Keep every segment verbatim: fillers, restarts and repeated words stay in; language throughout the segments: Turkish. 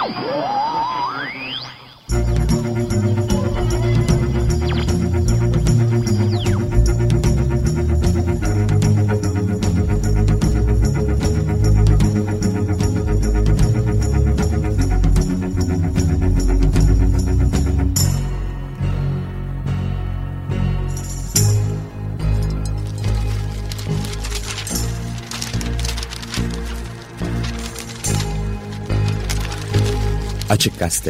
Açık Gazete.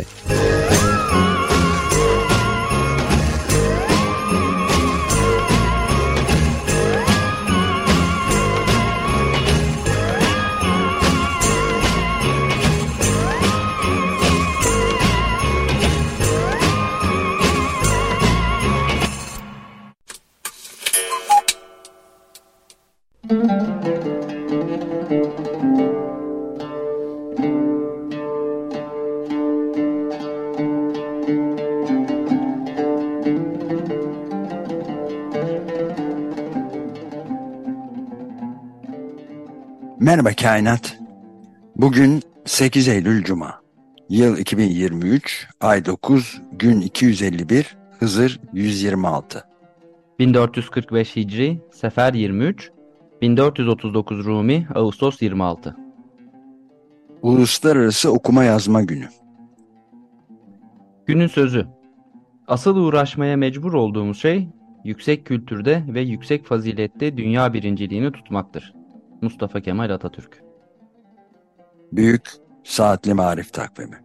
Merhaba kainat. Bugün sekiz Eylül Cuma. Yıl iki bin yirmi üç, ay dokuz, gün iki yüz elli bir, Hızır yüz yirmi altı. bin dört yüz kırk beş Hicri, Sefer yirmi üç, bin dört yüz otuz dokuz Rumi, Ağustos yirmi altı. Uluslararası Okuma Yazma Günü. Günün sözü. Asıl uğraşmaya mecbur olduğumuz şey, yüksek kültürde ve yüksek fazilette dünya birinciliğini tutmaktır. Mustafa Kemal Atatürk. Büyük Saatli Marif Takvimi.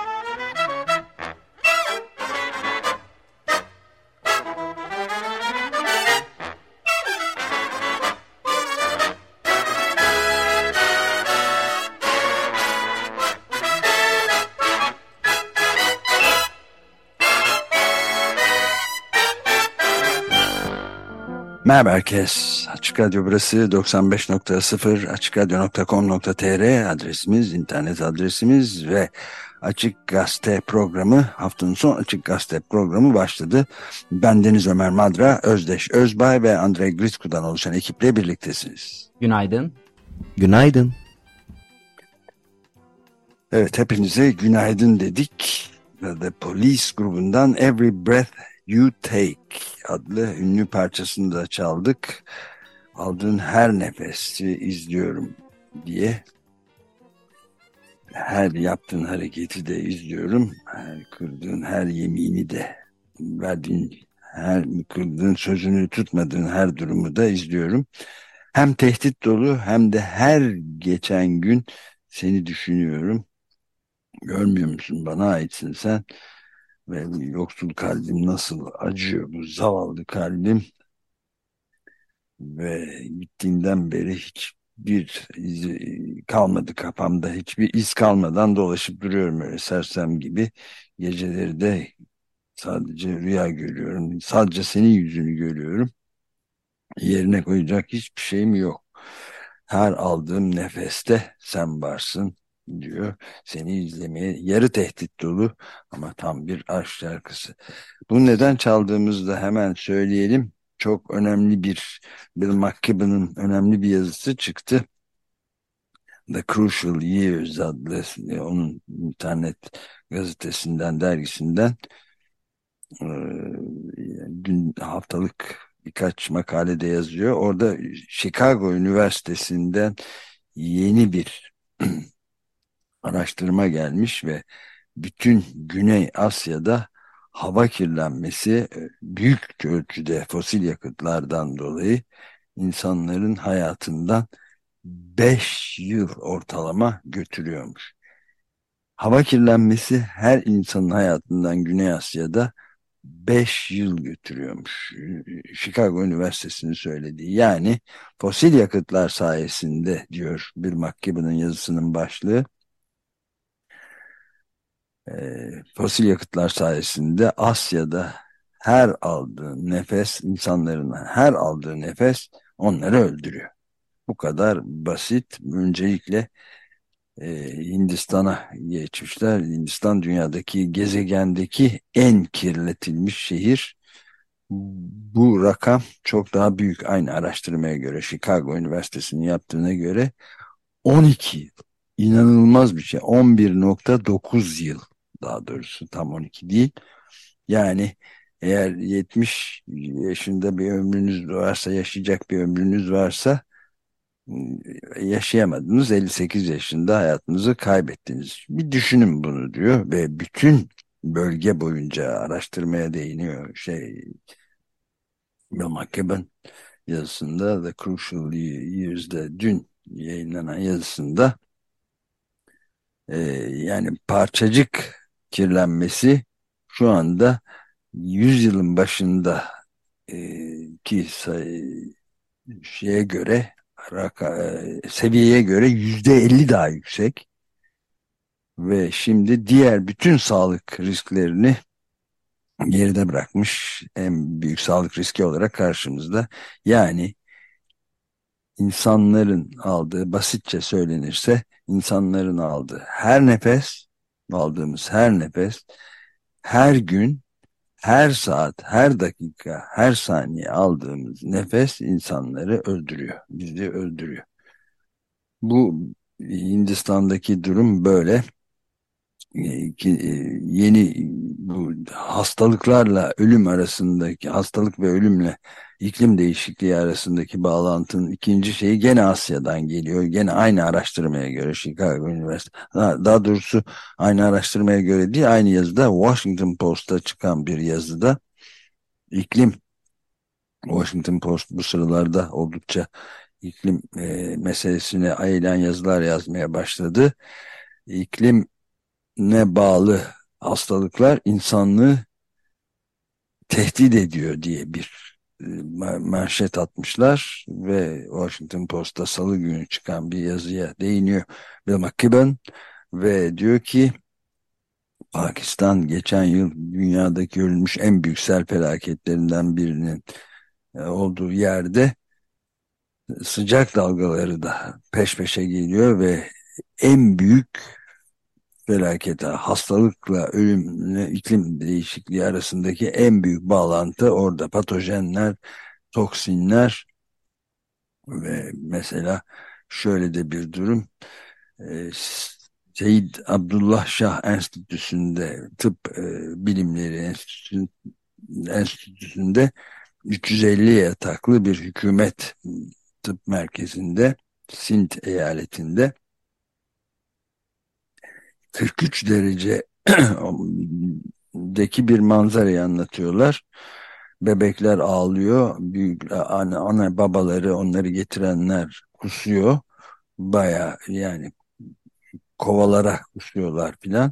Merhaba herkes. Açık Radyo burası doksan beş nokta sıfır, açıkradyo nokta com nokta tr adresimiz, internet adresimiz ve Açık Gazete programı, haftanın son Açık Gazete programı başladı. Ben Deniz Ömer Madra, Özdeş Özbay ve Andrei Gritku'dan oluşan ekiple birliktesiniz. Günaydın. Günaydın. Evet, hepinize günaydın dedik. The Police grubundan Every Breath You Take adlı ünlü parçasını da çaldık. Aldığın her nefesi izliyorum diye. Her yaptığın hareketi de izliyorum. Her kırdığın her yemini de, verdiğin her kırdığın sözünü tutmadığın her durumu da izliyorum. Hem tehdit dolu hem de her geçen gün seni düşünüyorum. Görmüyor musun? Bana aitsin sen. Ve bu yoksul kalbim nasıl acıyor, bu zavallı kalbim. Ve gittiğinden beri hiçbir iz kalmadı kafamda. Hiçbir iz kalmadan dolaşıp duruyorum öyle sersem gibi. Geceleri de sadece rüya görüyorum. Sadece senin yüzünü görüyorum. Yerine koyacak hiçbir şeyim yok. Her aldığım nefeste sen varsın diyor. Seni izlemeye, yarı tehdit dolu ama tam bir aşk şarkısı. Bunu neden çaldığımızı da hemen söyleyelim. Çok önemli bir, Bill McKibben'ın önemli bir yazısı çıktı. The Crucial Years adlı, onun internet gazetesinden, dergisinden e, gün haftalık birkaç makalede yazıyor. Orada Chicago Üniversitesi'nden yeni bir araştırma gelmiş ve bütün Güney Asya'da hava kirlenmesi büyük ölçüde fosil yakıtlardan dolayı insanların hayatından beş yıl ortalama götürüyormuş. Hava kirlenmesi her insanın hayatından Güney Asya'da beş yıl götürüyormuş. Chicago Üniversitesi'nin söylediği. Yani fosil yakıtlar sayesinde diyor Bill McKibben'ın yazısının başlığı. E, fosil yakıtlar sayesinde Asya'da her aldığı nefes, insanların her aldığı nefes onları öldürüyor. Bu kadar basit. Öncelikle e, Hindistan'a geçmişler. Hindistan dünyadaki, gezegendeki en kirletilmiş şehir. Bu rakam çok daha büyük. Aynı araştırmaya göre, Chicago Üniversitesi'nin yaptığına göre on iki yıl. inanılmaz bir şey. on bir nokta dokuz yıl, daha doğrusu tam on iki değil. Yani eğer yetmiş yaşında bir ömrünüz varsa, yaşayacak bir ömrünüz varsa, yaşayamadınız. elli sekiz yaşında hayatınızı kaybettiniz. Bir düşünün bunu diyor ve bütün bölge boyunca araştırmaya değiniyor. Şey, Bill McKibben yazısında, The Crucial Years'de dün yayınlanan yazısında, e, yani parçacık kirlenmesi şu anda yüzyılın başında e, ki say- şeye göre, raka, e, seviyeye göre yüzde elli daha yüksek ve şimdi diğer bütün sağlık risklerini geride bırakmış, en büyük sağlık riski olarak karşımızda. Yani insanların aldığı, basitçe söylenirse, insanların aldığı her nefes, aldığımız her nefes, her gün, her saat, her dakika, her saniye aldığımız nefes insanları öldürüyor, bizi öldürüyor. Bu Hindistan'daki durum böyle. E, ki, e, yeni bu hastalıklarla ölüm arasındaki, hastalık ve ölümle iklim değişikliği arasındaki bağlantının ikinci şeyi gene Asya'dan geliyor. Gene aynı araştırmaya göre Chicago Üniversitesi, daha, daha doğrusu aynı araştırmaya göre değil, aynı yazıda, Washington Post'ta çıkan bir yazıda, iklim, Washington Post bu sıralarda oldukça iklim e, meselesine ayılan yazılar yazmaya başladı. İklim ne bağlı hastalıklar insanlığı tehdit ediyor diye bir e, manşet atmışlar ve Washington Post'ta Salı günü çıkan bir yazıya değiniyor Bill McKibben ve diyor ki, Pakistan geçen yıl dünyadaki görülmüş en büyük sel felaketlerinden birinin e, olduğu yerde sıcak dalgaları da peş peşe geliyor ve en büyük felakete, hastalıkla ölümle iklim değişikliği arasındaki en büyük bağlantı orada. Patojenler, toksinler ve mesela şöyle de bir durum. e, Seyyid Abdullah Şah Enstitüsü'nde, Tıp e, Bilimleri Enstitüsü- Enstitüsü'nde üç yüz elli yataklı bir hükümet tıp merkezinde, Sint eyaletinde, kırk üç derece deki bir manzarayı anlatıyorlar. Bebekler ağlıyor. Büyük ana, ana babaları, onları getirenler kusuyor. Baya yani kovalarak kusuyorlar filan.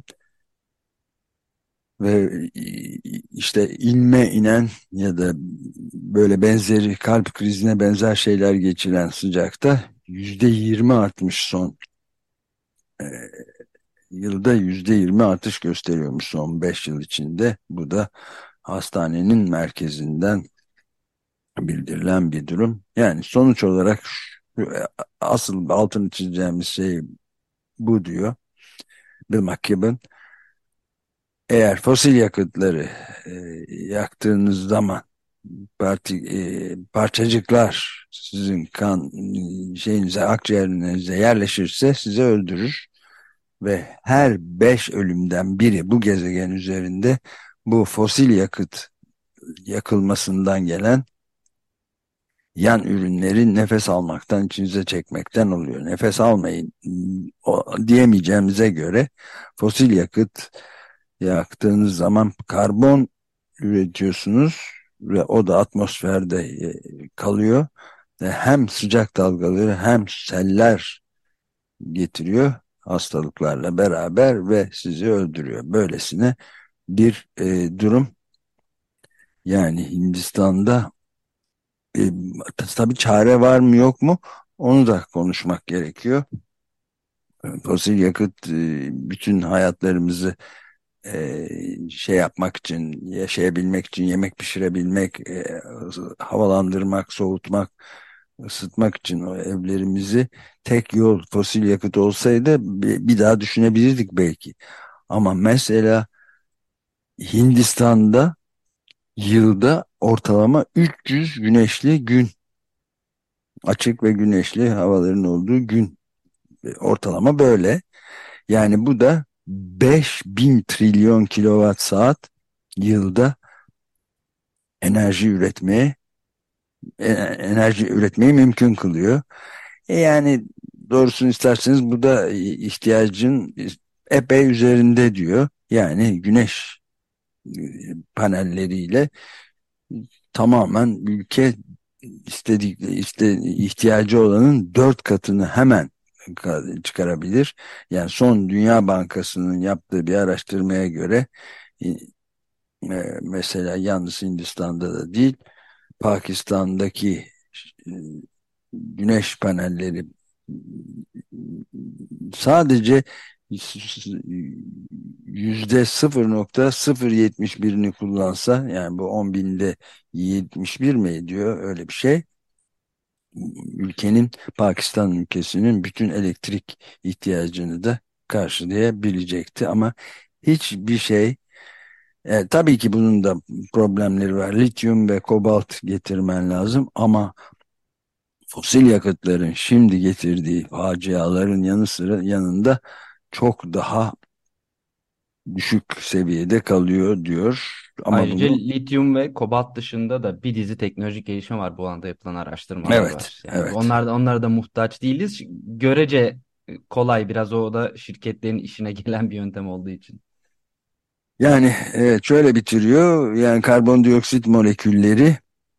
Ve işte inme inen ya da böyle benzeri, kalp krizine benzer şeyler geçiren sıcakta yüzde yirmi artmış, son e, yılda yüzde yirmi artış gösteriyormuş son beş yıl içinde. Bu da hastanenin merkezinden bildirilen bir durum. Yani sonuç olarak şu, e, asıl altını çizeceğimiz şey bu diyor Bill McKibben. Eğer fosil yakıtları e, yaktığınız zaman parti, e, parçacıklar sizin kan e, şeyinize, akciğerinize yerleşirse sizi öldürür ve her beş ölümden biri bu gezegen üzerinde bu fosil yakıt yakılmasından gelen yan ürünleri nefes almaktan, içinize çekmekten oluyor. Nefes almayın o, diyemeyeceğimize göre, fosil yakıt yaktığınız zaman karbon üretiyorsunuz ve o da atmosferde e, kalıyor ve hem sıcak dalgaları hem seller getiriyor hastalıklarla beraber ve sizi öldürüyor. Böylesine bir e, durum. Yani Hindistan'da e, tabii çare var mı yok mu, onu da konuşmak gerekiyor. Fosil yakıt e, bütün hayatlarımızı e, şey yapmak için, yaşayabilmek için, yemek pişirebilmek, e, havalandırmak, soğutmak, ısıtmak için o evlerimizi, tek yol fosil yakıt olsaydı bir, bir daha düşünebilirdik belki. Ama mesela Hindistan'da yılda ortalama üç yüz güneşli gün, açık ve güneşli havaların olduğu gün Ortalama böyle. Yani bu da beş bin trilyon kilowatt saat yılda enerji üretmeye e, enerji üretmeyi mümkün kılıyor. E yani doğrusunu isterseniz bu da ihtiyacın epey üzerinde diyor. Yani güneş e, panelleriyle tamamen ülke istedik iste, ihtiyacı olanın dört katını hemen çıkarabilir. Yani son Dünya Bankası'nın yaptığı bir araştırmaya göre e, e, mesela yalnız Hindistan'da da değil, Pakistan'daki e, güneş panelleri sadece yüzde sıfır nokta sıfır yetmiş birini kullansa, yani bu on binde yetmiş bir mi ediyor öyle bir şey, ülkenin, Pakistan ülkesinin bütün elektrik ihtiyacını da karşılayabilecekti. Ama hiçbir şey, e, tabii ki bunun da problemleri var. Lityum ve kobalt getirmen lazım ama fosil yakıtların şimdi getirdiği faciaların yanı sıra yanında çok daha düşük seviyede kalıyor diyor. Ama Ayrıca bunu lityum ve kobalt dışında da bir dizi teknolojik gelişme var. Bu anda yapılan araştırmalar evet, var. Yani evet. onlar da onlara da muhtaç değiliz. Görece kolay, biraz o da şirketlerin işine gelen bir yöntem olduğu için. Yani evet, şöyle bitiriyor. Yani karbondioksit molekülleri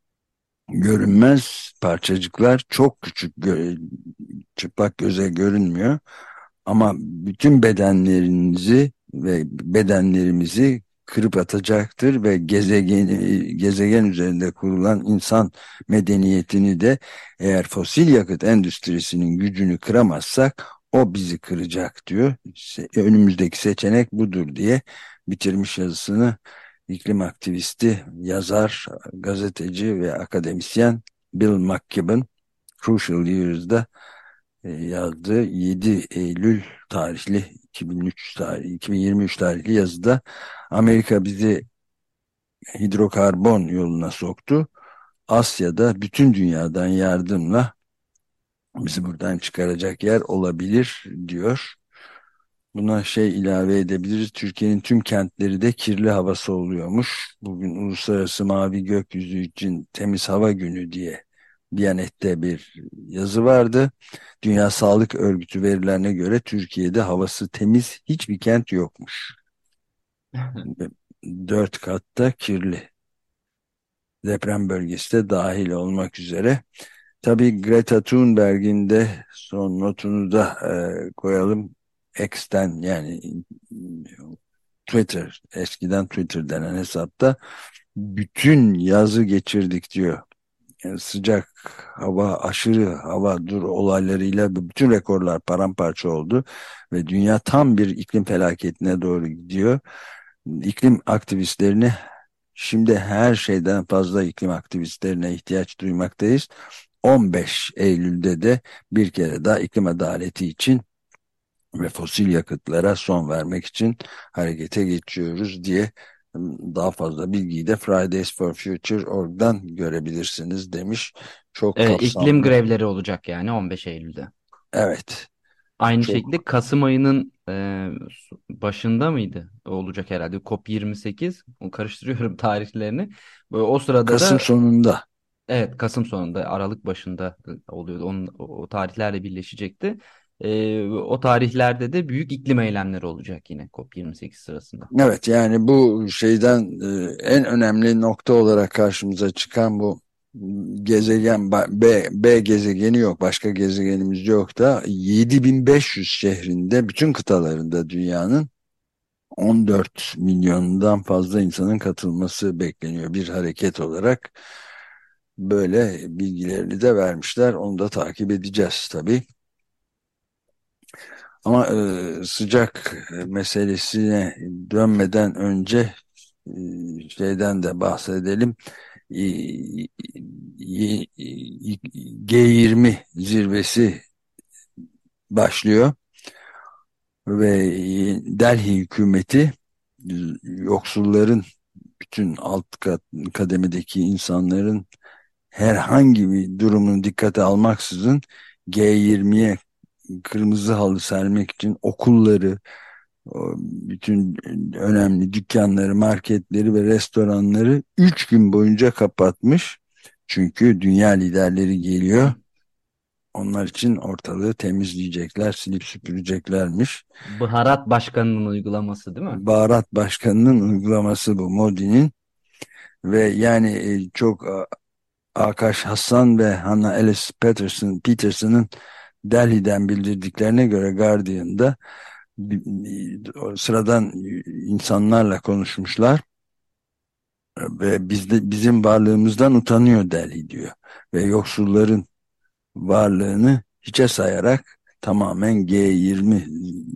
görünmez parçacıklar, çok küçük, gö- çıplak göze görünmüyor. Ama bütün bedenlerinizi ve bedenlerimizi kırıp atacaktır ve gezegen gezegen üzerinde kurulan insan medeniyetini de, eğer fosil yakıt endüstrisinin gücünü kıramazsak, o bizi kıracak diyor. Se- Önümüzdeki seçenek budur diye bitirmiş yazısını iklim aktivisti, yazar, gazeteci ve akademisyen Bill McKibben Crucial Years'da e, yazdığı yedi Eylül tarihli iki bin üç tarih, iki bin yirmi üç tarihli yazıda Amerika bizi hidrokarbon yoluna soktu. Asya'da bütün dünyadan yardımla bizi buradan çıkaracak yer olabilir diyor. Buna şey ilave edebiliriz. Türkiye'nin tüm kentleri de kirli havası oluyormuş. Bugün Uluslararası Mavi Gökyüzü için Temiz Hava Günü diye Diyanet'te bir yazı vardı. Dünya Sağlık Örgütü verilerine göre Türkiye'de havası temiz hiçbir kent yokmuş. Dört katta kirli. Deprem bölgesi de dahil olmak üzere. Tabii Greta Thunberg'in de son notunu da e, koyalım. X'ten, yani Twitter, eskiden Twitter denen hesapta bütün yazı geçirdik diyor. Yani sıcak hava, aşırı hava dur olaylarıyla bütün rekorlar paramparça oldu ve dünya tam bir iklim felaketine doğru gidiyor. İklim aktivistlerini, şimdi her şeyden fazla iklim aktivistlerine ihtiyaç duymaktayız. on beş Eylül'de de bir kere daha iklim adaleti için ve fosil yakıtlara son vermek için harekete geçiyoruz diye, daha fazla bilgiyi de Fridays for Future nokta org'dan görebilirsiniz demiş. Çok Evet, iklim kapsamlı. grevleri olacak yani on beş Eylül'de. Evet, Aynı şekilde çok. Kasım ayının e, başında mıydı? Olacak herhalde. COP yirmi sekiz. O, karıştırıyorum tarihlerini. Böyle o sırada Kasım da, sonunda. evet, Kasım sonunda, Aralık başında oluyordu. Onun, o, o tarihlerle birleşecekti. E, o tarihlerde de büyük iklim eylemleri olacak yine COP yirmi sekiz sırasında. Evet, yani bu şeyden e, en önemli nokta olarak karşımıza çıkan bu gezegen, B, B gezegeni yok, başka gezegenimiz yok da yedi bin beş yüz şehrinde, bütün kıtalarında dünyanın on dört milyondan fazla insanın katılması bekleniyor bir hareket olarak. Böyle bilgilerini de vermişler. Onu da takip edeceğiz tabii. Ama e, sıcak meselesine dönmeden önce e, şeyden de bahsedelim. E, e, G yirmi zirvesi başlıyor ve Delhi hükümeti yoksulların, bütün alt kat, kademedeki insanların herhangi bir durumunu dikkate almaksızın G yirmiye kırmızı halı sermek için okulları, o bütün önemli dükkanları, marketleri ve restoranları üç gün boyunca kapatmış. Çünkü dünya liderleri geliyor. Onlar için ortalığı temizleyecekler, silip süpüreceklermiş. Baharat Başkanı'nın uygulaması değil mi? Baharat Başkanı'nın uygulaması bu, Modi'nin. Ve yani e, çok a, Akash Hassan ve Hannah Alice Peterson, Peterson'ın Delhi'den bildirdiklerine göre Guardian'da sıradan insanlarla konuşmuşlar ve bizde bizim varlığımızdan utanıyor Delhi diyor ve yoksulların varlığını hiçe sayarak tamamen G yirmi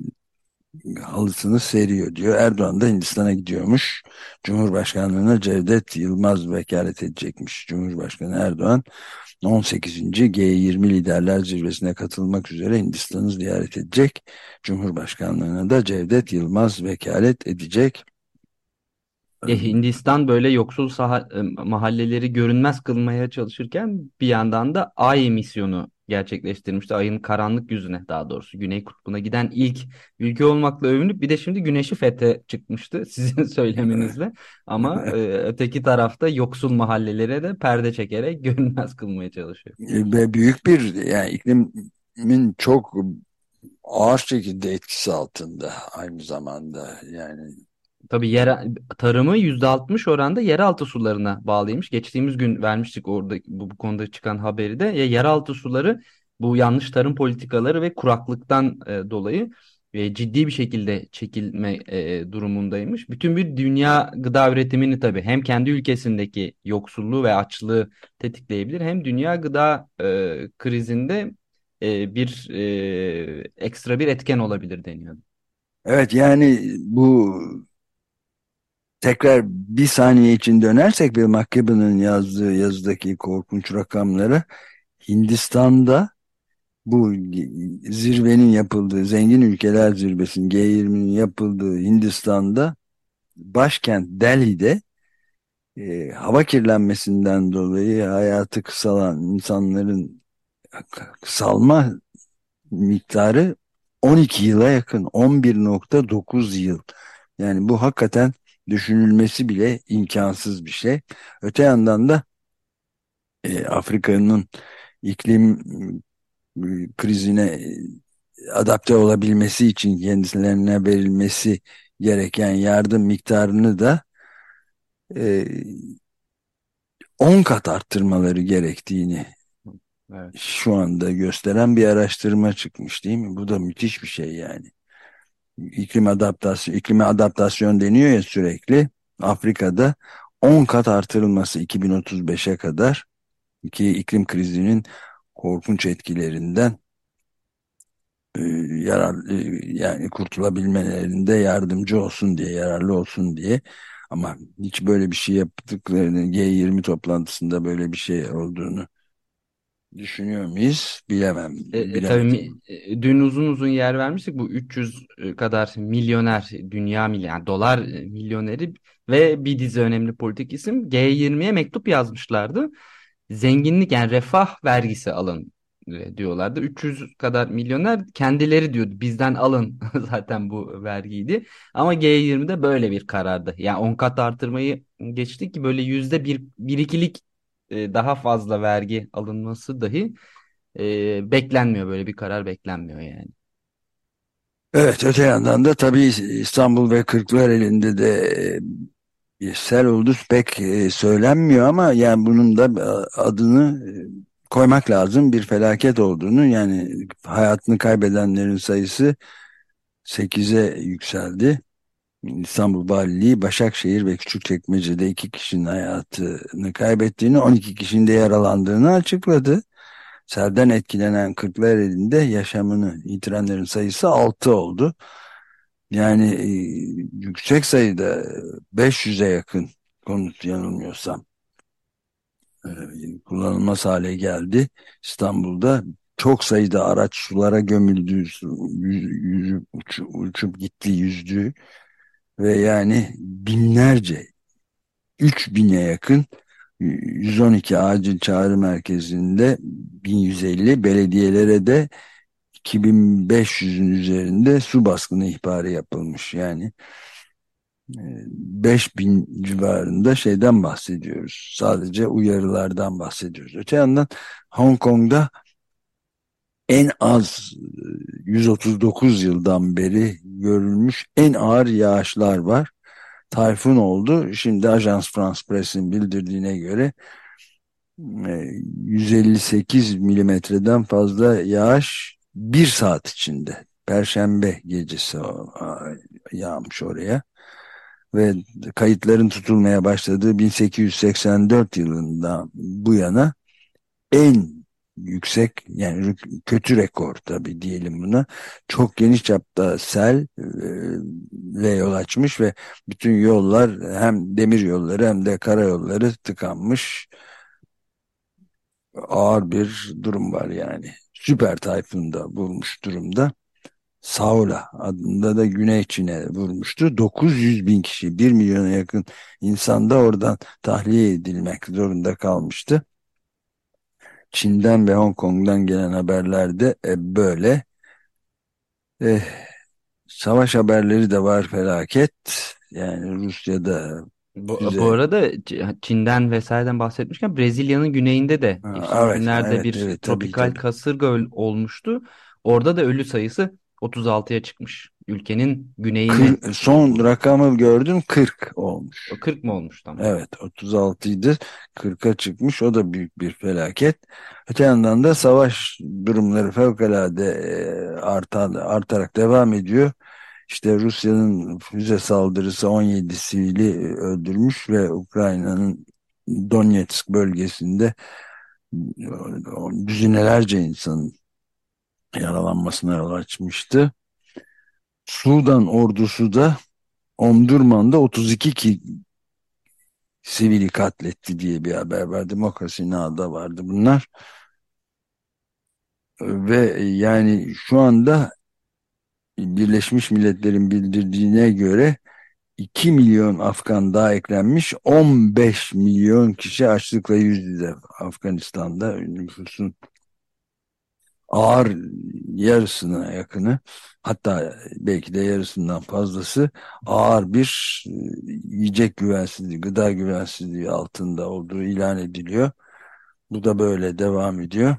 halısını seriyor diyor. Erdoğan da Hindistan'a gidiyormuş. Cumhurbaşkanlığına Cevdet Yılmaz vekalet edecekmiş. Cumhurbaşkanı Erdoğan on sekizinci G yirmi Liderler Zirvesi'ne katılmak üzere Hindistan'ı ziyaret edecek. Cumhurbaşkanlığına da Cevdet Yılmaz vekalet edecek. Ya Hindistan böyle yoksul saha, e, mahalleleri görünmez kılmaya çalışırken bir yandan da Ay misyonu gerçekleştirmişti. Ayın karanlık yüzüne, daha doğrusu Güney Kutbu'na giden ilk ülke olmakla övünüp bir de şimdi Güneş'i fethe çıkmıştı sizin söyleminizle. Ama e, öteki tarafta yoksul mahallelere de perde çekerek görünmez kılmaya çalışıyor. Ve büyük bir, yani iklimin çok ağır şekilde etkisi altında aynı zamanda, yani Tabii yer, tarımı yüzde altmış oranda yeraltı sularına bağlıymış. Geçtiğimiz gün vermiştik orada bu, bu konuda çıkan haberi de. Ya yeraltı suları bu yanlış tarım politikaları ve kuraklıktan e, dolayı e, ciddi bir şekilde çekilme e, durumundaymış. Bütün bir dünya gıda üretimini tabii hem kendi ülkesindeki yoksulluğu ve açlığı tetikleyebilir, hem dünya gıda e, krizinde e, bir e, ekstra bir etken olabilir deniyor. evet, yani bu, tekrar bir saniye için dönersek Bill McKibben'ın yazdığı yazıdaki korkunç rakamlara, Hindistan'da bu zirvenin yapıldığı, zengin ülkeler zirvesinin, G yirminin yapıldığı Hindistan'da başkent Delhi'de e, hava kirlenmesinden dolayı hayatı kısalan insanların kısalma miktarı on iki yıla yakın, on bir nokta dokuz yıl. Yani bu hakikaten düşünülmesi bile imkansız bir şey. Öte yandan da e, Afrika'nın iklim e, krizine e, adapte olabilmesi için kendilerine verilmesi gereken yardım miktarını da e, on kat arttırmaları gerektiğini Evet. şu anda gösteren bir araştırma çıkmış, değil mi? Bu da müthiş bir şey yani. İklim adaptasyon, iklime adaptasyon deniyor ya sürekli. Afrika'da on kat artırılması iki bin otuz beşe kadar, iki iklim krizinin korkunç etkilerinden e, yarar e, yani kurtulabilmelerinde yardımcı olsun diye, yararlı olsun diye. Ama hiç böyle bir şey yaptıklarını, G yirmi toplantısında böyle bir şey olduğunu düşünüyor muyuz? Bilemem, E, e, tabii mi- bilemedim. e, dün uzun uzun yer vermiştik, bu üç yüz kadar milyoner, dünya milyon dolar e, milyoneri ve bir dizi önemli politik isim G yirmiye mektup yazmışlardı. Zenginlik, yani refah vergisi alın e, diyorlardı. üç yüz kadar milyoner kendileri diyordu bizden alın zaten bu vergiydi. Ama G yirmide böyle bir karardı. Yani on kat artırmayı geçtik ki böyle yüzde bir, bir ikilik e, daha fazla vergi alınması dahi e, beklenmiyor, böyle bir karar beklenmiyor yani. Evet, öte yandan da tabii İstanbul ve Kırklareli'nde de e, bir sel oldu pek e, söylenmiyor ama yani bunun da e, adını e, koymak lazım, bir felaket olduğunu. Yani hayatını kaybedenlerin sayısı sekize yükseldi. İstanbul Valiliği Başakşehir ve Küçükçekmece'de iki kişinin hayatını kaybettiğini, on iki kişinin de yaralandığını açıkladı. Selden etkilenen Kırklareli'nde yaşamını yitirenlerin sayısı altı oldu. Yani e, yüksek sayıda, beş yüze yakın konut yanılmıyorsam e, kullanılmaz hale geldi. İstanbul'da çok sayıda araç sulara gömüldü, su- yüz- yüzüp, uçu- uçup gitti, yüzdü ve yani binlerce, üç bine yakın, yüz on iki acil çağrı merkezinde bin yüz elli, belediyelere de iki bin beş yüzün üzerinde su baskını ihbarı yapılmış. Yani e, beş bin civarında şeyden bahsediyoruz. Sadece uyarılardan bahsediyoruz. Öte yandan Hong Kong'da en az e, yüz otuz dokuz yıldan beri görülmüş en ağır yağışlar var. Tayfun oldu. Şimdi Ajans France Press'in bildirdiğine göre e, yüz elli sekiz milimetreden fazla yağış bir saat içinde. Perşembe gecesi o- a- yağmış oraya ve kayıtların tutulmaya başladığı bin sekiz yüz seksen dört yılında bu yana en yüksek, yani rük- kötü rekor tabii diyelim buna. Çok geniş çapta sel e, ve yol açmış ve bütün yollar, hem demir yolları hem de karayolları tıkanmış. Ağır bir durum var yani. Süper tayfunda vurmuş durumda. Saula adında da Güney Çin'e vurmuştu. dokuz yüz bin kişi, bir milyona yakın insan da oradan tahliye edilmek zorunda kalmıştı. Çin'den ve Hong Kong'dan gelen haberlerde e, böyle. Eh, Savaş haberleri de var, felaket. Yani Rusya'da Bu, bu füze. arada Ç- Çin'den vesaireden bahsetmişken Brezilya'nın güneyinde de Ha, geçtiğimiz evet, günlerde evet, bir evet, tabii, tropikal tabii. kasırga öl- olmuştu. Orada da ölü sayısı otuz altıya çıkmış. Ülkenin güneyini Kır- e, son vurdu. rakamı gördüm, kırk olmuş. O kırk mı olmuş, tamam. Evet, otuz altı idi, kırka çıkmış, o da büyük bir felaket. Öte yandan da savaş durumları fevkalade e, artan, artarak devam ediyor. İşte Rusya'nın füze saldırısı on yedi sivili öldürmüş ve Ukrayna'nın Donetsk bölgesinde e, düzinelerce insanın yaralanmasına yol açmıştı. Sudan ordusu da Omdurman'da otuz iki ki sivili katletti diye bir haber var. Demokrasi Now'da vardı bunlar. Ve yani şu anda Birleşmiş Milletler'in bildirdiğine göre iki milyon Afgan daha eklenmiş. on beş milyon kişi açlıkla yüz yüze Afganistan'da, nüfusun ağır yarısına yakını, hatta belki de yarısından fazlası ağır bir e, yiyecek güvensizliği, gıda güvensizliği altında olduğu ilan ediliyor. Bu da böyle devam ediyor.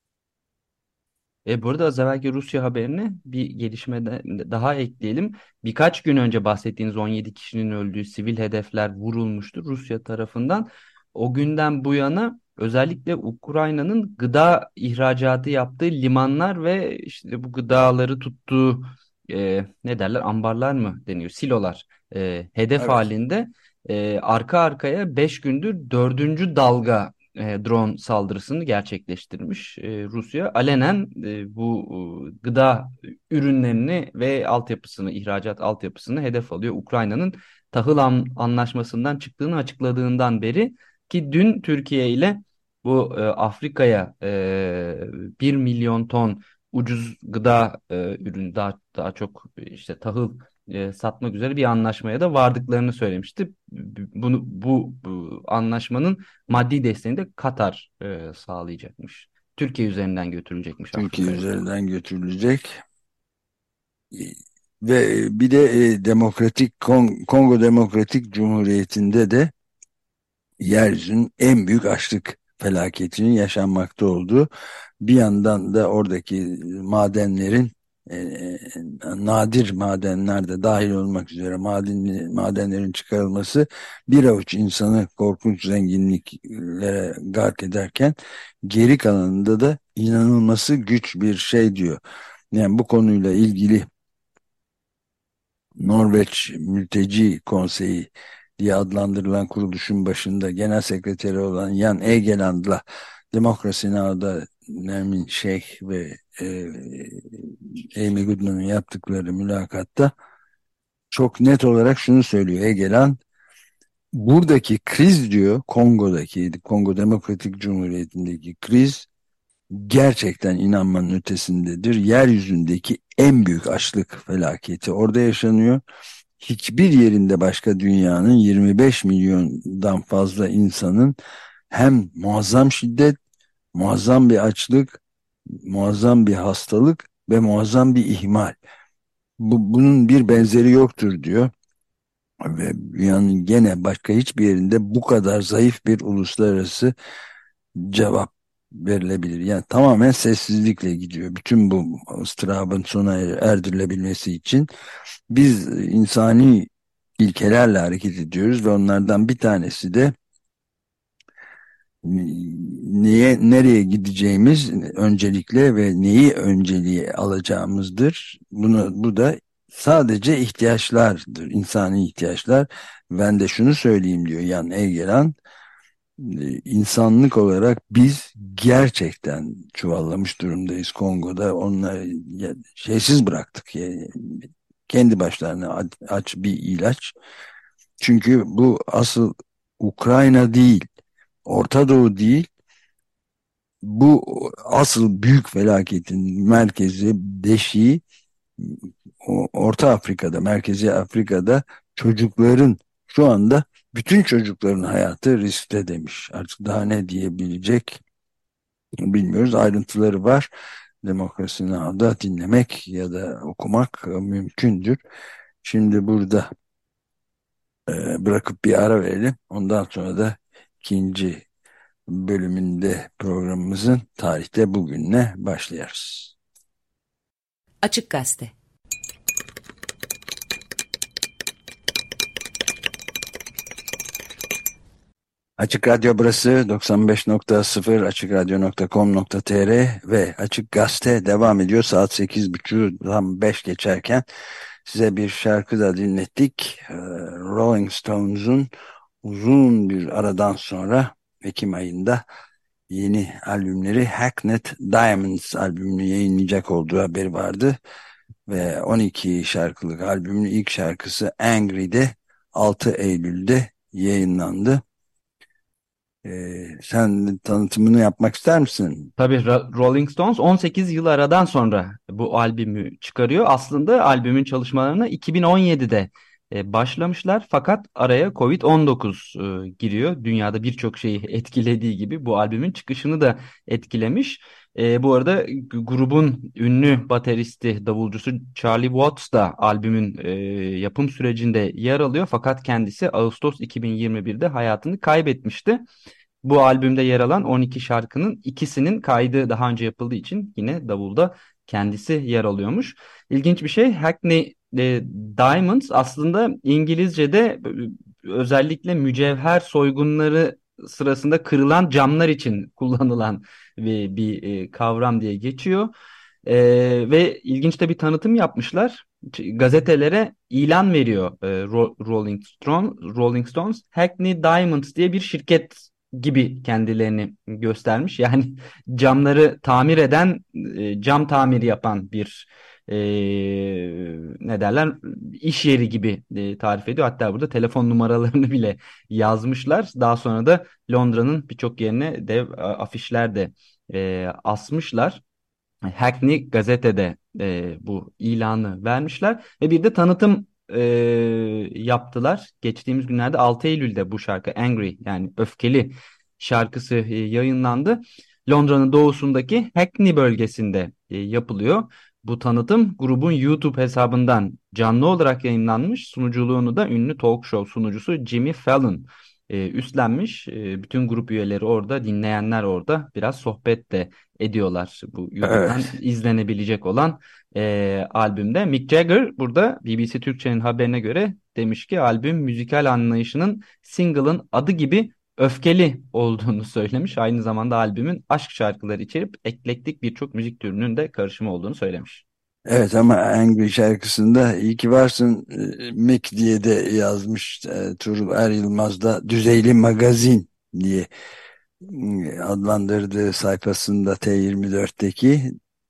E, burada az evvelki Rusya haberine bir gelişme de- daha ekleyelim. Birkaç gün önce bahsettiğiniz on yedi kişinin öldüğü sivil hedefler vurulmuştu Rusya tarafından. O günden bu yana özellikle Ukrayna'nın gıda ihracatı yaptığı limanlar ve işte bu gıdaları tuttuğu e, ne derler, ambarlar mı deniyor, silolar e, hedef Evet. halinde. E, arka arkaya beş gündür dördüncü dalga e, drone saldırısını gerçekleştirmiş e, Rusya. Alenen e, bu e, gıda ürünlerini ve altyapısını, ihracat altyapısını hedef alıyor. Ukrayna'nın tahıl an- anlaşmasından çıktığını açıkladığından beri, ki dün Türkiye ile bu e, Afrika'ya e, bir milyon ton ucuz gıda e, ürünü, daha daha çok e, işte tahıl e, satmak üzere bir anlaşmaya da vardıklarını söylemişti. Bunu bu, bu anlaşmanın maddi desteğini de Katar e, sağlayacakmış. Türkiye üzerinden götürülecekmiş Türkiye Afrika'ya. üzerinden götürülecek. Ve bir de e, Demokratik Kon- Kongo Demokratik Cumhuriyeti'nde de yeryüzünün en büyük açlık felaketinin yaşanmakta olduğu, bir yandan da oradaki madenlerin e, e, nadir madenler de dahil olmak üzere maden, madenlerin çıkarılması bir avuç insanı korkunç zenginliklere gark ederken, geri kalanında da inanılması güç bir şey diyor. Yani bu konuyla ilgili Norveç Mülteci Konseyi diye adlandırılan kuruluşun başında genel sekreteri olan Jan Egeland'la Demokrasi Now'da Nermin Şeyh ve e, Amy Goodman'ın yaptıkları mülakatta çok net olarak şunu söylüyor Egeland: buradaki kriz diyor, Kongo'daki, Kongo Demokratik Cumhuriyeti'ndeki kriz gerçekten inanmanın ötesindedir. Yeryüzündeki en büyük açlık felaketi orada yaşanıyor. Hiçbir yerinde, başka dünyanın yirmi beş milyondan fazla insanın hem muazzam şiddet, muazzam bir açlık, muazzam bir hastalık ve muazzam bir ihmal. Bu, bunun bir benzeri yoktur diyor. Ve dünyanın gene başka hiçbir yerinde bu kadar zayıf bir uluslararası cevap verilebilir. Yani tamamen sessizlikle gidiyor. Bütün bu ıstırabın sona er- erdirilebilmesi için biz insani ilkelerle hareket ediyoruz ve onlardan bir tanesi de neye nereye gideceğimiz öncelikle ve neyi önceliğe alacağımızdır. Bunu bu da sadece ihtiyaçlardır, insani ihtiyaçlar. Ben de şunu söyleyeyim diyor Jan Egeland. e, insanlık olarak biz gerçekten çuvallamış durumdayız Kongo'da. Onları ya- şeysiz bıraktık. Yani kendi başlarına a- aç bir ilaç. Çünkü bu asıl Ukrayna değil, Orta Doğu değil. Bu asıl büyük felaketin merkezi, deşiği o- Orta Afrika'da, Merkezi Afrika'da çocukların şu anda bütün çocukların hayatı riskte demiş. Artık daha ne diyebilecek bilmiyoruz. Ayrıntıları var. Demokrasi Now'da dinlemek ya da okumak mümkündür. Şimdi burada e, bırakıp bir ara verelim. Ondan sonra da ikinci bölümünde programımızın tarihte bugünle başlayarız. Açık Gazete. Açık Radyo burası doksan beş nokta sıfır açık radyo nokta com nokta tr ve Açık Gazete devam ediyor. Saat sekiz buçuktan beş geçerken size bir şarkı da dinlettik. Ee, Rolling Stones'un uzun bir aradan sonra Ekim ayında yeni albümleri Hackneyed Diamonds albümünü yayınlayacak olduğu haberi vardı. Ve on iki şarkılık albümün ilk şarkısı Angry'de altı Eylül'de yayınlandı. Ee, sen tanıtımını yapmak ister misin? Tabii Ra- Rolling Stones on sekiz yıl aradan sonra bu albümü çıkarıyor. Aslında albümün çalışmalarına iki bin on yedide e, başlamışlar fakat araya kovid on dokuz e, giriyor. Dünyada birçok şeyi etkilediği gibi bu albümün çıkışını da etkilemiş. E, bu arada g- grubun ünlü bateristi, davulcusu Charlie Watts da albümün e, yapım sürecinde yer alıyor fakat kendisi Ağustos iki bin yirmi birde hayatını kaybetmişti. Bu albümde yer alan on iki şarkının ikisinin kaydı daha önce yapıldığı için yine davulda kendisi yer alıyormuş. İlginç bir şey, Hackney e, Diamonds aslında İngilizce'de e, özellikle mücevher soygunları sırasında kırılan camlar için kullanılan bir, bir e, kavram diye geçiyor. E, ve ilginç de bir tanıtım yapmışlar. Ç- Gazetelere ilan veriyor e, Ro- Rolling Stone, Rolling Stones. Hackney Diamonds diye bir şirket gibi kendilerini göstermiş. Yani camları tamir eden, e, cam tamiri yapan bir e, ne derler iş yeri gibi e, tarif ediyor. Hatta burada telefon numaralarını bile yazmışlar. Daha sonra da Londra'nın birçok yerine dev a- afişler de e, asmışlar. Hackney gazetede e, bu ilanı vermişler ve bir de tanıtım e, yaptılar. Geçtiğimiz günlerde altı Eylül'de bu şarkı Angry yani öfkeli şarkısı e, yayınlandı. Londra'nın doğusundaki Hackney bölgesinde e, yapılıyor. Bu tanıtım grubun YouTube hesabından canlı olarak yayınlanmış. Sunuculuğunu da ünlü talk show sunucusu Jimmy Fallon e, üstlenmiş. E, bütün grup üyeleri orada, dinleyenler orada biraz sohbet de ediyorlar bu YouTube'dan Evet. izlenebilecek olan e, albümde. Mick Jagger burada B B C Türkçe'nin haberine göre demiş ki albüm müzikal anlayışının single'ın adı gibi öfkeli olduğunu söylemiş. Aynı zamanda albümün aşk şarkıları içerip eklektik birçok müzik türünün de karışımı olduğunu söylemiş. Evet ama Angry şarkısında iyi ki varsın e, Mick diye de yazmış e, Tuğrul Er Yılmaz da Düzeyli Magazin diye e, adlandırdığı sayfasında T yirmi dörtteki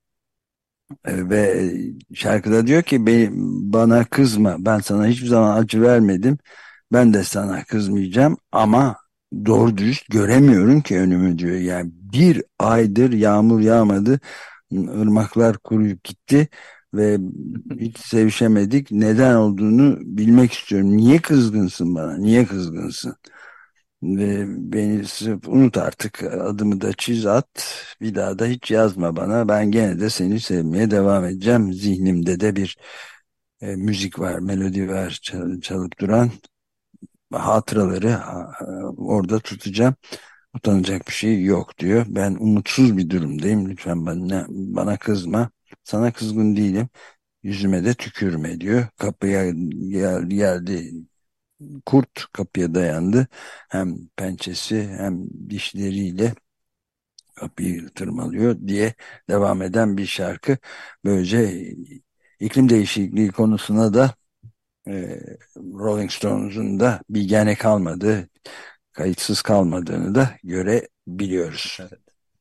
e, ve şarkıda diyor ki "Be- bana kızma, ben sana hiçbir zaman acı vermedim, ben de sana kızmayacağım ama doğru dürüst göremiyorum ki önümü" diyor. Yani bir aydır yağmur yağmadı, ırmaklar kuruyup gitti ve hiç sevişemedik. Neden olduğunu bilmek istiyorum. Niye kızgınsın bana? Niye kızgınsın? Ve beni sırf unut artık, adımı da çiz at, bir daha da hiç yazma bana, ben gene de seni sevmeye devam edeceğim. Zihnimde de bir e, müzik var, melodi var, çal- çalıp duran hatıraları ha- ha- orada tutacağım. Utanacak bir şey yok diyor. Ben umutsuz bir durumdayım. Lütfen bana, bana kızma. Sana kızgın değilim. Yüzüme de tükürme diyor. Kapıya gel, geldi. Kurt kapıya dayandı. Hem pençesi hem dişleriyle kapıyı tırmalıyor diye devam eden bir şarkı. Böylece iklim değişikliği konusuna da e, Rolling Stones'un da bilgene kalmadığı, kayıtsız kalmadığını da görebiliyoruz. Evet.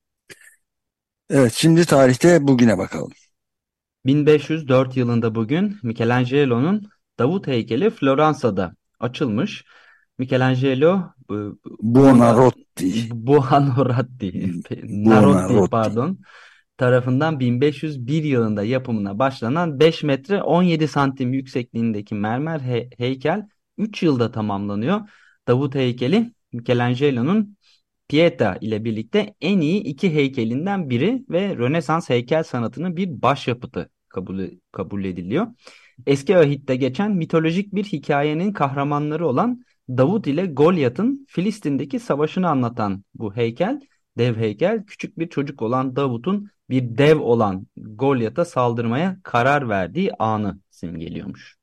Evet, şimdi tarihte bugüne bakalım. bin beş yüz dört yılında bugün Michelangelo'nun Davut heykeli Floransa'da açılmış. Michelangelo e, burada Buonarroti. Buonarroti Narotti Buonarroti. pardon tarafından bin beş yüz bir yılında yapımına başlanan beş metre on yedi santim yüksekliğindeki mermer he- heykel üç yılda tamamlanıyor. Davut heykeli Michelangelo'nun Pieta ile birlikte en iyi iki heykelinden biri ve Rönesans heykel sanatının bir başyapıtı kabul, kabul ediliyor. Eski Ahit'te geçen mitolojik bir hikayenin kahramanları olan Davut ile Golyat'ın Filistin'deki savaşını anlatan bu heykel, dev heykel, küçük bir çocuk olan Davut'un bir dev olan Golyat'a saldırmaya karar verdiği anı simgeliyormuş.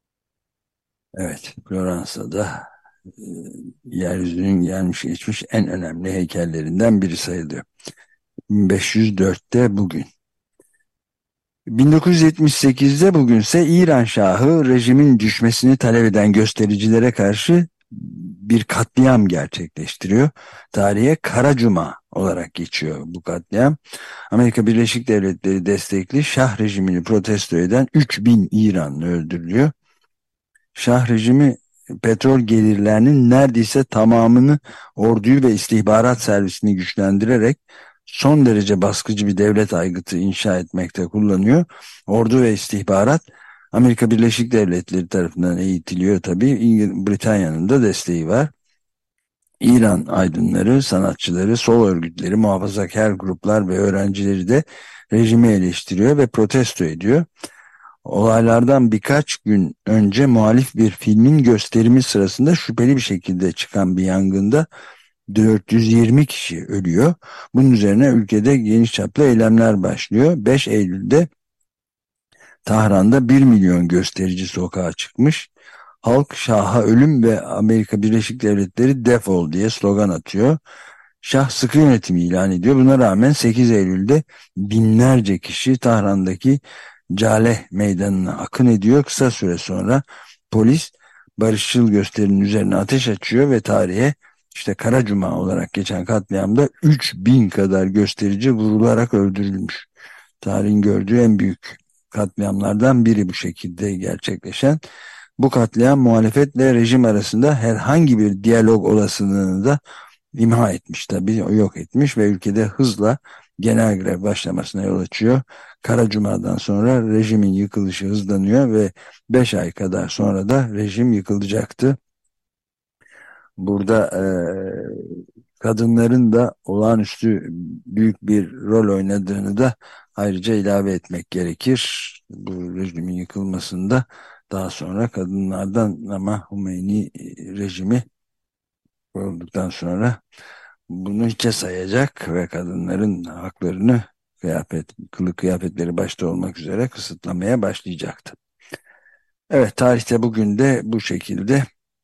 Evet, Floransa'da e, yeryüzünün gelmiş geçmiş en önemli heykellerinden biri sayılıyor. bin beş yüz dörtte bugün. bin dokuz yüz yetmiş sekizde bugünse İran Şahı rejimin düşmesini talep eden göstericilere karşı bir katliam gerçekleştiriyor. Tarihe Kara Cuma olarak geçiyor bu katliam. Amerika Birleşik Devletleri destekli Şah rejimini protesto eden üç bin İranlı öldürülüyor. Şah rejimi petrol gelirlerinin neredeyse tamamını orduyu ve istihbarat servisini güçlendirerek son derece baskıcı bir devlet aygıtı inşa etmekte kullanıyor. Ordu ve istihbarat Amerika Birleşik Devletleri tarafından eğitiliyor tabii. İngil- Britanya'nın da desteği var. İran aydınları, sanatçıları, sol örgütleri, muhafazakar gruplar ve öğrencileri de rejimi eleştiriyor ve protesto ediyor. Olaylardan birkaç gün önce muhalif bir filmin gösterimi sırasında şüpheli bir şekilde çıkan bir yangında dört yüz yirmi kişi ölüyor. Bunun üzerine ülkede geniş çaplı eylemler başlıyor. beş Eylül'de Tahran'da bir milyon gösterici sokağa çıkmış. Halk Şah'a ölüm ve Amerika Birleşik Devletleri defol diye slogan atıyor. Şah sıkı yönetimi ilan ediyor. Buna rağmen sekiz Eylül'de binlerce kişi Tahran'daki Caleh Meydanı'na akın ediyor. Kısa süre sonra polis barışçıl gösterinin üzerine ateş açıyor ve tarihe işte Kara Cuma olarak geçen katliamda üç bin kadar gösterici vurularak öldürülmüş. Tarihin gördüğü en büyük katliamlardan biri bu şekilde gerçekleşen. Bu katliam muhalefetle rejim arasında herhangi bir diyalog olasılığını da imha etmiş, tabii yok etmiş ve ülkede hızla genel grev başlamasına yol açıyor. Kara Cuma'dan sonra rejimin yıkılışı hızlanıyor ve beş ay kadar sonra da rejim yıkılacaktı. Burada e, kadınların da olağanüstü büyük bir rol oynadığını da ayrıca ilave etmek gerekir. Bu rejimin yıkılmasında daha sonra kadınlardan, ama Hümeyni rejimi olduktan sonra bunu hiçe sayacak ve kadınların haklarını kıyafet, kılık kıyafetleri başta olmak üzere kısıtlamaya başlayacaktı. Evet, tarihte bugün de bu şekilde.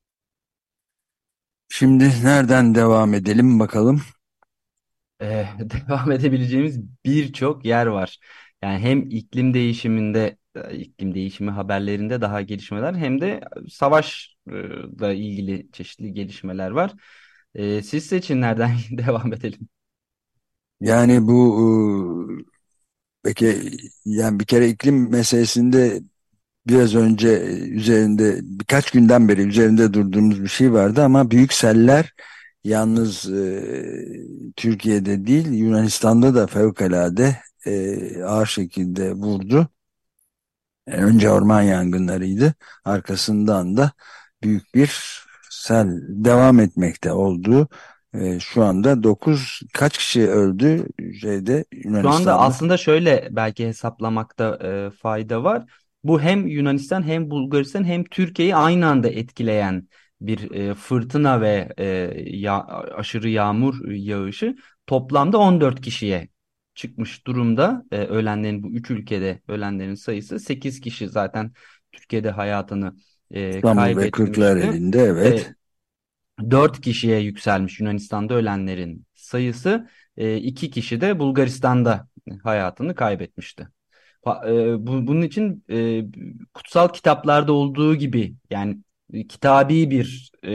Şimdi nereden devam edelim bakalım. Ee, devam edebileceğimiz birçok yer var. Yani hem iklim değişiminde, e, iklim değişimi haberlerinde daha gelişmeler hem de savaşla ilgili çeşitli gelişmeler var. Ee, siz seçin nereden devam edelim. Yani bu e, peki, yani bir kere iklim meselesinde biraz önce e, üzerinde birkaç günden beri üzerinde durduğumuz bir şey vardı, ama büyük seller yalnız e, Türkiye'de değil, Yunanistan'da da fevkalade e, ağır şekilde vurdu. E, önce orman yangınlarıydı, arkasından da büyük bir sel devam etmekte olduğu, e, şu anda dokuz kaç kişi öldü şeyde Şu anda Yunanistan'da? aslında şöyle belki hesaplamakta e, fayda var. Bu hem Yunanistan hem Bulgaristan hem Türkiye'yi aynı anda etkileyen bir e, fırtına ve e, ya, aşırı yağmur yağışı toplamda on dört kişiye çıkmış durumda. E, ölenlerin bu üç ülkede ölenlerin sayısı sekiz kişi zaten Türkiye'de hayatını e, İstanbul ve kaybetmişti. Kırklareli'nde, E, evet. dört kişiye yükselmiş Yunanistan'da ölenlerin sayısı. E, iki kişi de Bulgaristan'da hayatını kaybetmişti. Ha- e, bu, bunun için e, kutsal kitaplarda olduğu gibi yani e, kitabi bir e,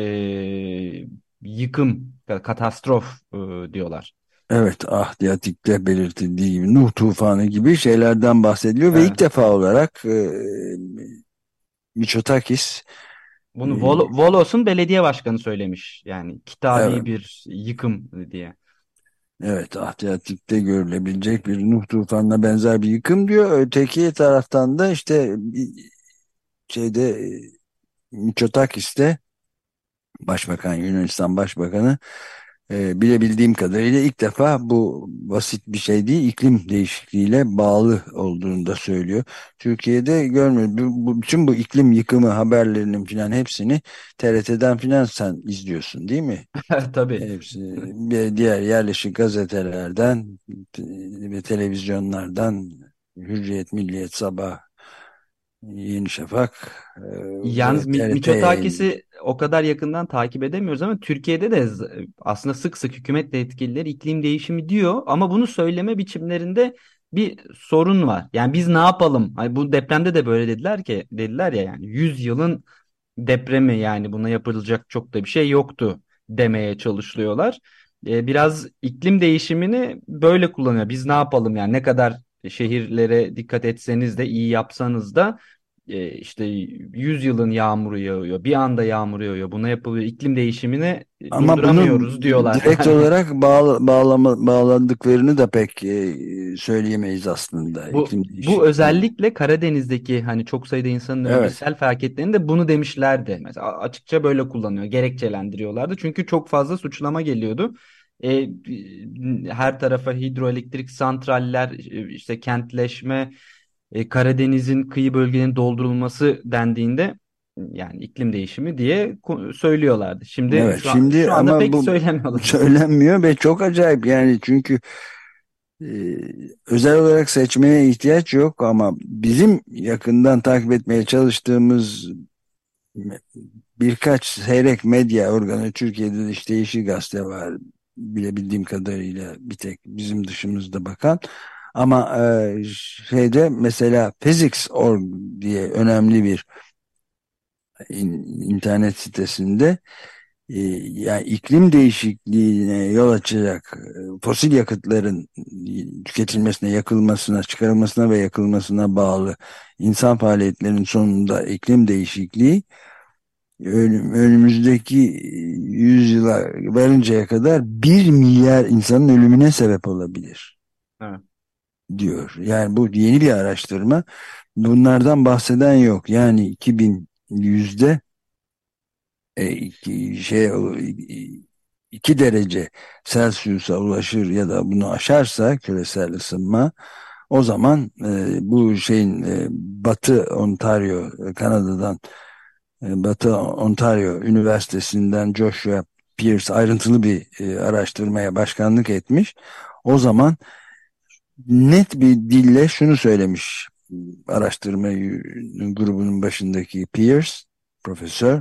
yıkım, katastrof e, diyorlar. Evet, Ahdiyatik'te belirtildiği gibi Nuh tufanı gibi şeylerden bahsediliyor ve ilk Evet. defa olarak e, Mitsotakis, Bunu e, Vol Volos'un belediye başkanı söylemiş. Yani evet, kitabi bir yıkım diye. evet, Ahdiyatik'te görülebilecek bir Nuh tufanına benzer bir yıkım diyor. Öteki taraftan da işte bir şeyde e, Mitsotakis'te Başbakan, Yunanistan Başbakanı, e, bilebildiğim kadarıyla ilk defa bu basit bir şey değil, iklim değişikliğiyle bağlı olduğunu da söylüyor. Türkiye'de görmüyoruz. Bu, bu- bütün bu iklim yıkımı haberlerinin filan hepsini T R T'den filan sen izliyorsun, değil mi? Tabii. Hepsini bir diğer yerleşik gazetelerden te- ve televizyonlardan, Hürriyet, Milliyet, Sabah, Yeni Şafak e, ve Yalnız Mi- T R T yayınlıyor. Mitsotakis'i o kadar yakından takip edemiyoruz ama Türkiye'de de z- aslında sık sık hükümet yetkilileri iklim değişimi diyor ama bunu söyleme biçimlerinde bir sorun var. Yani biz ne yapalım? Hani bu depremde de böyle dediler ki dediler ya yani yüz yılın depremi yani buna yapılacak çok da bir şey yoktu demeye çalışıyorlar. Ee, biraz iklim değişimini böyle kullanıyor. Biz ne yapalım yani ne kadar şehirlere dikkat etseniz de iyi yapsanız da e, işte yüz yılın yağmuru yağıyor, bir anda yağmur yağıyor, buna yapılıyor. İklim değişimini e, Ama bunu durduramıyoruz diyorlar direkt yani. olarak bağla, bağlama, bağladıklarını da pek e, söyleyemeyiz aslında, Bu iklim bu değişikliğine. özellikle Karadeniz'deki hani çok sayıda insanın öldüğü Evet, sel felaketlerinde bunu demişlerdi. Mesela açıkça böyle kullanıyor, gerekçelendiriyorlardı. Çünkü çok fazla suçlama geliyordu. E, her tarafa hidroelektrik santraller, e, işte kentleşme, e, Karadeniz'in kıyı bölgelerinin doldurulması dendiğinde yani iklim değişimi diye ko- söylüyorlardı. Şimdi evet. şu an, Şimdi şu anda ama pek bu söylemiyorlar. söylenmiyor ve çok acayip yani, çünkü e, özel olarak seçmeye ihtiyaç yok ama bizim yakından takip etmeye çalıştığımız birkaç seyrek medya organı, Türkiye'de de işte Yeşil Gazete var bilebildiğim kadarıyla, bir tek bizim dışımızda bakan, ama e, şeyde mesela Physics nokta org diye önemli bir in- internet sitesinde e, yani iklim değişikliğine yol açacak e, fosil yakıtların e, tüketilmesine, yakılmasına, çıkarılmasına ve yakılmasına bağlı insan faaliyetlerinin sonunda iklim değişikliği Önüm- önümüzdeki yüzyıla varıncaya kadar bir milyar insanın ölümüne sebep olabilir Evet. diyor. Yani bu yeni bir araştırma. Bunlardan bahseden yok. Yani iki bin yüzde e, iki, şey iki derece Celsius'a ulaşır ya da bunu aşarsa küresel ısınma, o zaman e, bu şeyin e, Batı Ontario, e, Kanada'dan, e, Batı Ontario Üniversitesi'nden Joshua Pierce ayrıntılı bir e, araştırmaya başkanlık etmiş. O zaman net bir dille şunu söylemiş araştırma y- grubunun başındaki Pierce profesör: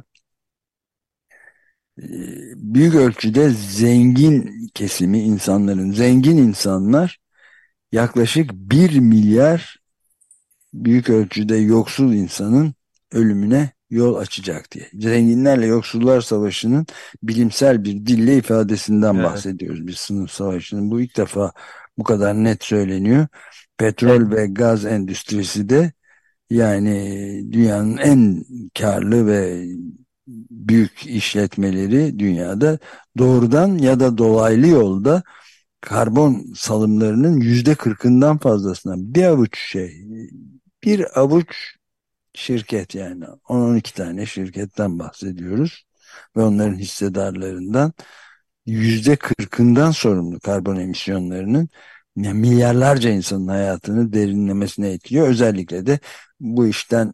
e, büyük ölçüde zengin kesimi insanların, zengin insanlar yaklaşık bir milyar büyük ölçüde yoksul insanın ölümüne yol açacak diye. Zenginlerle yoksullar savaşının bilimsel bir dille ifadesinden Evet. bahsediyoruz. Bir sınıf savaşının. Bu ilk defa bu kadar net söyleniyor. Evet. Petrol ve gaz endüstrisi de, yani dünyanın en karlı ve büyük işletmeleri dünyada, doğrudan ya da dolaylı yolda karbon salımlarının yüzde kırkından fazlasına, bir avuç şey, bir avuç şirket, yani on on iki tane şirketten bahsediyoruz. ve onların hissedarlarından yüzde kırkından sorumlu karbon emisyonlarının, yani milyarlarca insanın hayatını derinlemesine etkiliyor. Özellikle de bu işten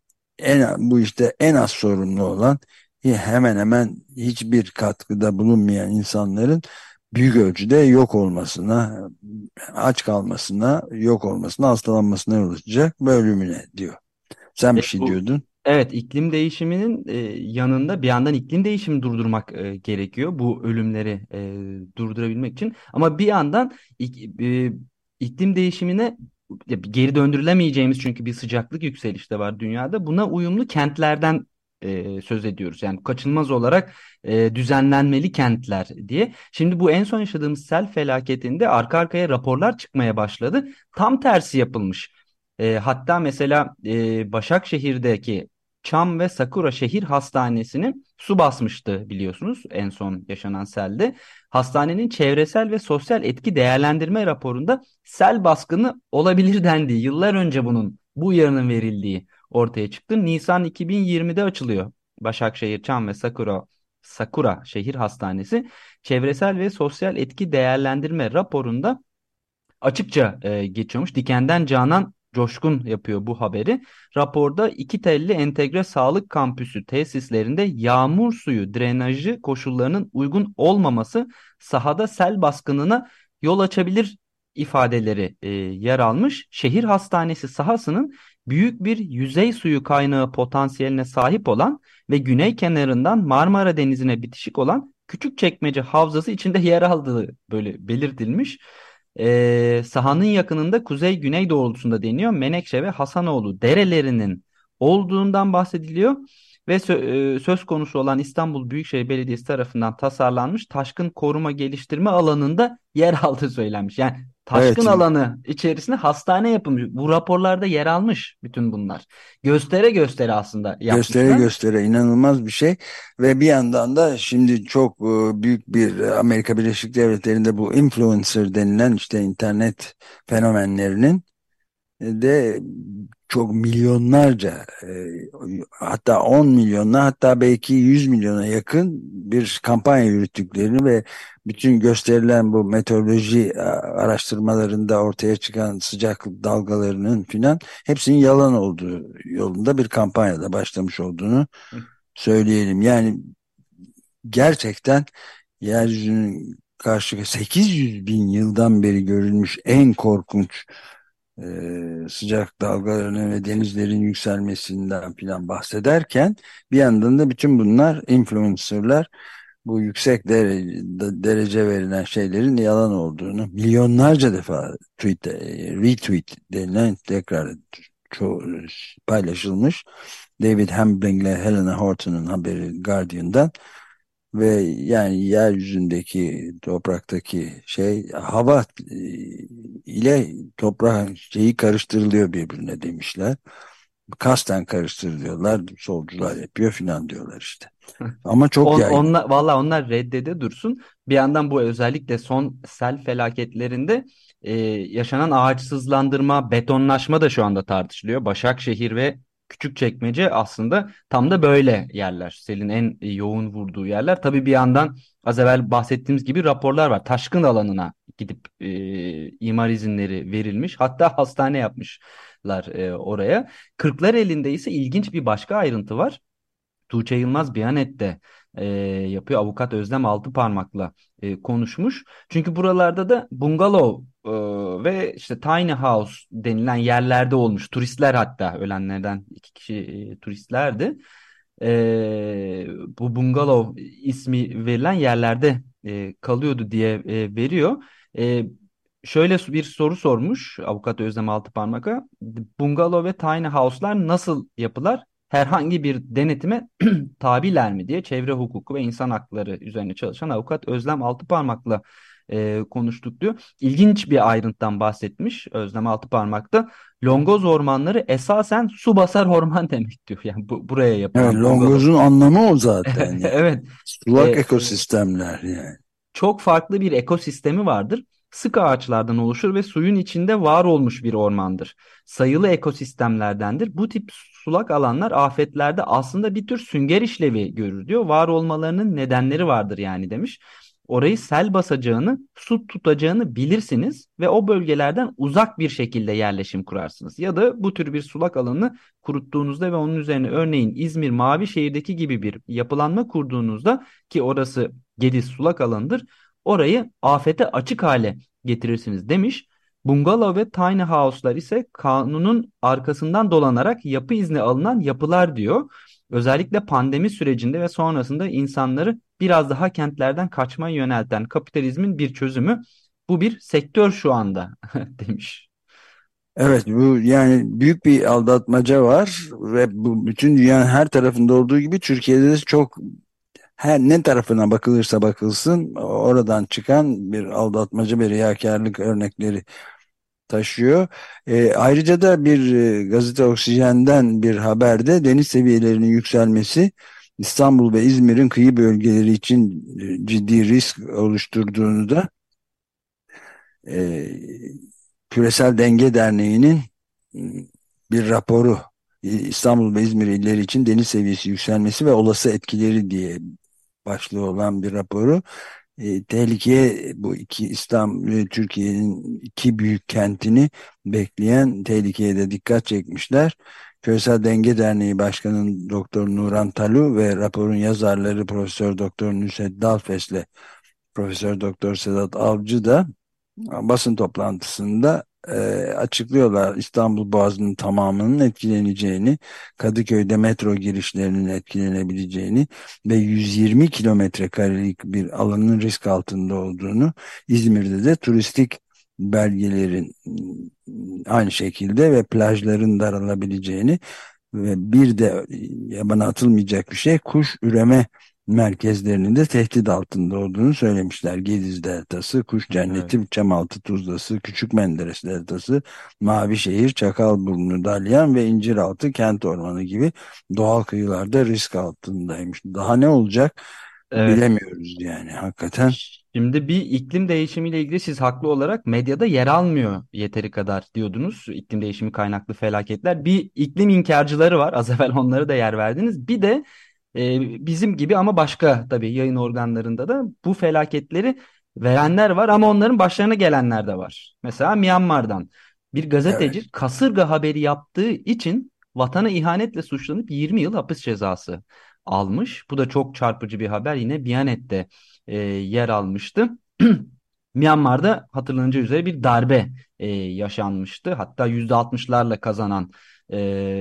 en bu işte en az sorumlu olan, hemen hemen hiçbir katkıda bulunmayan insanların büyük ölçüde yok olmasına, aç kalmasına, yok olmasına, hastalanmasına yol açacak ve ölümüne diyor. Sen E, bir şey bu diyordun. evet, iklim değişiminin e, yanında bir yandan iklim değişimini durdurmak e, gerekiyor bu ölümleri e, durdurabilmek için. Ama bir yandan ik- e, iklim değişimine ya, geri döndürülemeyeceğimiz, çünkü bir sıcaklık yükselişi de var dünyada. Buna uyumlu kentlerden e, söz ediyoruz. Yani kaçınılmaz olarak e, düzenlenmeli kentler diye. Şimdi bu en son yaşadığımız sel felaketinde arka arkaya raporlar çıkmaya başladı. Tam tersi yapılmış. E, hatta mesela e, Başakşehir'deki Çam ve Sakura Şehir Hastanesi'ni su basmıştı, biliyorsunuz, en son yaşanan selde. Hastanenin çevresel ve sosyal etki değerlendirme raporunda sel baskını olabilir dendiği, yıllar önce bunun bu uyarının verildiği ortaya çıktı. Nisan iki bin yirmide açılıyor Başakşehir Çam ve Sakura Sakura Şehir Hastanesi. Çevresel ve sosyal etki değerlendirme raporunda açıkça e, geçiyormuş. Diken'den Canan Coşkun yapıyor bu haberi. Raporda iki telli entegre sağlık kampüsü tesislerinde yağmur suyu drenajı koşullarının uygun olmaması sahada sel baskınına yol açabilir ifadeleri e, yer almış. Şehir hastanesi sahasının büyük bir yüzey suyu kaynağı potansiyeline sahip olan ve güney kenarından Marmara Denizi'ne bitişik olan Küçükçekmece Havzası içinde yer aldığı böyle belirtilmiş. Ee, sahanın yakınında kuzey-güney doğrultusunda deniyor. Menekşe ve Hasanoğlu derelerinin olduğundan bahsediliyor. Ve sö- e, söz konusu olan İstanbul Büyükşehir Belediyesi tarafından tasarlanmış taşkın koruma geliştirme alanında yer aldığı söylenmiş. Yani taşkın Evet, alanı içerisinde hastane yapılmış. Bu raporlarda yer almış bütün bunlar. Göstere göstere aslında göstere yapmışlar. göstere inanılmaz bir şey ve bir yandan da şimdi çok e, büyük bir, e, Amerika Birleşik Devletleri'nde bu influencer denilen işte internet fenomenlerinin de çok milyonlarca, e, hatta on milyonla, hatta belki yüz milyona yakın bir kampanya yürüttüklerini ve bütün gösterilen bu meteoroloji a, araştırmalarında ortaya çıkan sıcaklık dalgalarının filan hepsinin yalan olduğu yolunda bir kampanyada başlamış olduğunu söyleyelim. Yani gerçekten yeryüzünün karşı sekiz yüz bin yıldan beri görülmüş en korkunç e, sıcak dalgalarının ve denizlerin yükselmesinden filan bahsederken, bir yandan da bütün bunlar influencerlar bu yüksek derece, derece verilen şeylerin yalan olduğunu milyonlarca defa tweet, e, retweet denilen, tekrar çoğu paylaşılmış. David Hambling ile Helena Horton'un haberi Guardian'dan. Ve yani yeryüzündeki, topraktaki şey, hava e, ile toprak şeyi karıştırılıyor birbirine demişler. Kasten karıştırılıyorlar, solcular yapıyor filan diyorlar işte. Ama çok On, yaygın. onlar, valla onlar reddede dursun. Bir yandan bu özellikle son sel felaketlerinde e, yaşanan ağaçsızlandırma, betonlaşma da şu anda tartışılıyor. Başakşehir ve Küçükçekmece aslında tam da böyle yerler. Selin en yoğun vurduğu yerler. Tabii bir yandan az evvel bahsettiğimiz gibi raporlar var. Taşkın alanına gidip e, imar izinleri verilmiş. Hatta hastane yapmışlar e, oraya. Kırklareli'nde ise ilginç bir başka ayrıntı var. Tuğçe Yılmaz Biyanet'te e, yapıyor. Avukat Özlem Altıparmak'la e, konuşmuş. Çünkü buralarda da bungalov e, ve işte tiny house denilen yerlerde olmuş. Turistler, hatta ölenlerden iki kişi e, turistlerdi. E, bu bungalov ismi verilen yerlerde e, kalıyordu diye e, veriyor. E, Şöyle bir soru sormuş Avukat Özlem Altıparmak'a. Bungalov ve tiny house'lar nasıl yapılar? Herhangi bir denetime tabiler mi diye, çevre hukuku ve insan hakları üzerine çalışan avukat Özlem Altıparmak'la e, konuştuk diyor. İlginç bir ayrıntıdan bahsetmiş Özlem Altıparmak'ta. Longoz ormanları esasen su basar orman demek diyor. Yani bu, buraya Evet, yapılan bungalov. Longoz'un anlamı o zaten yani. Evet. Sulak E, ekosistemler yani. Çok farklı bir ekosistemi vardır. Sık ağaçlardan oluşur ve suyun içinde var olmuş bir ormandır. Sayılı ekosistemlerdendir. Bu tip sulak alanlar afetlerde aslında bir tür sünger işlevi görür diyor. Var olmalarının nedenleri vardır yani demiş. Orayı sel basacağını, su tutacağını bilirsiniz ve o bölgelerden uzak bir şekilde yerleşim kurarsınız. Ya da bu tür bir sulak alanı kuruttuğunuzda ve onun üzerine örneğin İzmir Mavişehir'deki gibi bir yapılanma kurduğunuzda, ki orası Gediz sulak alanıdır, orayı afete açık hale getirirsiniz demiş. Bungalov ve tiny house'lar ise kanunun arkasından dolanarak yapı izni alınan yapılar diyor. Özellikle pandemi sürecinde ve sonrasında insanları biraz daha kentlerden kaçmaya yönelten kapitalizmin bir çözümü. Bu bir sektör şu anda demiş. Evet, bu yani büyük bir aldatmaca var ve bu bütün dünyanın her tarafında olduğu gibi Türkiye'de de çok, her ne tarafına bakılırsa bakılsın oradan çıkan bir aldatmaca ve riyakarlık örnekleri taşıyor. E, ayrıca da bir e, gazete Oksijen'den bir haberde deniz seviyelerinin yükselmesi İstanbul ve İzmir'in kıyı bölgeleri için e, ciddi risk oluşturduğunu da e, Küresel Denge Derneği'nin e, bir raporu, e, İstanbul ve İzmir illeri için deniz seviyesi yükselmesi ve olası etkileri diye başlığı olan bir raporu, e, tehlikeye, bu iki İstanbul ve Türkiye'nin iki büyük kentini bekleyen tehlikeye de dikkat çekmişler. Küresel Denge Derneği Başkanı Doktor Nuran Talu ve raporun yazarları Profesör Doktor Nusret Dalfes'le Profesör Doktor Sedat Avcı da basın toplantısında e, açıklıyorlar İstanbul Boğazı'nın tamamının etkileneceğini, Kadıköy'de metro girişlerinin etkilenebileceğini ve yüz yirmi kilometre karelik bir alanın risk altında olduğunu, İzmir'de de turistik belgelerin ıı, aynı şekilde ve plajların daralabileceğini ve bir de yabana atılmayacak bir şey, kuş üreme merkezlerinin de tehdit altında olduğunu söylemişler. Gediz Deltası, Kuş Evet. Cenneti, Çamaltı Tuzlası, Küçük Menderes Deltası, Mavişehir, Çakalburnu, Dalyan ve İnciraltı Kent Ormanı gibi doğal kıyılarda risk altındaymış. Daha ne olacak Evet. bilemiyoruz yani hakikaten. Şimdi bir iklim değişimiyle ilgili siz haklı olarak medyada yer almıyor yeteri kadar diyordunuz. İklim değişimi kaynaklı felaketler. Bir iklim inkarcıları var. Az evvel onları da yer verdiniz. Bir de e, bizim gibi ama başka tabii yayın organlarında da bu felaketleri verenler var ama onların başlarına gelenler de var. Mesela Myanmar'dan bir Evet. gazeteci kasırga haberi yaptığı için vatana ihanetle suçlanıp yirmi yıl hapis cezası almış. Bu da çok çarpıcı bir haber. Yine Biyanet'te e, yer almıştı. Myanmar'da hatırlanacağı üzere bir darbe e, yaşanmıştı. Hatta yüzde altmışlarla kazanan e,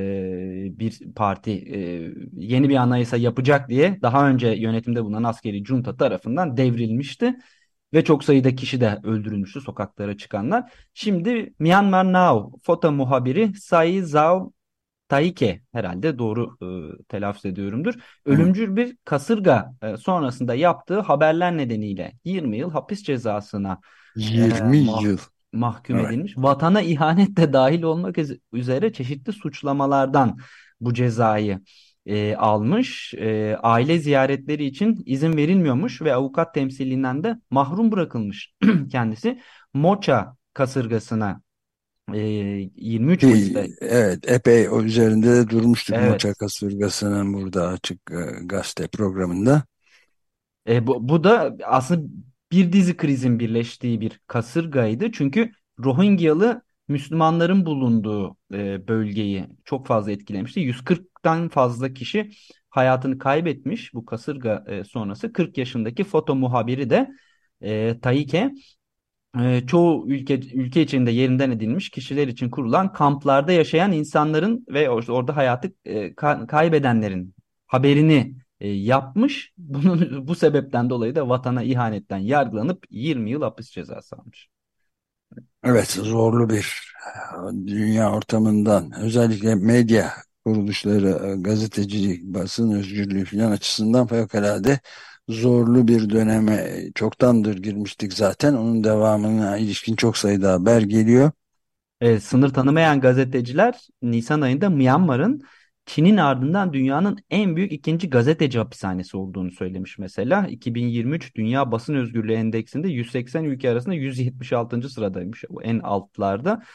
bir parti e, yeni bir anayasa yapacak diye daha önce yönetimde bulunan askeri junta tarafından devrilmişti. Ve çok sayıda kişi de öldürülmüştü sokaklara çıkanlar. Şimdi Myanmar Now foto muhabiri Sai Zhao Taike, herhalde doğru e, telaffuz ediyorumdur. Hı. Ölümcül bir kasırga e, sonrasında yaptığı haberler nedeniyle yirmi yıl hapis cezasına e, yirmi mah- yıl. mahkum Evet. edilmiş. Vatana ihanet de dahil olmak üz- üzere çeşitli suçlamalardan bu cezayı e, almış. E, aile ziyaretleri için izin verilmiyormuş ve avukat temsilinden de mahrum bırakılmış kendisi. Moça kasırgasına e, yirmi üç Mayıs'ta, Ki, evet, epey o üzerinde de durmuştuk Moça evet. kasırgasının burada açık e, gazete programında. E, bu, bu da aslında bir dizi krizin birleştiği bir kasırgaydı. Çünkü Rohingyalı Müslümanların bulunduğu e, bölgeyi çok fazla etkilemişti. yüz kırktan fazla kişi hayatını kaybetmiş bu kasırga e, sonrası. kırk yaşındaki foto muhabiri de e, Taike, e, çoğu ülke ülke içinde yerinden edilmiş kişiler için kurulan kamplarda yaşayan insanların ve or- orada hayatı e, ka- kaybedenlerin haberini e, yapmış. Bunun bu sebepten dolayı da vatana ihanetten yargılanıp yirmi yıl hapis cezası almış. Evet, zorlu bir e, dünya ortamından, özellikle medya kuruluşları, e, gazetecilik, basın özgürlüğü falan açısından fevkalade zorlu bir döneme e, çoktandır girmiştik zaten. Onun devamına ilişkin çok sayıda haber geliyor. E, sınır tanımayan gazeteciler Nisan ayında Myanmar'ın Çin'in ardından dünyanın en büyük ikinci gazeteci hapishanesi olduğunu söylemiş mesela. iki bin yirmi üç Dünya Basın Özgürlüğü Endeksinde yüz seksen ülke arasında yüz yetmiş altıncı sıradaymış. O en altlarda.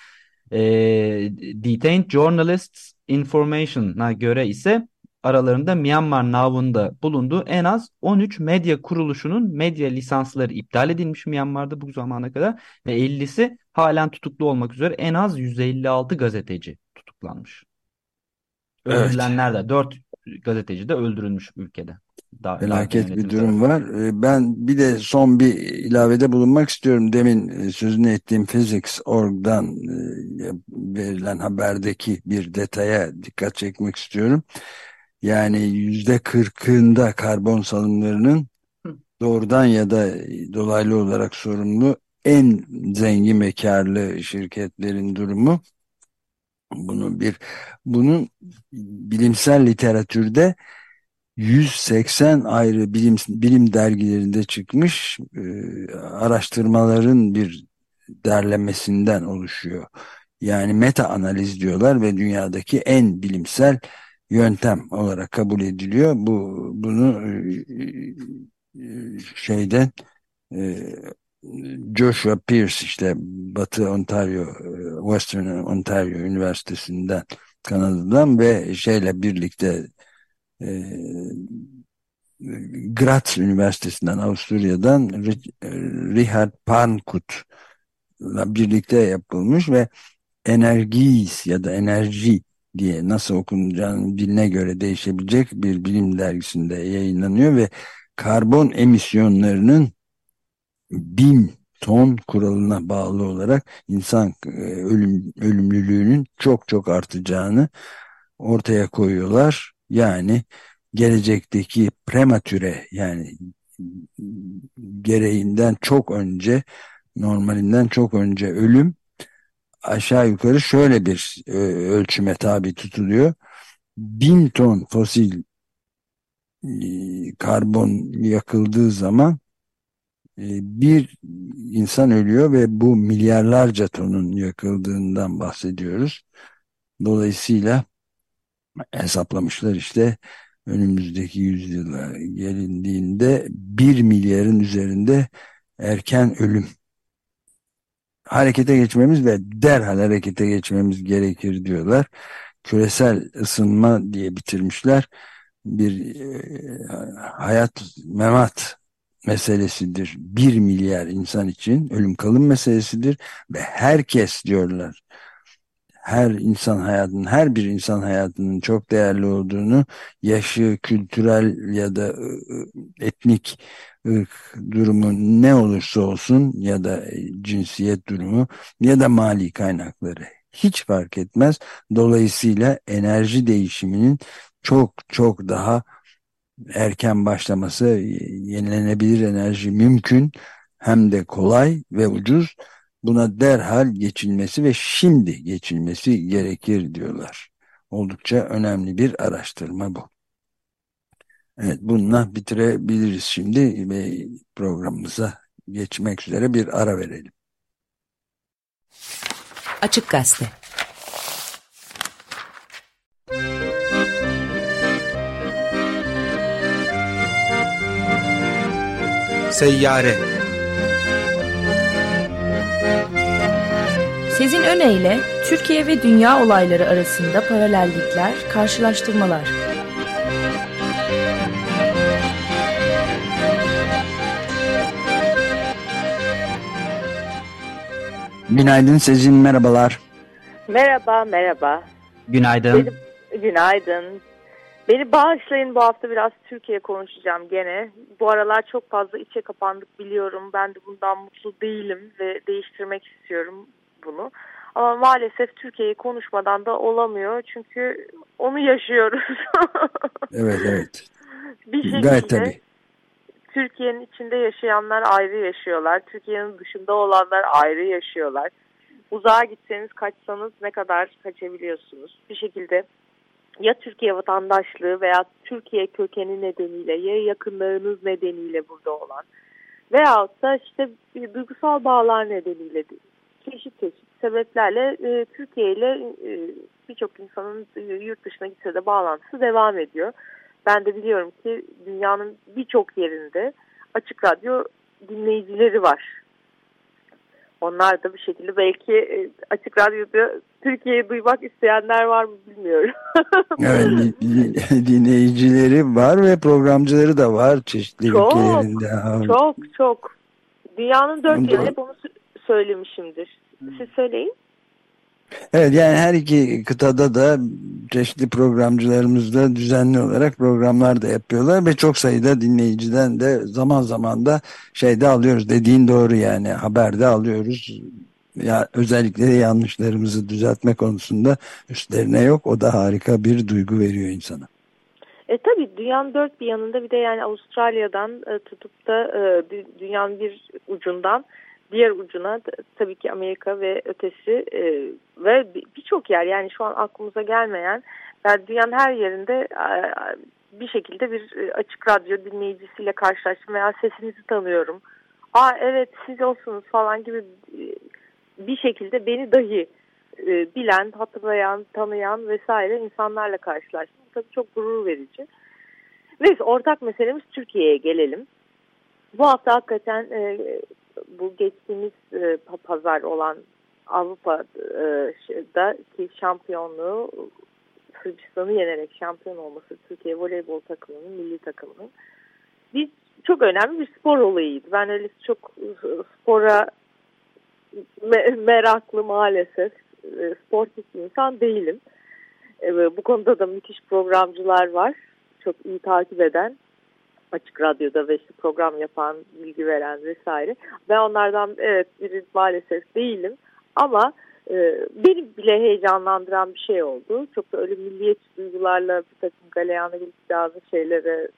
E, Detained Journalists Information'a göre ise aralarında Myanmar Now'un da bulunduğu en az on üç medya kuruluşunun medya lisansları iptal edilmiş Myanmar'da bu zamana kadar ve ellisi halen tutuklu olmak üzere en az yüz elli altı gazeteci tutuklanmış. Evet. Öldürülenler de dört gazeteci de öldürülmüş ülkede. Da Darfur Felaket bir yönetimi durum tarafından. var. Ee, Ben bir de son bir ilavede bulunmak istiyorum. Demin e, sözünü ettiğim Physics nokta org'dan e, verilen haberdeki bir detaya dikkat çekmek istiyorum. Yani yüzde kırkında karbon salımlarının Hı. doğrudan ya da dolaylı olarak sorumlu en zengin ve karlı şirketlerin durumu. Bunu bir bunun bilimsel literatürde yüz seksen ayrı bilim bilim dergilerinde çıkmış e, araştırmaların bir derlemesinden oluşuyor. Yani meta analiz diyorlar ve dünyadaki en bilimsel yöntem olarak kabul ediliyor. Bu bunu e, e, şeyden e, Joshua Pierce işte Batı Ontario, e, Western Ontario Üniversitesi'nden Kanada'dan ve şeyle birlikte e, Graz Üniversitesi'nden Avusturya'dan Rich- e, Richard Parnkut'la birlikte yapılmış ve Energies ya da enerji diye nasıl okunacağını diline göre değişebilecek bir bilim dergisinde yayınlanıyor ve karbon emisyonlarının bin ton kuralına bağlı olarak insan e, ölüm, ölümlülüğünün çok çok artacağını ortaya koyuyorlar. Yani gelecekteki prematüre yani gereğinden çok önce normalinden çok önce ölüm aşağı yukarı şöyle bir e, ölçüme tabi tutuluyor. Bin ton fosil e, karbon yakıldığı zaman e, bir insan ölüyor ve bu milyarlarca tonun yakıldığından bahsediyoruz. Dolayısıyla hesaplamışlar işte önümüzdeki yüzyıla gelindiğinde bir milyarın üzerinde erken ölüm harekete geçmemiz ve derhal harekete geçmemiz gerekir diyorlar. Küresel ısınma diye bitirmişler. Bir e, hayat memat meselesidir. Bir milyar insan için ölüm kalım meselesidir ve herkes diyorlar her insan hayatının, her bir insan hayatının çok değerli olduğunu, yaşı, kültürel ya da ı, ı, etnik ırk durumu ne olursa olsun ya da e, cinsiyet durumu ya da mali kaynakları hiç fark etmez. Dolayısıyla enerji değişiminin çok çok daha erken başlaması, yenilenebilir enerji mümkün hem de kolay ve ucuz. Buna derhal geçilmesi ve şimdi geçilmesi gerekir diyorlar. Oldukça önemli bir araştırma bu. Evet, bununla bitirebiliriz şimdi ve programımıza geçmek üzere bir ara verelim. Açık Gazete. Seyyare. Sezin Öne Türkiye ve dünya olayları arasında paralellikler, karşılaştırmalar. Günaydın Sezin, merhabalar. Merhaba, merhaba. Günaydın. Beni, günaydın. Beni bağışlayın, bu hafta biraz Türkiye konuşacağım gene. Bu aralar çok fazla içe kapandık biliyorum. Ben de bundan mutlu değilim ve değiştirmek istiyorum bunu. Ama maalesef Türkiye'yi konuşmadan da olamıyor. Çünkü onu yaşıyoruz. Evet, evet. Bir şekilde Gayet tabii. Türkiye'nin içinde yaşayanlar ayrı yaşıyorlar. Türkiye'nin dışında olanlar ayrı yaşıyorlar. Uzağa gitseniz, kaçsanız ne kadar kaçabiliyorsunuz? Bir şekilde ya Türkiye vatandaşlığı veya Türkiye kökeni nedeniyle ya yakınlarınız nedeniyle burada olan veyahut da işte bir duygusal bağlar nedeniyle çeşit çeşit sebeplerle e, Türkiye ile e, birçok insanın e, yurt dışına gitse de bağlantısı devam ediyor. Ben de biliyorum ki dünyanın birçok yerinde Açık Radyo dinleyicileri var. onlar da bir şekilde belki e, Açık Radyo'da Türkiye'yi duymak isteyenler var mı bilmiyorum. Evet, dinleyicileri var ve programcıları da var çeşitli çok, ülkelerinde. Çok çok. Dünyanın dört yanında hep onu söylemişimdir. Siz söyleyin. Evet, yani her iki kıtada da çeşitli programcılarımız da düzenli olarak programlar da yapıyorlar ve çok sayıda dinleyiciden de zaman zaman da şeyde alıyoruz, dediğin doğru, yani haberde alıyoruz. Ya, özellikle de yanlışlarımızı düzeltme konusunda üstlerine yok, o da harika bir duygu veriyor insana. E tabii dünyanın dört bir yanında, bir de yani Avustralya'dan e, tutup da e, dünyanın bir ucundan diğer ucuna tabii ki Amerika ve ötesi e, ve birçok yer, yani şu an aklımıza gelmeyen, yani dünyanın her yerinde e, bir şekilde bir Açık Radyo dinleyicisiyle karşılaştım veya sesinizi tanıyorum. Aa evet siz olsunuz falan gibi bir şekilde beni dahi e, bilen, hatırlayan, tanıyan vesaire insanlarla karşılaştım. Bu tabii çok gurur verici. Neyse, ortak meselemiz Türkiye'ye gelelim. Bu hafta hakikaten e, bu geçtiğimiz e, pazar olan Avrupa'daki şampiyonluğu, Sırbistan'ı yenerek şampiyon olması Türkiye voleybol takımının, milli takımının bir çok önemli bir spor olayıydı. Ben öyle çok spora me- meraklı maalesef e, sportif bir insan değilim. E, bu konuda da müthiş programcılar var. Çok iyi takip eden, Açık Radyo'da ve işte program yapan, bilgi veren vesaire. Ben onlardan evet biri maalesef değilim. Ama e, beni bile heyecanlandıran bir şey oldu. Çok da öyle milliyetçi duygularla bir takım galeyana gelip bazı şeylere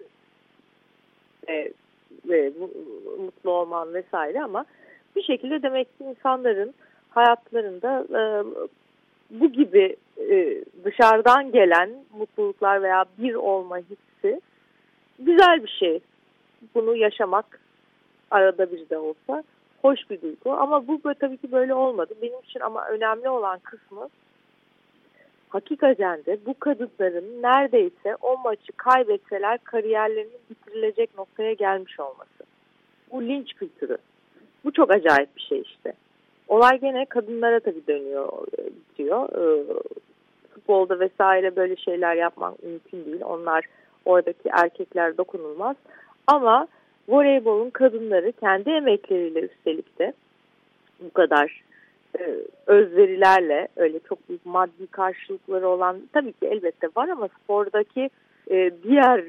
e, ve mutlu olman vesaire, ama bir şekilde demek ki insanların hayatlarında e, bu gibi e, dışarıdan gelen mutluluklar veya bir olma hissi güzel bir şey. Bunu yaşamak arada bir de olsa hoş bir duygu. Ama bu böyle, tabii ki böyle olmadı. Benim için ama önemli olan kısmı, hakikaten de bu kadınların neredeyse o maçı kaybetseler kariyerlerinin bitirilecek noktaya gelmiş olması. Bu linç kültürü. Bu çok acayip bir şey işte. Olay gene kadınlara tabii dönüyor, bitiyor. Ee, futbolda vesaire böyle şeyler yapmak mümkün değil. Onlar, oradaki erkekler dokunulmaz. Ama voleybolun kadınları kendi emekleriyle, üstelik de bu kadar e, özverilerle, öyle çok büyük maddi karşılıkları olan tabii ki elbette var, ama spordaki e, diğer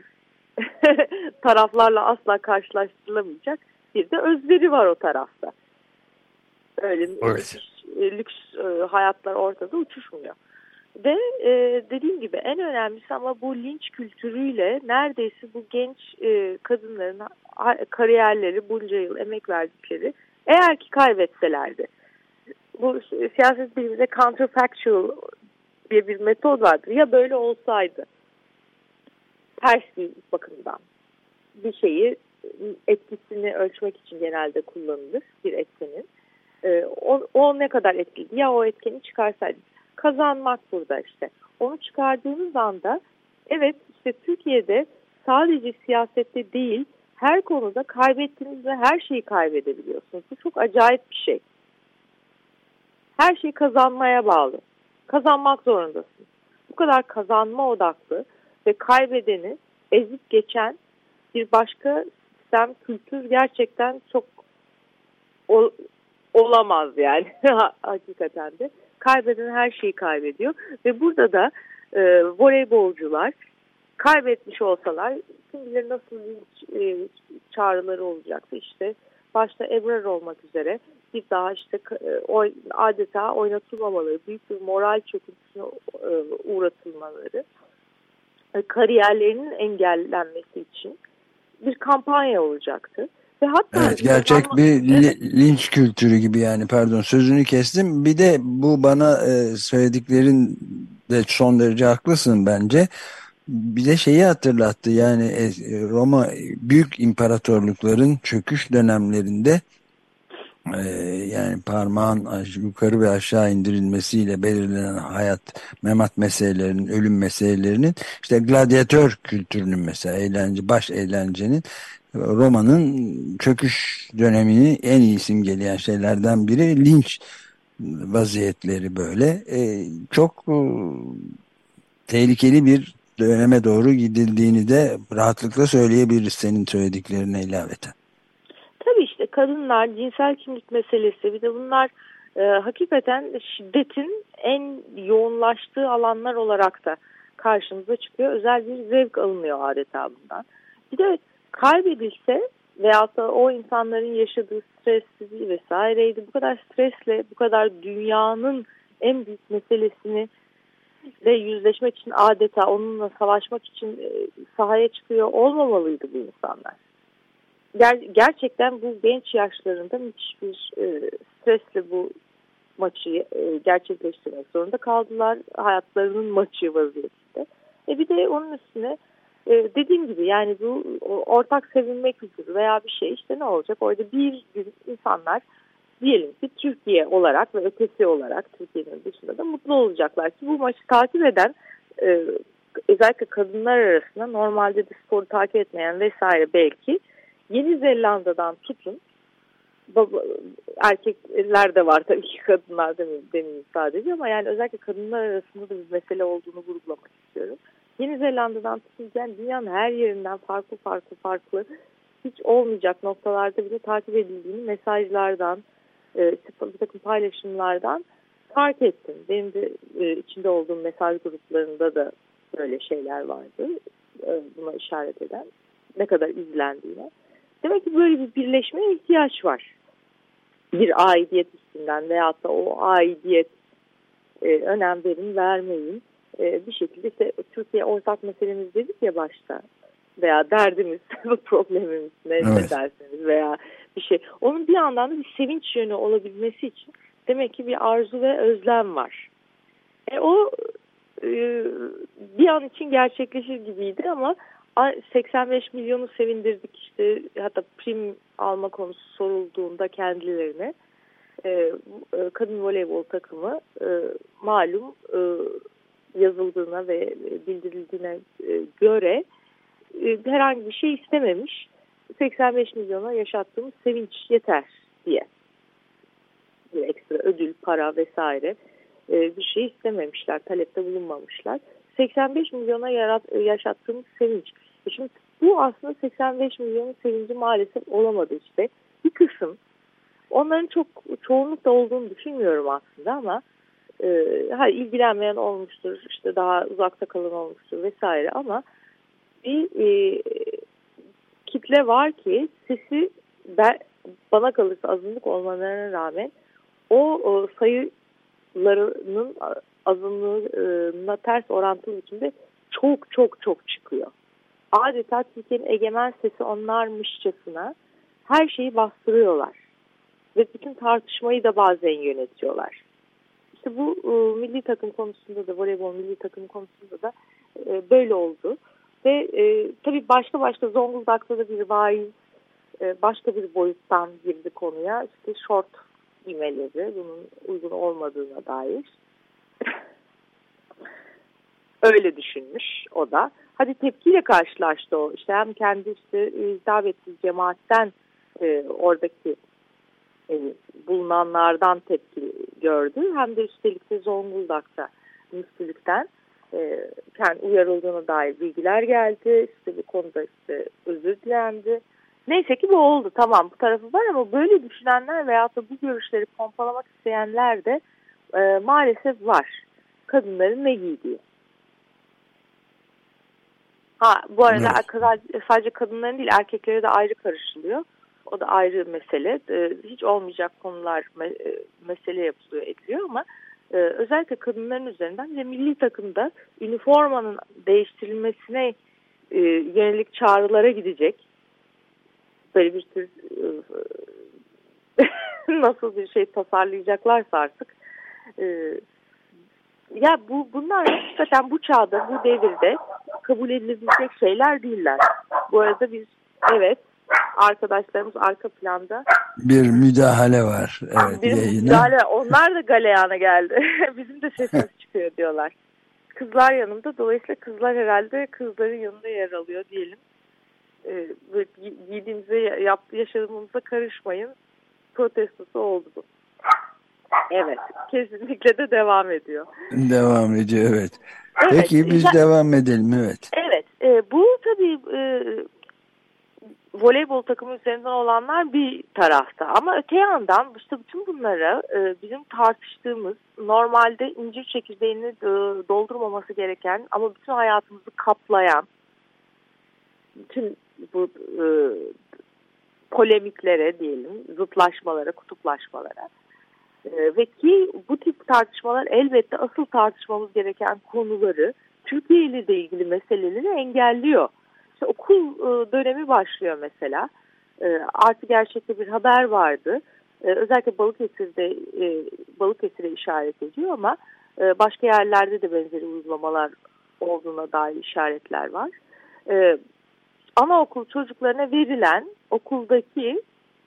taraflarla asla karşılaştırılamayacak bir de özveri var o tarafta. Öyle evet. lüks, lüks e, hayatlar ortada uçuşmuyor. Ve e, dediğim gibi en önemlisi, ama bu linç kültürüyle neredeyse bu genç e, kadınların kariyerleri, bunca yıl emek verdikleri, eğer ki kaybetselerdi. Bu siyaset biliminde counterfactual diye bir metot vardır. Ya böyle olsaydı, ters bir bakımdan bir şeyi, etkisini ölçmek için genelde kullanılır bir etkenin. E, o, o ne kadar etkili? Ya o etkeni çıkarsaydı. Kazanmak burada işte. Onu çıkardığınız anda, evet işte Türkiye'de sadece siyasette değil, her konuda kaybettiğinizde her şeyi kaybedebiliyorsunuz. Bu çok acayip bir şey. Her şey kazanmaya bağlı. Kazanmak zorundasın. Bu kadar kazanma odaklı ve kaybedeni ezip geçen bir başka sistem, kültür gerçekten çok ol, olamaz yani hakikaten de. Kaybeden her şeyi kaybediyor ve burada da e, voleybolcular kaybetmiş olsalar kim bilir nasıl bir e, çağrıları olacaktı. İşte başta Ebrar olmak üzere bir daha işte e, oy, adeta oynatılmamaları, büyük bir moral çöküntüsüne e, uğratılmaları, e, kariyerlerinin engellenmesi için bir kampanya olacaktı. Ve hatta evet, gerçek kazanma... bir linç kültürü gibi, yani pardon sözünü kestim. Bir de bu bana e, söylediklerin de son derece haklısın bence. Bir de şeyi hatırlattı, yani e, Roma büyük imparatorlukların çöküş dönemlerinde Ee, yani parmağın yukarı ve aşağı indirilmesiyle belirlenen hayat, memat meselelerinin, ölüm meselelerinin, işte gladyatör kültürünün, mesela eğlence, baş eğlencenin, Roma'nın çöküş dönemini en iyi simgeleyen şeylerden biri linç vaziyetleri böyle. Ee, çok e, tehlikeli bir döneme doğru gidildiğini de rahatlıkla söyleyebiliriz senin söylediklerine ilaveten. Tabii işte kadınlar, cinsel kimlik meselesi, bir de bunlar e, hakikaten şiddetin en yoğunlaştığı alanlar olarak da karşımıza çıkıyor. Özel bir zevk alınıyor adeta bundan. Bir de kaybedilse veyahut da o insanların yaşadığı stressizliği vesaireydi. Bu kadar stresle, bu kadar dünyanın en büyük meselesini ve yüzleşmek için, adeta onunla savaşmak için e, sahaya çıkıyor olmamalıydı bu insanlar. Ger- gerçekten bu genç yaşlarında müthiş bir e, stresle bu maçı e, gerçekleştirmek zorunda kaldılar. Hayatlarının maçı vaziyetinde. E bir de onun üstüne e, dediğim gibi, yani bu ortak sevinme kültürü veya bir şey, işte ne olacak? Orada bir gün insanlar diyelim ki Türkiye olarak ve ötesi olarak Türkiye'nin dışında da mutlu olacaklar ki bu maçı takip eden e, özellikle kadınlar arasında normalde de sporu takip etmeyen vesaire, belki Yeni Zelanda'dan tutun, baba, erkekler de var tabii ki, kadınlar demeyeyim sadece, ama yani özellikle kadınlar arasında da bir mesele olduğunu vurgulamak istiyorum. Yeni Zelanda'dan tutun, yani dünyanın her yerinden farklı farklı farklı hiç olmayacak noktalarda bile takip edildiğini mesajlardan, e, bir takım paylaşımlardan fark ettim. Benim de e, içinde olduğum mesaj gruplarında da böyle şeyler vardı, e, buna işaret eden, ne kadar izlendiğine. Demek ki böyle bir birleşmeye ihtiyaç var. Bir aidiyet üstünden veyahut da o aidiyet e, önem verin vermeyin. E, bir şekilde işte Türkiye ortak meselemiz dedik ya başta, veya derdimiz, problemimiz ne, evet. ne derseniz veya bir şey. Onun bir yandan da bir sevinç yönü olabilmesi için demek ki bir arzu ve özlem var. E, o e, bir an için gerçekleşir gibiydi ama seksen beş milyonu sevindirdik işte, hatta prim alma konusu sorulduğunda kendilerine e, kadın voleybol takımı e, malum e, yazıldığına ve bildirildiğine e, göre e, herhangi bir şey istememiş. seksen beş milyona yaşattığımız sevinç yeter diye. Bir ekstra ödül, para vesaire e, bir şey istememişler, talepte bulunmamışlar. seksen beş milyona yarat, yaşattığımız sevinç. E şimdi bu aslında seksen beş milyonun sevinci maalesef olamadı işte. Bir kısım, onların çok çoğunlukta olduğunu düşünmüyorum aslında, ama e, hayır, ilgilenmeyen olmuştur, işte daha uzakta kalan olmuştur vesaire, ama bir e, kitle var ki sesi ben, bana kalırsa azınlık olmalarına rağmen o, o sayılarının azınlığına ters orantılı biçimde çok çok çok çıkıyor. Adeta Türkiye'nin egemen sesi onlarmışçasına her şeyi bastırıyorlar. Ve bütün tartışmayı da bazen yönetiyorlar. İşte bu e, milli takım konusunda da, voleybol milli takım konusunda da e, böyle oldu. Ve e, tabii başka başka Zonguldak'ta da bir vaiz e, başka bir boyuttan girdi konuya. İşte şort giymeleri, bunun uygun olmadığına dair. Öyle düşünmüş o da. Hadi tepkiyle karşılaştı o. İşte hem kendi işte hitap ettiği cemaatten e, oradaki e, bulunanlardan tepki gördü. Hem de üstelik de Zonguldak'ta müftülükten e, kendi uyarıldığına dair bilgiler geldi. İşte bu konuda işte özür dilendi. Neyse ki bu oldu. Tamam, bu tarafı var, ama böyle düşünenler veyahut da bu görüşleri pompalamak isteyenler de e, maalesef var. Kadınların ne giydiği. Ha, bu arada evet. Sadece kadınların değil, erkeklere de ayrı karışılıyor. O da ayrı mesele. Ee, hiç olmayacak konular me- mesele yapılıyor, ediliyor, ama e, özellikle kadınların üzerinden ve milli takımda üniformanın değiştirilmesine e, yönelik çağrılara gidecek. Böyle bir tür e, nasıl bir şey tasarlayacaklarsa artık. E, ya bu bunlar hakikaten bu çağda, bu devirde kabul edilebilecek şeyler değiller. Bu arada biz evet arkadaşlarımız arka planda Bir müdahale var. Evet, bir yayına. müdahale. Onlar da galeyana geldi. Bizim de sesimiz çıkıyor diyorlar. Kızlar yanımda. Dolayısıyla kızlar herhalde kızların yanında yer alıyor diyelim. Ee, giydiğimize, yaptığı yaşadığımıza karışmayın. Protestosu oldu bu. Evet. Kesinlikle de devam ediyor. Devam ediyor, evet. Evet, Peki biz ya, devam edelim, evet. Evet. E, bu tabii e, voleybol takımı üzerinden olanlar bir tarafta. Ama öte yandan işte bütün bunlara e, bizim tartıştığımız, normalde incir çekirdeğini e, doldurmaması gereken ama bütün hayatımızı kaplayan bütün bu e, polemiklere diyelim, zıtlaşmalara, kutuplaşmalara e, ve ki bu tip tartışmalar elbette asıl tartışmamız gereken konuları, Türkiye ile de ilgili meseleleri engelliyor. İşte okul e, dönemi başlıyor mesela. E, artı gerçekte bir haber vardı. E, özellikle Balıkesir'de e, Balıkesir'e işaret ediyor ama e, başka yerlerde de benzeri uygulamalar olduğuna dair işaretler var. E, anaokul çocuklarına verilen okuldaki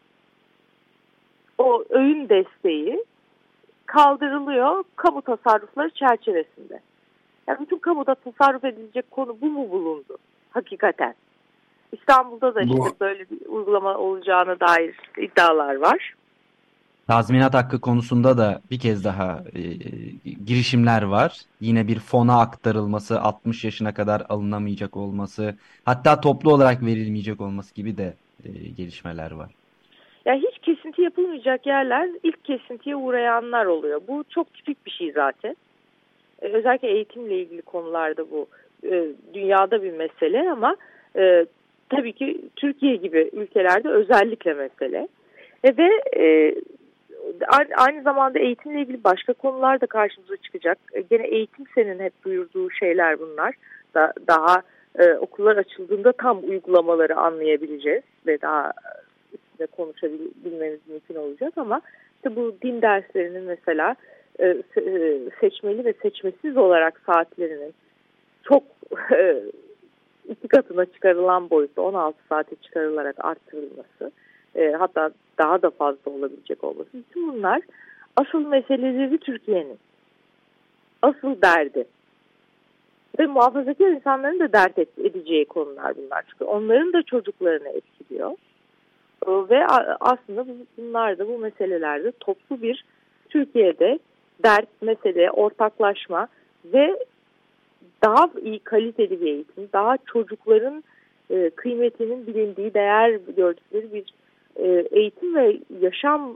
o öğün desteği kaldırılıyor kamu tasarrufları çerçevesinde. Yani bütün kamuda tasarruf edilecek konu bu mu bulundu? Hakikaten. İstanbul'da da işte Bu... böyle bir uygulama olacağına dair iddialar var. Tazminat hakkı konusunda da bir kez daha e, girişimler var. Yine bir fona aktarılması, altmış yaşına kadar alınamayacak olması, hatta toplu olarak verilmeyecek olması gibi de e, gelişmeler var. Ya hiç kesinti yapılmayacak yerler ilk kesintiye uğrayanlar oluyor. Bu çok tipik bir şey zaten. Ee, özellikle eğitimle ilgili konularda bu e, dünyada bir mesele ama e, tabii ki Türkiye gibi ülkelerde özellikle mesele. E, ve e, aynı zamanda eğitimle ilgili başka konular da karşımıza çıkacak. E, gene eğitim senin hep duyurduğu şeyler bunlar. Da, daha e, okullar açıldığında tam uygulamaları anlayabileceğiz ve daha üstünde konuşabilmemiz mümkün olacak ama işte bu din derslerinin mesela e, seçmeli ve seçmesiz olarak saatlerinin çok e, iki katına çıkarılan boyutta on altı saate çıkarılarak arttırılması, e, hatta daha da fazla olabilecek olması. Bütün bunlar asıl meseleleri Türkiye'nin. Asıl derdi. Ve muhafazakar insanların da dert edeceği konular bunlar. Çünkü onların da çocuklarını etkiliyor. Ve aslında bunlar da bu meselelerde toplu bir Türkiye'de dert, mesele, ortaklaşma ve daha iyi kaliteli bir eğitim, daha çocukların e, kıymetinin bilindiği, değer gördükleri bir e, eğitim ve yaşam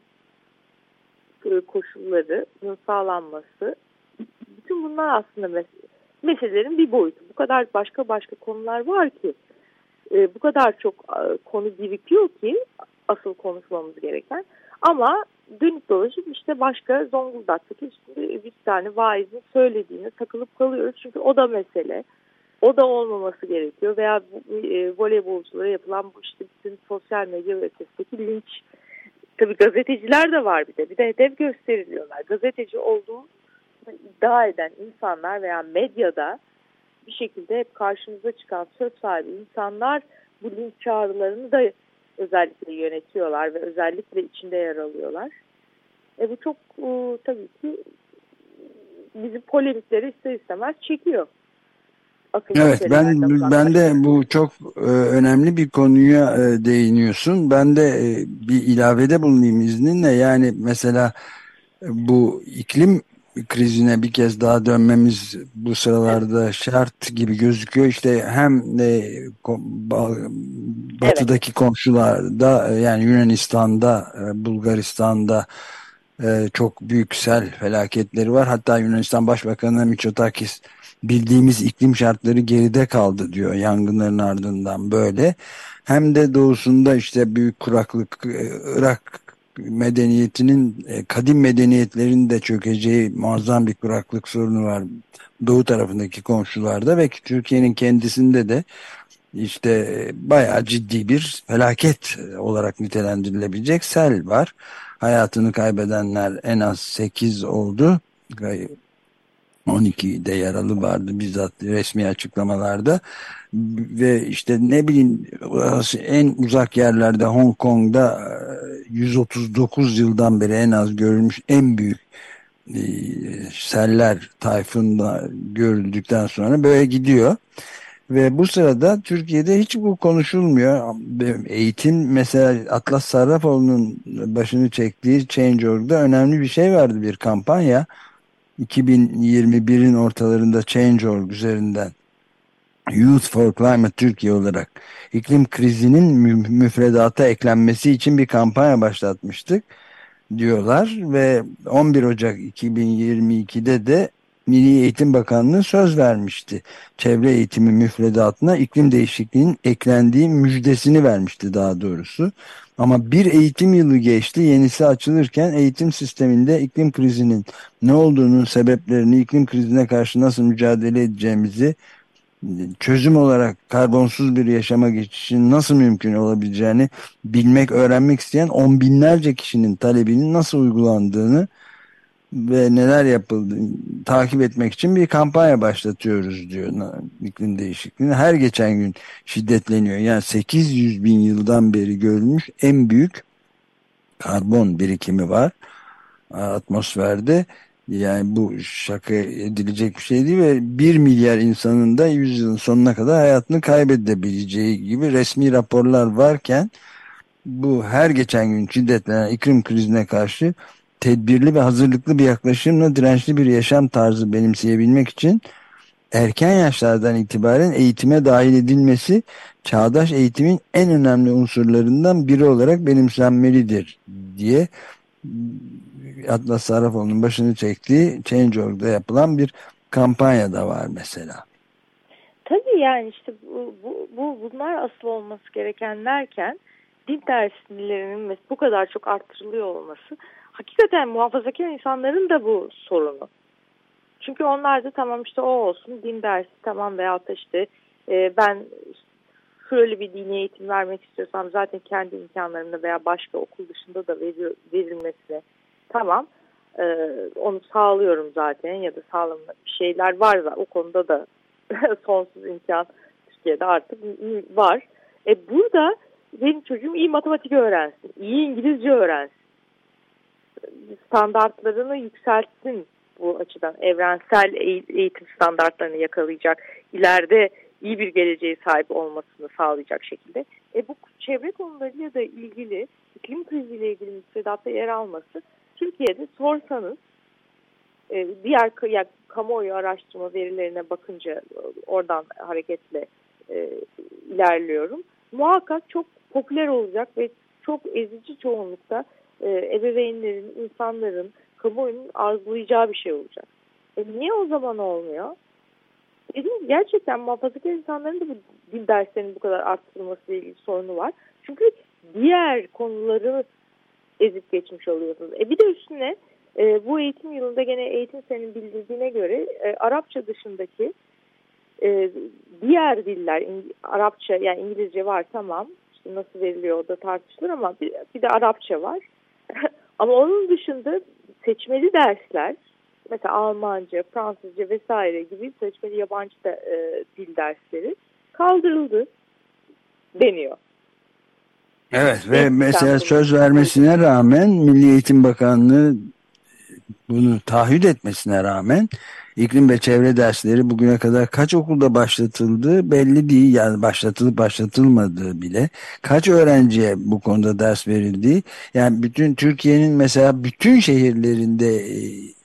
e, koşullarının sağlanması. Bütün bunlar aslında mes- meselelerin bir boyutu. Bu kadar başka başka konular var ki, e, bu kadar çok e, konu birikiyor ki asıl konuşmamız gereken. Ama dönüp dolaşıp işte başka Zonguldak'taki işte bir tane vaizin söylediğine takılıp kalıyoruz. Çünkü o da mesele. O da olmaması gerekiyor. Veya e, voleybolculara yapılan bu işte bütün sosyal medya ve ötesindeki linç. Tabii gazeteciler de var bir de. Bir de hedef gösteriliyorlar. Gazeteci olduğunu iddia eden insanlar veya medyada bir şekilde hep karşımıza çıkan söz sahibi insanlar bu linç çağrılarını da özellikle yönetiyorlar ve özellikle içinde yer alıyorlar. E bu çok e, tabii ki bizi polemikleri ister istemez çekiyor. Asıl evet, ben ben de bu çok e, önemli bir konuya e, değiniyorsun. Ben de e, bir ilavede bulunayım izninle. Yani mesela e, bu iklim krizine bir kez daha dönmemiz bu sıralarda şart gibi gözüküyor. İşte hem de batıdaki evet. komşularda yani Yunanistan'da, Bulgaristan'da çok büyük sel felaketleri var. Hatta Yunanistan Başbakanı Mitsotakis bildiğimiz iklim şartları geride kaldı diyor yangınların ardından böyle. Hem de doğusunda işte büyük kuraklık, Irak medeniyetinin, kadim medeniyetlerin de çökeceği muazzam bir kuraklık sorunu var doğu tarafındaki komşularda ve Türkiye'nin kendisinde de işte bayağı ciddi bir felaket olarak nitelendirilebilecek sel var. Hayatını kaybedenler en az sekiz oldu. on ikide yaralı vardı bizzat resmi açıklamalarda. Ve işte ne bileyim en uzak yerlerde Hong Kong'da yüz otuz dokuz yıldan beri en az görülmüş en büyük e, seller tayfunda görüldükten sonra böyle gidiyor. Ve bu sırada Türkiye'de hiç bu konuşulmuyor. Eğitim mesela Atlas Sarrafoğlu'nun başını çektiği Change nokta org'da önemli bir şey vardı, bir kampanya. iki bin yirmi birin ortalarında Change nokta org üzerinden Youth for Climate Türkiye olarak iklim krizinin müfredata eklenmesi için bir kampanya başlatmıştık diyorlar ve on bir Ocak iki bin yirmi ikide de Milli Eğitim Bakanlığı söz vermişti. Çevre eğitimi müfredatına iklim değişikliğinin eklendiği müjdesini vermişti daha doğrusu. Ama bir eğitim yılı geçti, yenisi açılırken eğitim sisteminde iklim krizinin ne olduğunun sebeplerini, iklim krizine karşı nasıl mücadele edeceğimizi, çözüm olarak karbonsuz bir yaşama geçişin nasıl mümkün olabileceğini bilmek, öğrenmek isteyen on binlerce kişinin talebinin nasıl uygulandığını ve neler yapıldığını takip etmek için bir kampanya başlatıyoruz diyor. İklim değişikliğini her geçen gün şiddetleniyor. Yani sekiz yüz bin yıldan beri görülmüş en büyük karbon birikimi var atmosferde. Yani bu şaka edilecek bir şey değil ve bir milyar insanın da yüzyılın sonuna kadar hayatını kaybedebileceği gibi resmi raporlar varken bu her geçen gün şiddetlenen iklim krizine karşı tedbirli ve hazırlıklı bir yaklaşımla dirençli bir yaşam tarzı benimseyebilmek için erken yaşlardan itibaren eğitime dahil edilmesi çağdaş eğitimin en önemli unsurlarından biri olarak benimsenmelidir diye Atlas Sarrafoğlu'nun başını çektiği Change nokta org'da yapılan bir kampanya da var mesela. Tabii yani işte bu, bu, bu bunlar asıl olması gerekenlerken din derslerinin bu kadar çok arttırılıyor olması hakikaten muhafazakar insanların da bu sorunu. Çünkü onlar da tamam işte o olsun din dersi tamam veyahut da işte e, ben şöyle bir dini eğitim vermek istiyorsam zaten kendi imkanlarımda veya başka okul dışında da veriyor, verilmesine tamam e, onu sağlıyorum zaten ya da sağlamda bir şeyler var da o konuda da sonsuz imkan Türkiye'de artık var. E burada benim çocuğum iyi matematik öğrensin, iyi İngilizce öğrensin, standartlarını yükseltsin, bu açıdan evrensel eğitim standartlarını yakalayacak, ileride iyi bir geleceğe sahip olmasını sağlayacak şekilde. E bu çevre konularıyla da ilgili, iklim kriziyle ilgili müfredatta yer alması, Türkiye'de sorsanız e, diğer yani, kamuoyu araştırma verilerine bakınca oradan hareketle e, ilerliyorum. Muhakkak çok popüler olacak ve çok ezici çoğunlukta e, ebeveynlerin, insanların, kamuoyunun arzulayacağı bir şey olacak. E niye o zaman olmuyor? Dedim gerçekten muhafazakar insanların da bu din derslerinin bu kadar arttırılmasıyla ilgili sorunu var. Çünkü diğer konuları ezip geçmiş oluyorsunuz. E bir de üstüne e, bu eğitim yılında gene eğitim senin bildirdiğine göre e, Arapça dışındaki e, diğer diller, İng- Arapça yani İngilizce var tamam. İşte nasıl veriliyor o da tartışılır ama bir, bir de Arapça var. Ama onun dışında seçmeli dersler, mesela Almanca, Fransızca vesaire gibi seçmeli yabancı da, e, dil dersleri kaldırıldı deniyor. Evet ve mesela söz vermesine rağmen Milli Eğitim Bakanlığı bunu taahhüt etmesine rağmen iklim ve çevre dersleri bugüne kadar kaç okulda başlatıldığı belli değil. Yani başlatılıp başlatılmadığı bile. Kaç öğrenciye bu konuda ders verildiği. Yani bütün Türkiye'nin mesela bütün şehirlerinde e,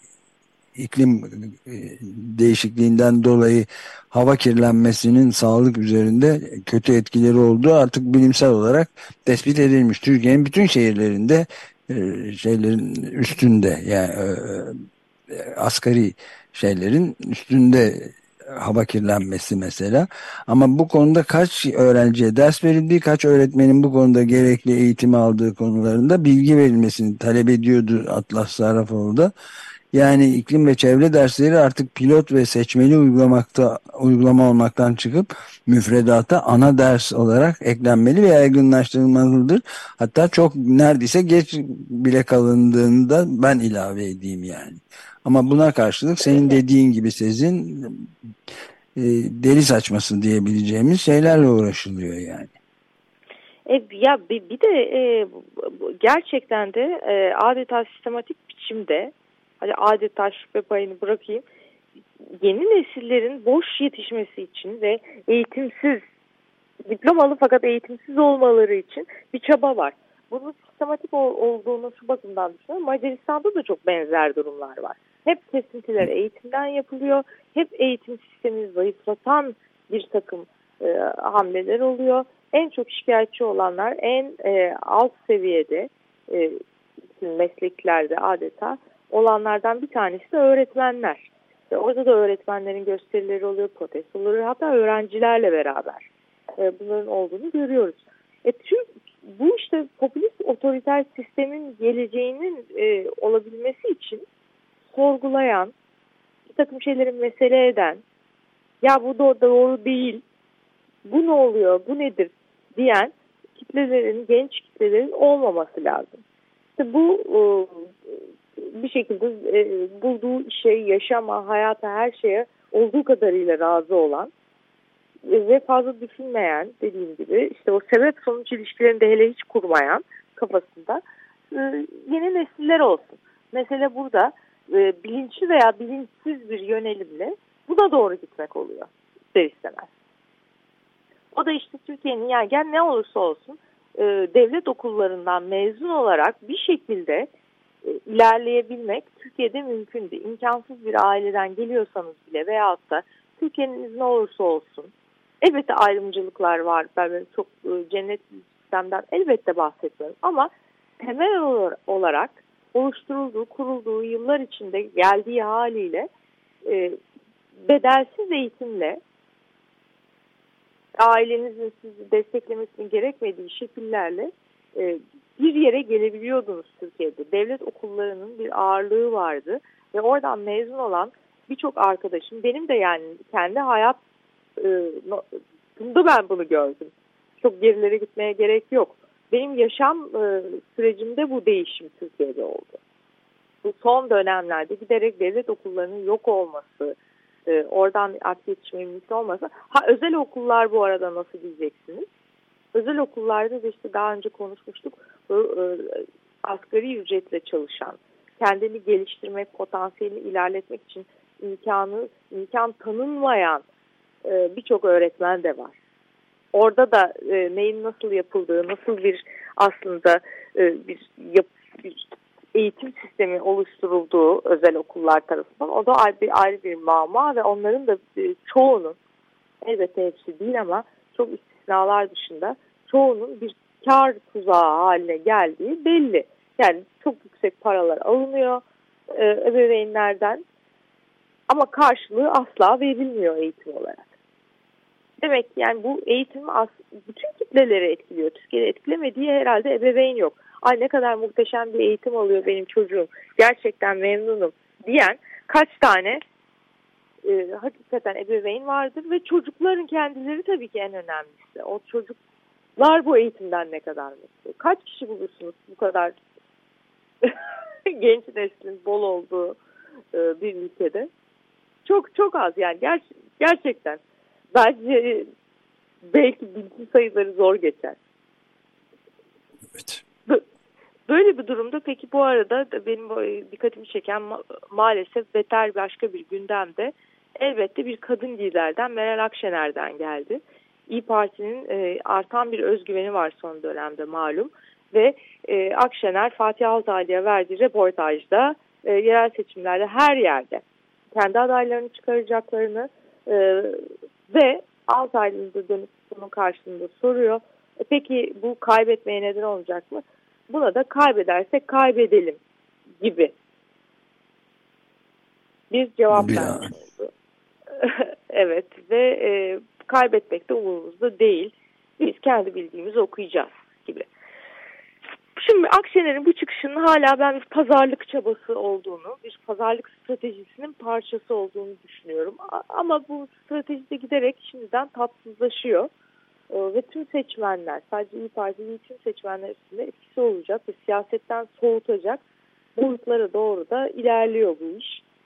iklim e, değişikliğinden dolayı hava kirlenmesinin sağlık üzerinde kötü etkileri olduğu artık bilimsel olarak tespit edilmiş. Türkiye'nin bütün şehirlerinde e, şeylerin üstünde yani e, e, asgari şeylerin üstünde hava kirlenmesi mesela. Ama bu konuda kaç öğrenciye ders verildiği, kaç öğretmenin bu konuda gerekli eğitimi aldığı konularında bilgi verilmesini talep ediyordu Atlas Sarrafoğlu'da. Yani iklim ve çevre dersleri artık pilot ve seçmeli uygulamakta uygulama olmaktan çıkıp müfredata ana ders olarak eklenmeli ve yaygınlaştırılmalıdır. Hatta çok neredeyse geç bile kalındığında ben ilave edeyim yani. Ama buna karşılık senin dediğin gibi Sezin e, deri saçması diyebileceğimiz şeylerle uğraşılıyor yani. E, ya bir, bir de e, gerçekten de e, adeta sistematik biçimde, hadi adeta şüphe payını bırakayım, yeni nesillerin boş yetişmesi için ve eğitimsiz, diplomalı fakat eğitimsiz olmaları için bir çaba var. Bunun sistematik ol, olduğunu şu bakımdan düşünüyorum. Macaristan'da da çok benzer durumlar var. Hep kesintiler eğitimden yapılıyor. Hep eğitim sistemini zayıflatan bir takım e, hamleler oluyor. En çok şikayetçi olanlar en e, alt seviyede e, mesleklerde adeta olanlardan bir tanesi de öğretmenler. Ve orada da öğretmenlerin gösterileri oluyor, protestoları, hatta öğrencilerle beraber e, bunların olduğunu görüyoruz. E, tüm, bu işte popülist otoriter sistemin geleceğinin e, olabilmesi için sorgulayan, bir takım şeyleri mesele eden, ya bu da doğru değil, bu ne oluyor, bu nedir diyen kitlelerin, genç kitlelerin olmaması lazım. İşte bu e, bir şekilde e, bulduğu işe, yaşama, hayata, her şeye olduğu kadarıyla razı olan e, ve fazla düşünmeyen, dediğim gibi işte o sebep sonuç ilişkilerini de hele hiç kurmayan kafasında e, yeni nesiller olsun. Mesele burada e, bilinçli veya bilinçsiz bir yönelimle buna doğru gitmek oluyor. İster istemez. O da işte Türkiye'nin, yani gel ne olursa olsun e, devlet okullarından mezun olarak bir şekilde e, ilerleyebilmek Türkiye'de mümkün değil. İmkansız bir aileden geliyorsanız bile veyahut da Türkiye'nin ne olursa olsun elbette ayrımcılıklar var. Ben çok e, cennet bir sistemden elbette bahsetmiyorum ama temel olarak oluşturulduğu, kurulduğu yıllar içinde geldiği haliyle e, bedelsiz eğitimle ailenizin sizi desteklemesinin gerekmediği şekillerle e, bir yere gelebiliyordunuz Türkiye'de. Devlet okullarının bir ağırlığı vardı ve oradan mezun olan birçok arkadaşım, benim de yani kendi hayat e, bunda ben bunu gördüm. Çok gerilere gitmeye gerek yok. Benim yaşam e, sürecimde bu değişim Türkiye'de oldu. Bu son dönemlerde giderek devlet okullarının yok olması, e, oradan artık yetişme imkanı olmasa. Ha, özel okullar bu arada nasıl diyeceksiniz? Özel okullarda da işte daha önce konuşmuştuk, bu, e, asgari ücretle çalışan, kendini geliştirmek, potansiyelini ilerletmek için imkanı imkan tanınmayan e, birçok öğretmen de var. Orada da e, neyin nasıl yapıldığı, nasıl bir aslında e, bir, yap, bir eğitim sistemi oluşturulduğu özel okullar tarafından, o da ayrı bir, ayrı bir muamma ve onların da e, çoğunun, elbette hepsi değil ama çok istisnalar dışında çoğunun bir kar tuzağı haline geldiği belli. Yani çok yüksek paralar alınıyor e, ebeveynlerden ama karşılığı asla verilmiyor eğitim olarak. Demek yani bu eğitim as- bütün kitleleri etkiliyor. Türkiye'de etkilemediği herhalde ebeveyn yok. Ay ne kadar muhteşem bir eğitim alıyor benim çocuğum, gerçekten memnunum diyen kaç tane e, hakikaten ebeveyn vardır ve çocukların kendileri tabii ki en önemlisi. O çocuklar bu eğitimden ne kadar mutlu. Kaç kişi bulursunuz bu kadar genç neslin bol olduğu e, bir ülkede? Çok çok az yani ger- gerçekten. Bence belki bilgi sayıları zor geçer. Evet. Böyle bir durumda peki bu arada benim dikkatimi çeken ma- maalesef beter başka bir gündemde elbette bir kadın liderden, Meral Akşener'den geldi. İYİ Parti'nin e, artan bir özgüveni var son dönemde malum ve e, Akşener Fatih Altaylı'ya verdiği röportajda e, yerel seçimlerde her yerde kendi adaylarını çıkaracaklarını e, ve Altaylı'nın da dönüp bunun karşılığında soruyor. E, peki bu kaybetmeye neden olacak mı? Buna da kaybedersek kaybedelim gibi bir cevap vermiş oldu. Evet ve e, kaybetmek de umurumuzda değil. Biz kendi bildiğimizi okuyacağız gibi. Şimdi Akşener'in bu çıkışının hala ben bir pazarlık çabası olduğunu, bir pazarlık stratejisinin parçası olduğunu düşünüyorum. Ama bu strateji de giderek şimdiden tatsızlaşıyor. Ve tüm seçmenler, sadece İYİ Parti değil tüm seçmenler üstünde etkisi olacak ve siyasetten soğutacak boyutlara doğru da ilerliyor bu iş.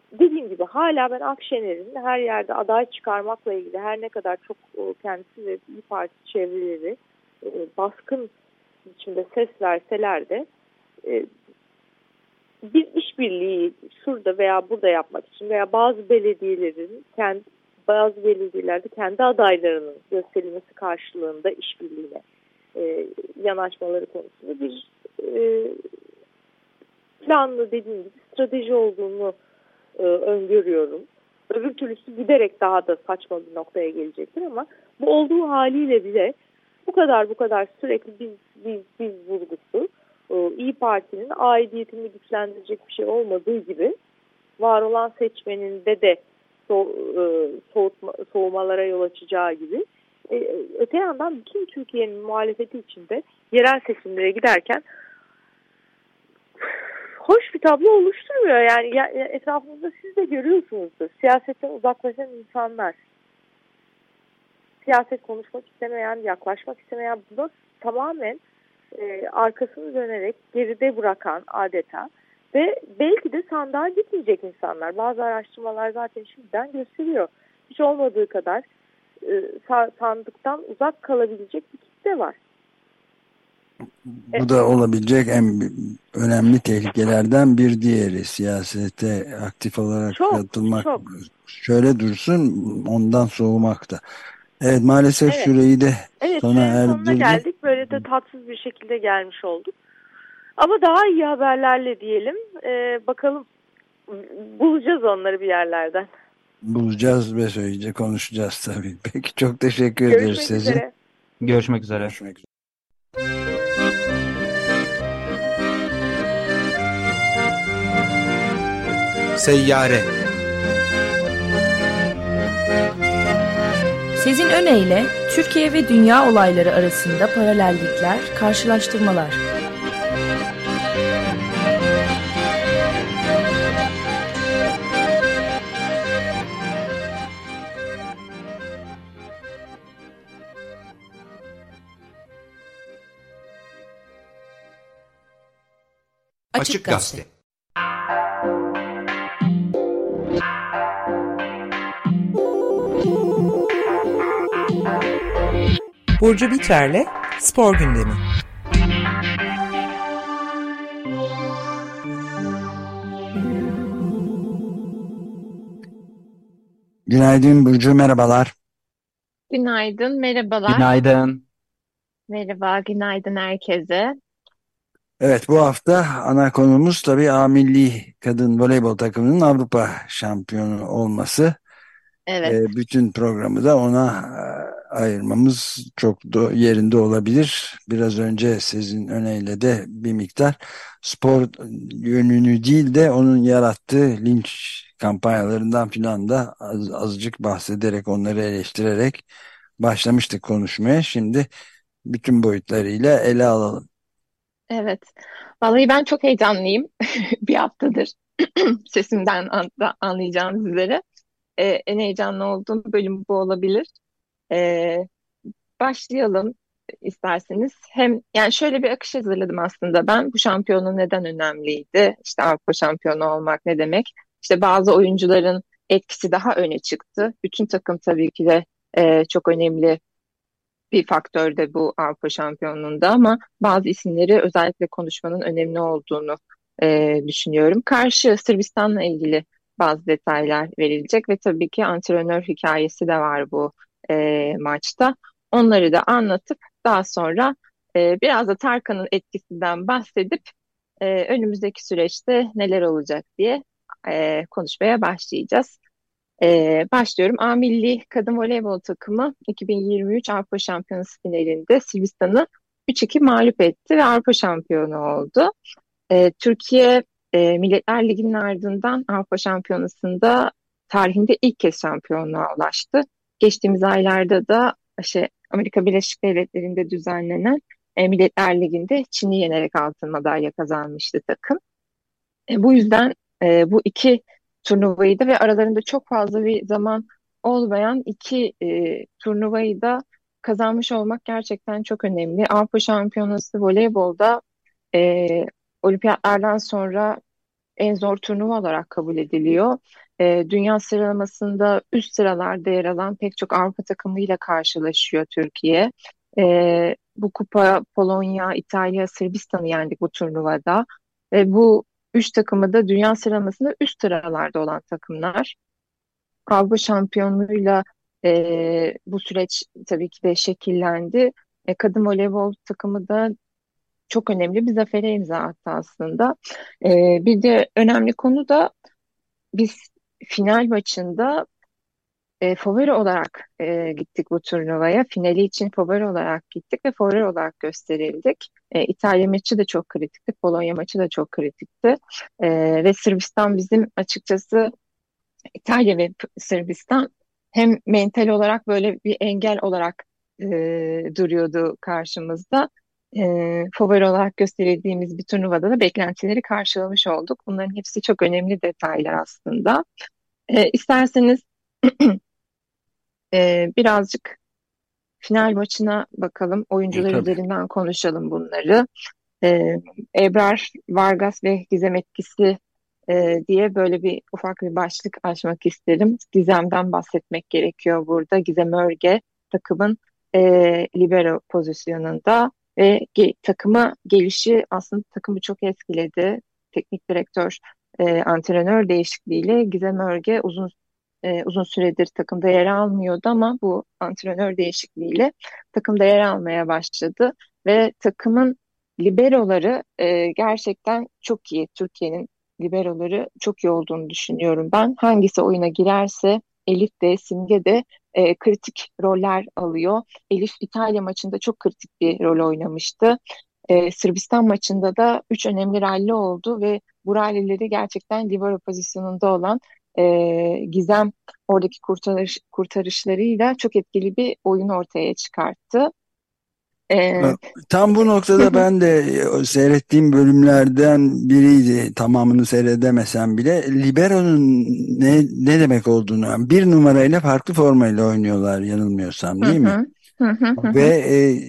dediğim gibi hala ben Akşener'in her yerde aday çıkarmakla ilgili her ne kadar çok e, kendisi ve İYİ Parti çevreleri e, baskın biçimde ses verseler de e, bir işbirliği şurada veya burada yapmak için veya bazı belediyelerin kendi bazı belediyelerde kendi adaylarının gösterilmesi karşılığında işbirliğine e, yanaşmaları konusunda bir e, planlı, dediğim gibi strateji olduğunu e, öngörüyorum. Öbür türlüsü giderek daha da saçma bir noktaya gelecektir ama bu olduğu haliyle bile bu kadar bu kadar sürekli biz biz biz vurgusu e, İYİ Parti'nin aidiyetini güçlendirecek bir şey olmadığı gibi var olan seçmeninde de so, e, soğutma, soğumalara yol açacağı gibi e, öte yandan bütün Türkiye'nin muhalefeti içinde yerel seçimlere giderken hoş bir tablo oluşturmuyor. Yani ya, ya etrafınızda siz de görüyorsunuzdur. Siyasetten uzaklaşan insanlar, siyaset konuşmak istemeyen, yaklaşmak istemeyen, buna tamamen e, arkasını dönerek geride bırakan adeta ve belki de sandığa gitmeyecek insanlar. Bazı araştırmalar zaten şimdiden gösteriyor. Hiç olmadığı kadar e, sandıktan uzak kalabilecek bir kitle var. Bu da olabilecek en önemli tehlikelerden bir diğeri, siyasete aktif olarak Çok, katılmak. çok. Şöyle dursun, ondan soğumak da. Evet, maalesef Evet. süreyi de Evet, sona sürenin sonuna erdirdik. geldik. Böyle de tatsız bir şekilde gelmiş olduk. Ama daha iyi haberlerle diyelim. Ee, bakalım, bulacağız onları bir yerlerden. Bulacağız ve söyleyeceğiz, konuşacağız tabii. Peki, çok teşekkür ederiz Görüşmek size. üzere. Görüşmek üzere. Görüşmek üzere. Seyyare. Sezin Öne Türkiye ve dünya olayları arasında paralellikler, karşılaştırmalar. Açık Gazete. Burcu Biterle Spor Gündemi. Günaydın Burcu, merhabalar. Günaydın, merhabalar. Günaydın. Merhaba, günaydın herkese. Evet, bu hafta ana konumuz tabii A Milli Kadın Voleybol takımının Avrupa şampiyonu olması. Evet, E, bütün programı da ona e, ayırmamız çok da yerinde olabilir. Biraz önce sizin öneyle de bir miktar spor yönünü değil de onun yarattığı linç kampanyalarından filan da az, azıcık bahsederek, onları eleştirerek başlamıştık konuşmaya. Şimdi bütün boyutlarıyla ele alalım. evet. Vallahi ben çok heyecanlıyım. Bir haftadır sesimden an- da anlayacağınız üzere. Ee, en heyecanlı olduğum bölüm bu olabilir. Ee, Başlayalım isterseniz. Hem yani şöyle bir akış hazırladım aslında ben. Bu şampiyonluğu neden önemliydi? İşte Avrupa şampiyonu olmak ne demek? İşte bazı oyuncuların etkisi daha öne çıktı. Bütün takım tabii ki de e, çok önemli bir faktör de bu Avrupa şampiyonluğunda ama bazı isimleri özellikle konuşmanın önemli olduğunu e, düşünüyorum. Karşı Sırbistan'la ilgili bazı detaylar verilecek ve tabii ki antrenör hikayesi de var bu e, maçta. Onları da anlatıp daha sonra e, biraz da Tarkan'ın etkisinden bahsedip e, önümüzdeki süreçte neler olacak diye e, konuşmaya başlayacağız. Ee, başlıyorum. A Milli Kadın Voleybol takımı iki bin yirmi üç Avrupa Şampiyonası finalinde Sırbistan'ı üç iki mağlup etti ve Avrupa şampiyonu oldu. Ee, Türkiye e, Milletler Ligi'nin ardından Avrupa Şampiyonası'nda tarihinde ilk kez şampiyonluğa ulaştı. Geçtiğimiz aylarda da şey, Amerika Birleşik Devletleri'nde düzenlenen e, Milletler Ligi'nde Çin'i yenerek altın madalya kazanmıştı takım. E, bu yüzden e, bu iki turnuvayı da ve aralarında çok fazla bir zaman olmayan iki e, turnuvayı da kazanmış olmak gerçekten çok önemli. Avrupa Şampiyonası voleybolda e, olimpiyatlardan sonra en zor turnuva olarak kabul ediliyor. E, dünya sıralamasında üst sıralarda yer alan pek çok Avrupa takımıyla karşılaşıyor Türkiye. E, bu kupa Polonya, İtalya, Sırbistan'ı yendik bu turnuvada. Ve bu üç takımı da dünya sıralamasında üst sıralarda olan takımlar. Avrupa şampiyonluğuyla e, bu süreç tabii ki de şekillendi. E, kadın voleybol takımı da çok önemli bir zafere imza attı aslında. E, bir de önemli konu da biz final maçında e, favori olarak e, gittik bu turnuvaya. Finali için favori olarak gittik ve favori olarak gösterildik. E, İtalya maçı da çok kritikti, Polonya maçı da çok kritikti. E, ve Sırbistan bizim açıkçası İtalya ve P- Sırbistan hem mental olarak böyle bir engel olarak e, duruyordu karşımızda. E, favori olarak gösterildiğimiz bir turnuvada da beklentileri karşılamış olduk. Bunların hepsi çok önemli detaylar aslında. E, isterseniz e, birazcık final maçına bakalım. E, Oyuncular tabii. üzerinden konuşalım bunları. E, Ebrar Vargas ve Gizem etkisi e, diye böyle bir ufak bir başlık açmak isterim. Gizem'den bahsetmek gerekiyor burada. Gizem Örge takımın e, libero pozisyonunda ve ge- takıma gelişi aslında takımı çok etkiledi. Teknik direktör, e, antrenör değişikliğiyle Gizem Örge uzun e, uzun süredir takımda yer almıyordu ama bu antrenör değişikliğiyle takımda yer almaya başladı ve takımın liberoları e, gerçekten çok iyi. Türkiye'nin liberoları çok iyi olduğunu düşünüyorum ben. Hangisi oyuna girerse Elif de Simge de e, kritik roller alıyor. Elif İtalya maçında çok kritik bir rol oynamıştı. E, Sırbistan maçında da üç önemli ralli oldu ve bu rallileri gerçekten libero pozisyonunda olan e, Gizem oradaki kurtarış, kurtarışlarıyla çok etkili bir oyun ortaya çıkarttı. E, Tam bu noktada ben de e, seyrettiğim bölümlerden biriydi. Tamamını seyredemesem bile Libero'nun ne ne demek olduğunu, yani bir numarayla farklı formayla oynuyorlar yanılmıyorsam, hı değil mi? hı, hı hı, hı Ve hı. e,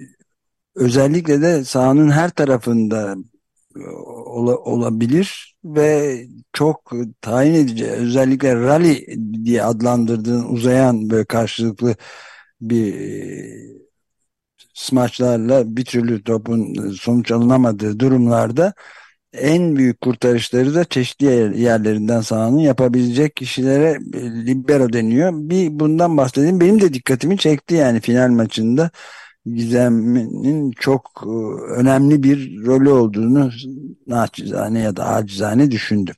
özellikle de sahanın her tarafında e, ola- olabilir ve çok tayin edici, özellikle rally diye adlandırdığın uzayan böyle karşılıklı bir e, smaçlarla bir türlü topun sonuç alınamadığı durumlarda en büyük kurtarışları da çeşitli yer- yerlerinden sahanın yapabilecek kişilere e, libero deniyor. Bir bundan bahsedeyim. Benim de dikkatimi çekti, yani final maçında Gizem'in çok e, önemli bir rolü olduğunu naçizane ya da acizane düşündüm.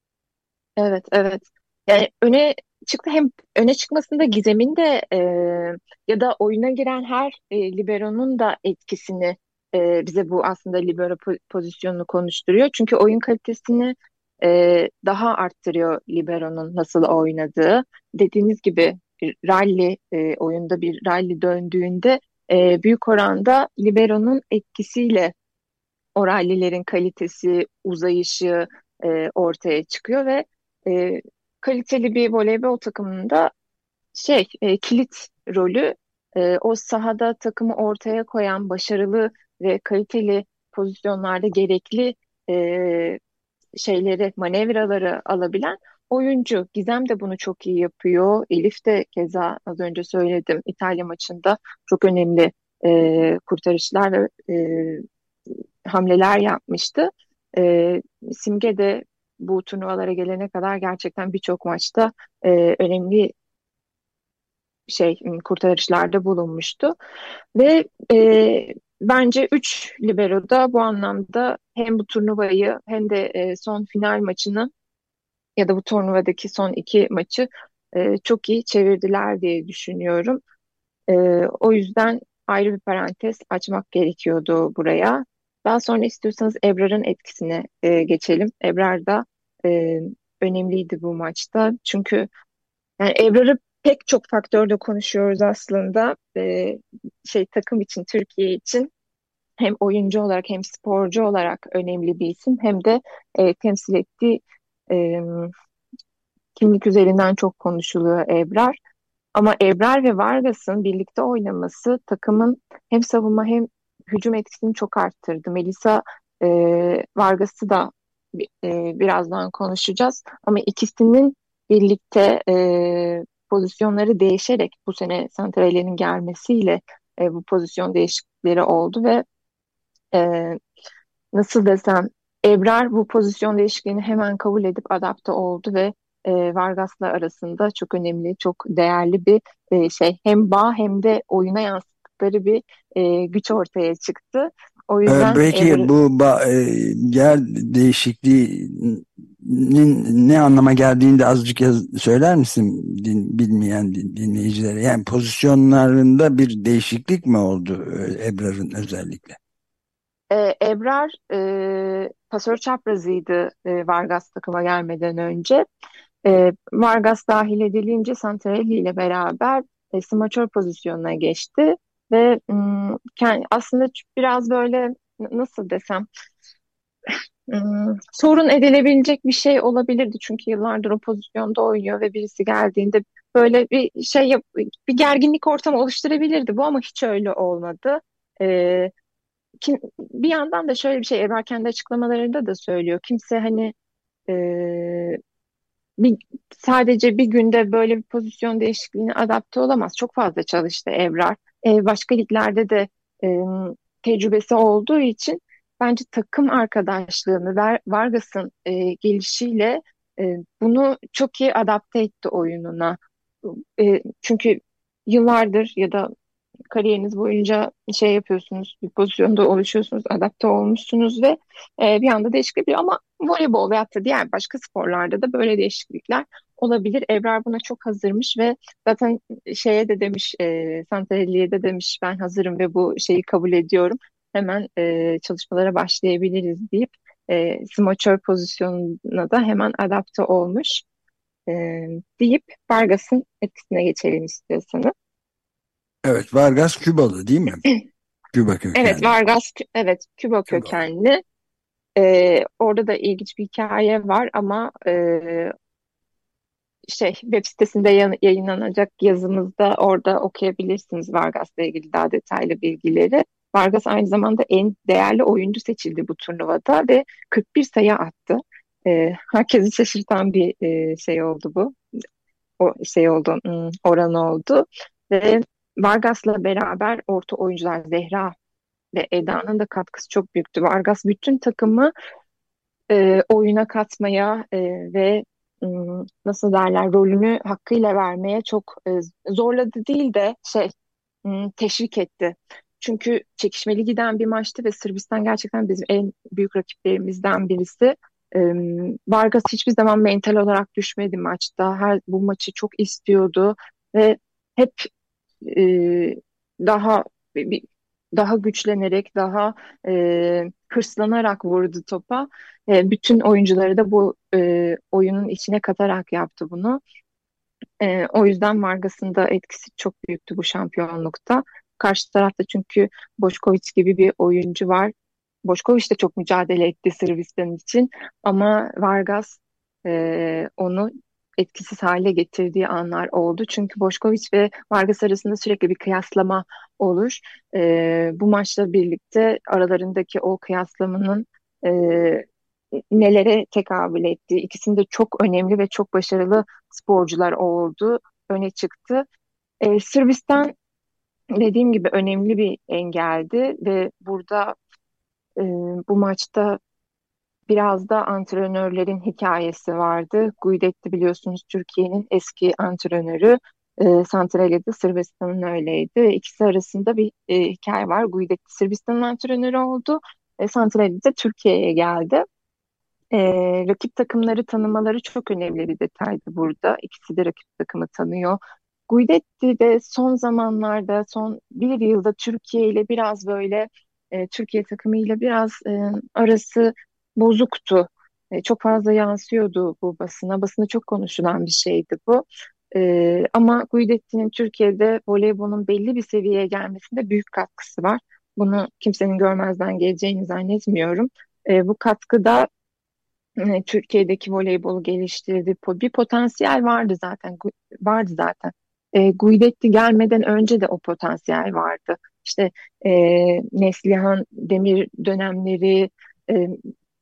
Evet, evet. Yani öne çıktı, hem öne çıkmasında Gizem'in de e, ya da oyuna giren her e, libero'nun da etkisini e, bize bu aslında libero po- pozisyonunu konuşturuyor. Çünkü oyun kalitesini e, daha arttırıyor libero'nun nasıl oynadığı. Dediğiniz gibi bir rally e, oyunda bir rally döndüğünde e, büyük oranda libero'nun etkisiyle o rallilerin kalitesi, uzayışı e, ortaya çıkıyor ve e, kaliteli bir voleybol takımında şey e, kilit rolü e, o sahada takımı ortaya koyan başarılı ve kaliteli pozisyonlarda gerekli e, şeyleri, manevraları alabilen oyuncu. Gizem de bunu çok iyi yapıyor. Elif de keza az önce söyledim İtalya maçında çok önemli e, kurtarışlar ve e, hamleler yapmıştı. E, Simge de bu turnuvalara gelene kadar gerçekten birçok maçta e, önemli şey kurtarışlarda bulunmuştu. Ve e, bence üç libero da bu anlamda hem bu turnuvayı hem de e, son final maçını ya da bu turnuvadaki son iki maçı e, çok iyi çevirdiler diye düşünüyorum. E, O yüzden ayrı bir parantez açmak gerekiyordu buraya. Daha sonra istiyorsanız Ebrar'ın etkisine e, geçelim. Ebrar da e, önemliydi bu maçta. Çünkü yani Ebrar'ı pek çok faktörde konuşuyoruz aslında. E, şey takım için, Türkiye için hem oyuncu olarak hem sporcu olarak önemli bir isim hem de e, temsil ettiği e, kimlik üzerinden çok konuşuluyor Ebrar. Ama Ebrar ve Vargas'ın birlikte oynaması takımın hem savunma hem hücum etkisini çok arttırdı. Melisa e, Vargas'ı da bi- e, birazdan konuşacağız. Ama ikisinin birlikte e, pozisyonları değişerek bu sene Santarelli'nin gelmesiyle e, bu pozisyon değişiklikleri oldu ve e, nasıl desem, Ebrar bu pozisyon değişikliğini hemen kabul edip adapte oldu ve e, Vargas'la arasında çok önemli, çok değerli bir e, şey, hem bağ hem de oyuna yansıttıkları bir e, güç ortaya çıktı. O Ee, yüzden Ebrar, Peki bu ba- e, yer değişikliğinin ne anlama geldiğini de azıcık yaz- söyler misin din- bilmeyen din- dinleyicilere? Yani pozisyonlarında bir değişiklik mi oldu e, Ebrar'ın özellikle? e, Ebrar e, pasör çaprazıydı e, Vargas takıma gelmeden önce. E, Vargas dahil edilince Santarelli ile beraber e, smaçör pozisyonuna geçti ve mm, kend- aslında ç- biraz böyle n- nasıl desem, mm, sorun edilebilecek bir şey olabilirdi çünkü yıllardır o pozisyonda oynuyor ve birisi geldiğinde böyle bir şey yap, bir gerginlik ortamı oluşturabilirdi bu, ama hiç öyle olmadı. E, kim, Bir yandan da şöyle bir şey Ebrar kendi açıklamalarında da söylüyor. Kimse hani e, bir, sadece bir günde böyle bir pozisyon değişikliğine adapte olamaz. Çok fazla çalıştı Evrar. E, başka liglerde de e, tecrübesi olduğu için bence takım arkadaşlığını Ver- Vargas'ın e, gelişiyle e, bunu çok iyi adapte etti oyununa. E, çünkü yıllardır ya da kariyeriniz boyunca şey yapıyorsunuz, bir pozisyonda oluşuyorsunuz, adapte olmuşsunuz ve e, bir anda değişiklik yapıyor. Ama voleybol veyahut da diğer başka sporlarda da böyle değişiklikler olabilir. Ebrar buna çok hazırmış ve zaten şeye de demiş, e, Santarelli'ye de demiş ben hazırım ve bu şeyi kabul ediyorum. Hemen e, çalışmalara başlayabiliriz deyip e, smaçör pozisyonuna da hemen adapte olmuş. E, deyip Vargas'ın etkisine geçelim istiyorsanız. Evet, Vargas Kübalı değil mi? Küba Evet, kökenli. Vargas, evet, Küba Kübalı. kökenli. Ee, orada da ilginç bir hikaye var ama e, şey web sitesinde yan- yayınlanacak yazımızda orada okuyabilirsiniz Vargas'la ilgili daha detaylı bilgileri. Vargas aynı zamanda en değerli oyuncu seçildi bu turnuvada ve kırk bir sayı attı. Ee, herkesi şaşırtan bir e, şey oldu bu. O şey oldu, hmm, oran oldu ve Vargas'la beraber orta oyuncular Zehra ve Eda'nın da katkısı çok büyüktü. Vargas bütün takımı e, oyuna katmaya e, ve m, nasıl derler, rolünü hakkıyla vermeye çok e, zorladı değil de şey, m, teşvik etti. Çünkü çekişmeli giden bir maçtı ve Sırbistan gerçekten bizim en büyük rakiplerimizden birisi. E, Vargas hiçbir zaman mental olarak düşmedi maçta. Her bu maçı çok istiyordu ve hep e, daha bir, daha güçlenerek, daha e, hırslanarak vurdu topa. E, bütün oyuncuları da bu e, oyunun içine katarak yaptı bunu. E, o yüzden Vargas'ın da etkisi çok büyüktü bu şampiyonlukta. Karşı tarafta çünkü Bošković gibi bir oyuncu var. Bošković de çok mücadele etti Sırbistan için ama Vargas e, onu etkisiz hale getirdiği anlar oldu. Çünkü Bošković ve Vargas arasında sürekli bir kıyaslama olur. E, bu maçla birlikte aralarındaki o kıyaslamanın e, nelere tekabül ettiği, ikisinde çok önemli ve çok başarılı sporcular oldu, öne çıktı. E, Sırbistan dediğim gibi önemli bir engeldi ve burada e, bu maçta biraz da antrenörlerin hikayesi vardı. Guidetti biliyorsunuz Türkiye'nin eski antrenörü. E, Santral'de de Sırbistan'ın öyleydi. İkisi arasında bir e, hikaye var. Guidetti Sırbistan'ın antrenörü oldu. E, Santral'de de Türkiye'ye geldi. E, rakip takımları tanımaları çok önemli bir detaydı burada. İkisi de rakip takımı tanıyor. Guidetti de son zamanlarda, son bir yılda Türkiye ile biraz böyle, e, Türkiye takımıyla biraz e, arası bozuktu. E, çok fazla yansıyordu bu basına. Basında çok konuşulan bir şeydi bu. E, ama Guidetti'nin Türkiye'de voleybolun belli bir seviyeye gelmesinde büyük katkısı var. Bunu kimsenin görmezden geleceğini zannetmiyorum. E, bu katkıda e, Türkiye'deki voleybolu geliştirdi. Po- Bir potansiyel vardı zaten, gu- vardı zaten. E, Guidetti gelmeden önce de o potansiyel vardı. İşte e, Neslihan Demir dönemleri, e,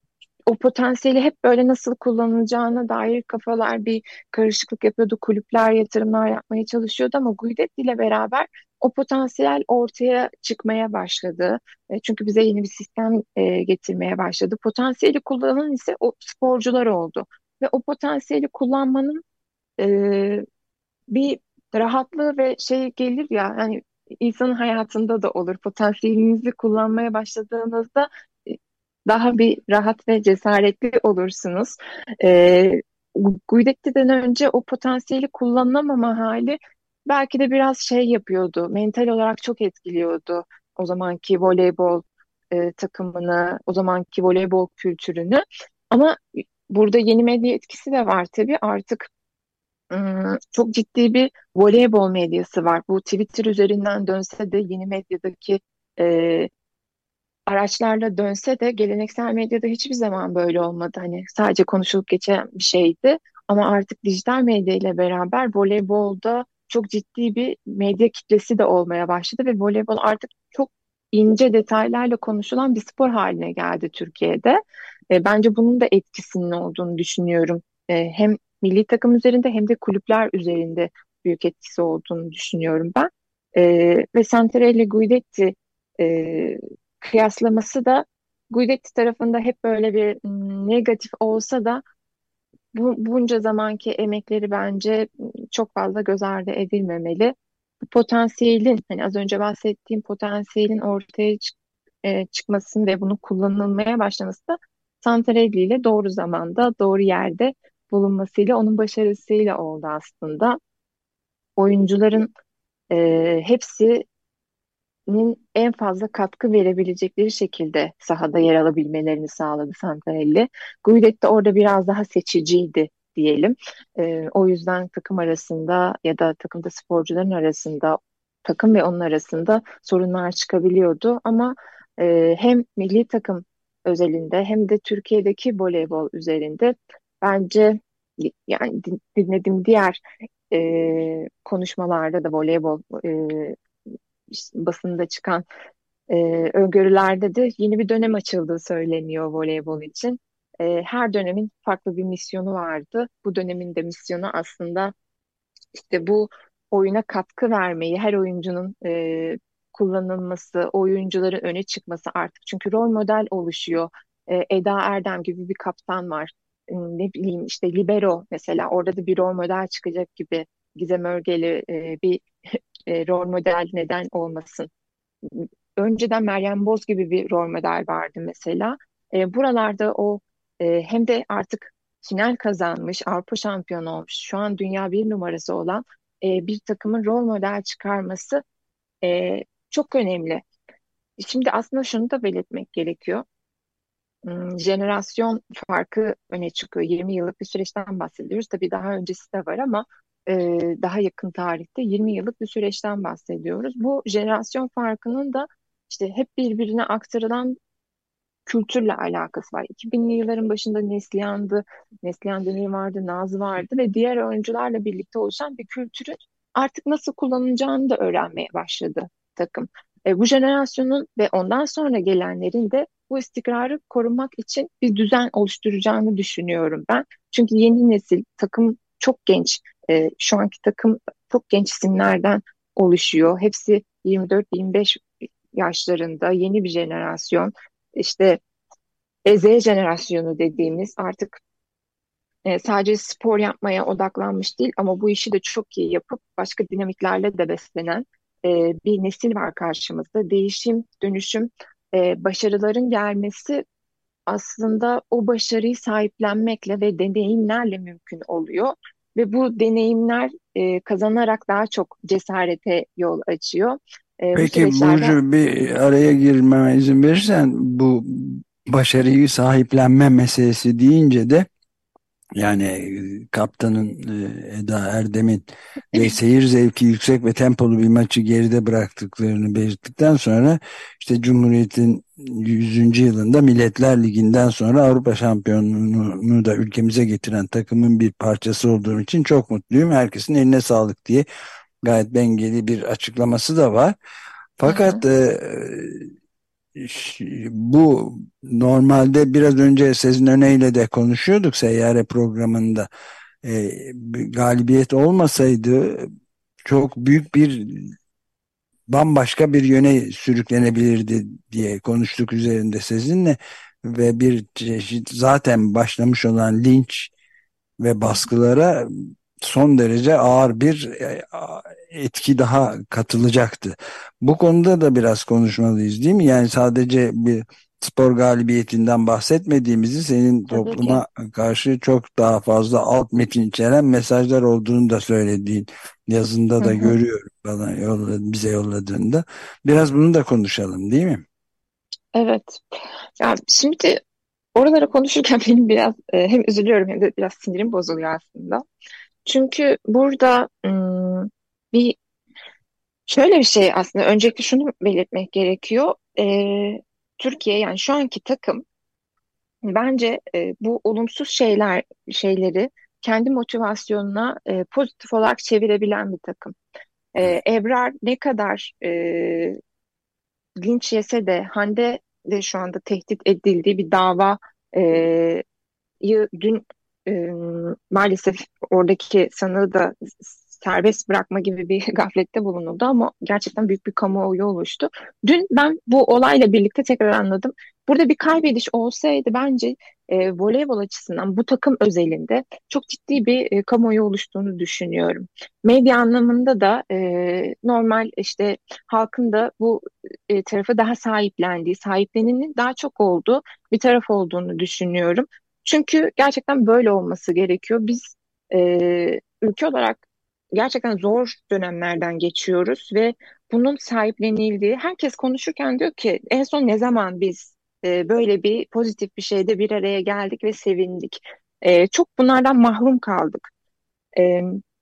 o potansiyeli hep böyle nasıl kullanılacağına dair kafalar bir karışıklık yapıyordu. Kulüpler yatırımlar yapmaya çalışıyordu ama Guidetti ile beraber o potansiyel ortaya çıkmaya başladı. E, çünkü bize yeni bir sistem e, getirmeye başladı. Potansiyeli kullanan ise o sporcular oldu. Ve o potansiyeli kullanmanın e, bir rahatlığı ve şey gelir ya, hani insanın hayatında da olur. Potansiyelinizi kullanmaya başladığınızda e, daha bir rahat ve cesaretli olursunuz. E, Guidetti'den önce o potansiyeli kullanamama hali belki de biraz şey yapıyordu. Mental olarak çok etkiliyordu o zamanki voleybol e, takımını, o zamanki voleybol kültürünü. Ama burada yeni medya etkisi de var tabii. Artık ım, çok ciddi bir voleybol medyası var. Bu Twitter üzerinden dönse de yeni medyadaki e, araçlarla dönse de geleneksel medyada hiçbir zaman böyle olmadı. Hani sadece konuşulup geçen bir şeydi. Ama artık dijital medya ile beraber voleybolda çok ciddi bir medya kitlesi de olmaya başladı ve voleybol artık çok ince detaylarla konuşulan bir spor haline geldi Türkiye'de. E, bence bunun da etkisinin olduğunu düşünüyorum. E, hem milli takım üzerinde hem de kulüpler üzerinde büyük etkisi olduğunu düşünüyorum ben. E, ve Santarelli Guidetti e, kıyaslaması da Guidetti tarafında hep böyle bir mm, negatif olsa da bu, bunca zamanki emekleri bence mm, çok fazla göz ardı edilmemeli. Bu potansiyelin, hani az önce bahsettiğim potansiyelin ortaya çık- e, çıkmasını ve bunun kullanılmaya başlaması da Santarelli ile doğru zamanda, doğru yerde bulunmasıyla, onun başarısıyla oldu aslında. Oyuncuların e, hepsi en fazla katkı verebilecekleri şekilde sahada yer alabilmelerini sağladı Santarelli. Guidetti de orada biraz daha seçiciydi diyelim. Ee, o yüzden takım arasında ya da takımda sporcuların arasında, takım ve onun arasında sorunlar çıkabiliyordu. Ama e, hem milli takım özelinde hem de Türkiye'deki voleybol üzerinde bence, yani din- dinlediğim diğer e, konuşmalarda da voleybol e, basında çıkan e, öngörülerde de yeni bir dönem açıldığı söyleniyor voleybol için. E, her dönemin farklı bir misyonu vardı. Bu dönemin de misyonu aslında işte bu oyuna katkı vermeyi, her oyuncunun e, kullanılması, oyuncuların öne çıkması artık. Çünkü rol model oluşuyor. E, Eda Erdem gibi bir kaptan var. E, ne bileyim işte libero mesela, orada da bir rol model çıkacak gibi. Gizem Örgeli e, bir e, rol model neden olmasın? Önceden Meryem Boz gibi bir rol model vardı mesela. E, buralarda o e, hem de artık final kazanmış, Avrupa şampiyonu olmuş, şu an dünya bir numarası olan e, bir takımın rol model çıkarması e, çok önemli. Şimdi aslında şunu da belirtmek gerekiyor. Hmm, Jenerasyon farkı öne çıkıyor. yirmi yıllık bir süreçten bahsediyoruz. Tabii daha öncesi de var ama e, daha yakın tarihte yirmi yıllık bir süreçten bahsediyoruz. Bu jenerasyon farkının da işte hep birbirine aktarılan kültürle alakası var. iki binli yılların başında Neslihan'dı, Neslihan Demir vardı, Nazlı vardı ve diğer oyuncularla birlikte oluşan bir kültürün artık nasıl kullanılacağını da öğrenmeye başladı takım. E, bu jenerasyonun ve ondan sonra gelenlerin de bu istikrarı korumak için bir düzen oluşturacağını düşünüyorum ben. Çünkü yeni nesil takım çok genç. E, şu anki takım çok genç isimlerden oluşuyor. Hepsi yirmi dört yirmi beş yaşlarında, yeni bir jenerasyon. İşte e, Z jenerasyonu dediğimiz artık e, sadece spor yapmaya odaklanmış değil ama bu işi de çok iyi yapıp başka dinamiklerle de beslenen e, bir nesil var karşımızda. Değişim, dönüşüm, e, başarıların gelmesi aslında o başarıyı sahiplenmekle ve deneyimlerle mümkün oluyor. Ve bu deneyimler e, kazanarak daha çok cesarete yol açıyor. E, bu Peki süreçlerde. Burcu, bir araya girmeme izin verirsen, bu başarıyı sahiplenme meselesi deyince de yani e, kaptanın e, Eda Erdem'in ve seyir zevki yüksek ve tempolu bir maçı geride bıraktıklarını belirttikten sonra işte Cumhuriyet'in yüzüncü yılında Milletler Ligi'nden sonra Avrupa şampiyonluğunu da ülkemize getiren takımın bir parçası olduğum için çok mutluyum. Herkesin eline sağlık diye gayet dengeli bir açıklaması da var. Hı Fakat hı. e, ş- bu normalde biraz önce Sezin Öne'yle de konuşuyorduk Seyyare programında. E, bir galibiyet olmasaydı çok büyük bir bambaşka bir yöne sürüklenebilirdi diye konuştuk üzerinde sizinle ve bir çeşit zaten başlamış olan linç ve baskılara son derece ağır bir e, etki daha katılacaktı. Bu konuda da biraz konuşmalıyız değil mi? Yani sadece bir spor galibiyetinden bahsetmediğimizi, senin Tabii ki. topluma karşı çok daha fazla alt metin içeren mesajlar olduğunu da söylediğin yazında Hı da hı. görüyorum, bana yolladı, bize yolladığında. Biraz bunu da konuşalım değil mi? Evet. Ya şimdi oralara konuşurken benim biraz e, hem üzülüyorum hem de biraz sinirim bozuluyor aslında. Çünkü burada ım, bir şöyle bir şey aslında öncelikle şunu belirtmek gerekiyor. Ee, Türkiye yani şu anki takım bence e, bu olumsuz şeyler şeyleri kendi motivasyonuna e, pozitif olarak çevirebilen bir takım. Evet. Ee, Ebrar ne kadar e, linç yese de Hande de şu anda tehdit edildiği bir dava e, yı dün e, maalesef oradaki sanığı da serbest bırakma gibi bir gaflette bulunuldu ama gerçekten büyük bir kamuoyu oluştu. Dün ben bu olayla birlikte tekrar anladım. Burada bir kaybediş olsaydı bence e, voleybol açısından bu takım özelinde çok ciddi bir e, kamuoyu oluştuğunu düşünüyorum. Medya anlamında da e, normal işte halkın da bu e, tarafı daha sahiplendiği, sahiplenenin daha çok olduğu bir taraf olduğunu düşünüyorum. Çünkü gerçekten böyle olması gerekiyor. Biz e, ülke olarak gerçekten zor dönemlerden geçiyoruz ve bunun sahiplenildiği, herkes konuşurken diyor ki en son ne zaman biz e, böyle bir pozitif bir şeyde bir araya geldik ve sevindik. E, çok bunlardan mahrum kaldık. E,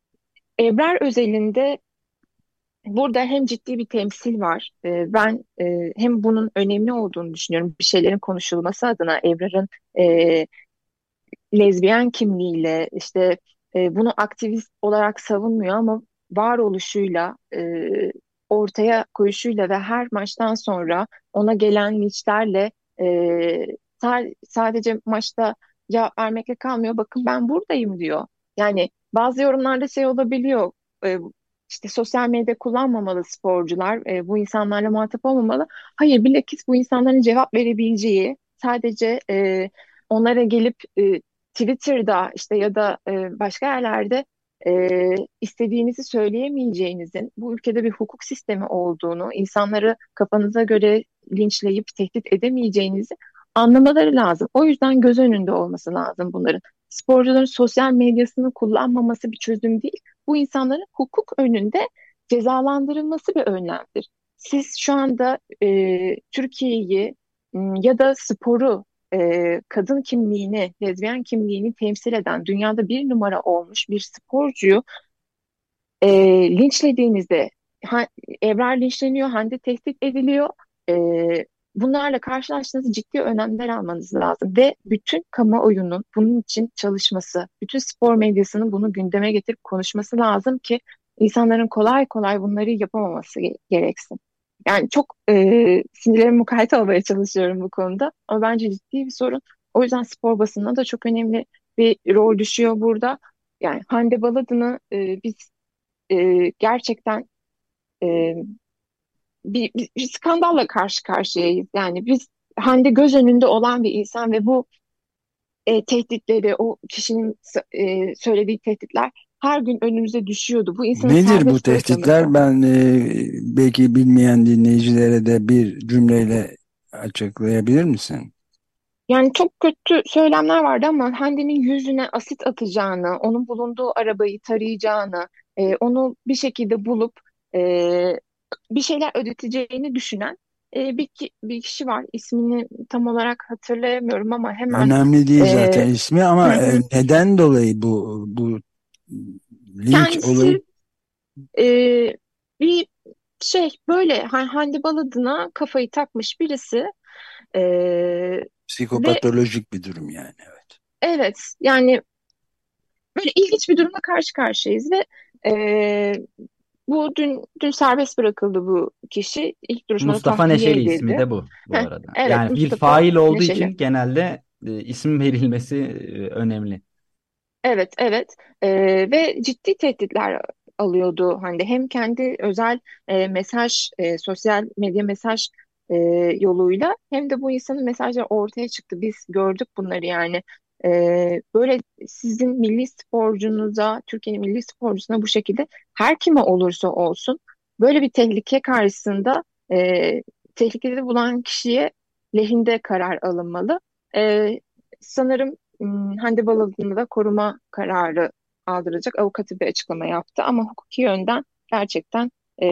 Ebrar özelinde burada hem ciddi bir temsil var. E, ben e, hem bunun önemli olduğunu düşünüyorum. Bir şeylerin konuşulması adına Ebrar'ın e, lezbiyen kimliğiyle işte e, bunu aktivist olarak savunmuyor ama varoluşuyla e, ortaya koyuşuyla ve her maçtan sonra ona gelen linçlerle e, sa- sadece maçta cevap vermekle kalmıyor. Bakın ben buradayım diyor. Yani bazı yorumlarda şey olabiliyor. E, işte sosyal medya kullanmamalı sporcular, e, bu insanlarla muhatap olmamalı. Hayır, bilakis bu insanların cevap verebileceği, sadece e, onlara gelip e, Twitter'da işte ya da e, başka yerlerde e, istediğinizi söyleyemeyeceğinizin bu ülkede bir hukuk sistemi olduğunu, insanları kafanıza göre linçleyip tehdit edemeyeceğinizi anlamaları lazım. O yüzden göz önünde olması lazım bunların. Sporcuların sosyal medyasını kullanmaması bir çözüm değil. Bu insanların hukuk önünde cezalandırılması bir önlemdir. Siz şu anda e, Türkiye'yi m, ya da sporu e, kadın kimliğini, lezbiyen kimliğini temsil eden dünyada bir numara olmuş bir sporcuyu e, linçlediğinizde ha, Ebrar linçleniyor, Hande tehdit ediliyor. E, Bunlarla karşılaştığınızda ciddi önlemler almanız lazım ve bütün kamuoyunun bunun için çalışması, bütün spor medyasının bunu gündeme getirip konuşması lazım ki insanların kolay kolay bunları yapamaması ge- gereksin. Yani çok e, sinirlerimi mukayyet olmaya çalışıyorum bu konuda ama bence ciddi bir sorun. O yüzden spor basınına da çok önemli bir rol düşüyor burada. Yani Hande Baladın'ı e, biz e, gerçekten e, bir, bir, bir skandalla karşı karşıyayız. Yani biz Hande göz önünde olan bir insan ve bu e, tehditleri, o kişinin e, söylediği tehditler her gün önümüze düşüyordu. Bu insanın Nedir bu serbest bırakılması. tehditler? Ben e, belki bilmeyen dinleyicilere de bir cümleyle açıklayabilir misin? Yani çok kötü söylemler vardı ama Hande'nin yüzüne asit atacağını, onun bulunduğu arabayı tarayacağını, e, onu bir şekilde bulup e, bir şeyler ödeteceğini düşünen e, bir, ki- bir kişi var. İsmini tam olarak hatırlayamıyorum ama hemen Önemli değil e, zaten ismi hı ama e, hı. neden dolayı bu bu linç olayı? Kendisi e, bir şey böyle Han- Hande Baladın'a kafayı takmış birisi e, ve Psikopatolojik bir durum yani, evet. evet yani böyle ilginç bir durumla karşı karşıyayız ve e, bu dün dün serbest bırakıldı bu kişi. İlk duruşmada Mustafa tahliye Neşeli ismi edildi. de bu bu Heh, arada. evet, Yani bir Mustafa fail olduğu Neşeli. için genelde e, isim verilmesi e, önemli. Evet, evet. Ee, ve ciddi tehditler alıyordu Hande. Hem kendi özel e, mesaj, e, sosyal medya mesaj e, yoluyla hem de bu insanın mesajları ortaya çıktı. Biz gördük bunları yani. Ee, böyle sizin milli sporcunuza, Türkiye'nin milli sporcusuna bu şekilde her kime olursa olsun böyle bir tehlike karşısında e, tehlikede bulan kişiye lehinde karar alınmalı. Ee, sanırım Hmm, Hande Balalı'nı da koruma kararı aldıracak avukatı bir açıklama yaptı ama hukuki yönden gerçekten e,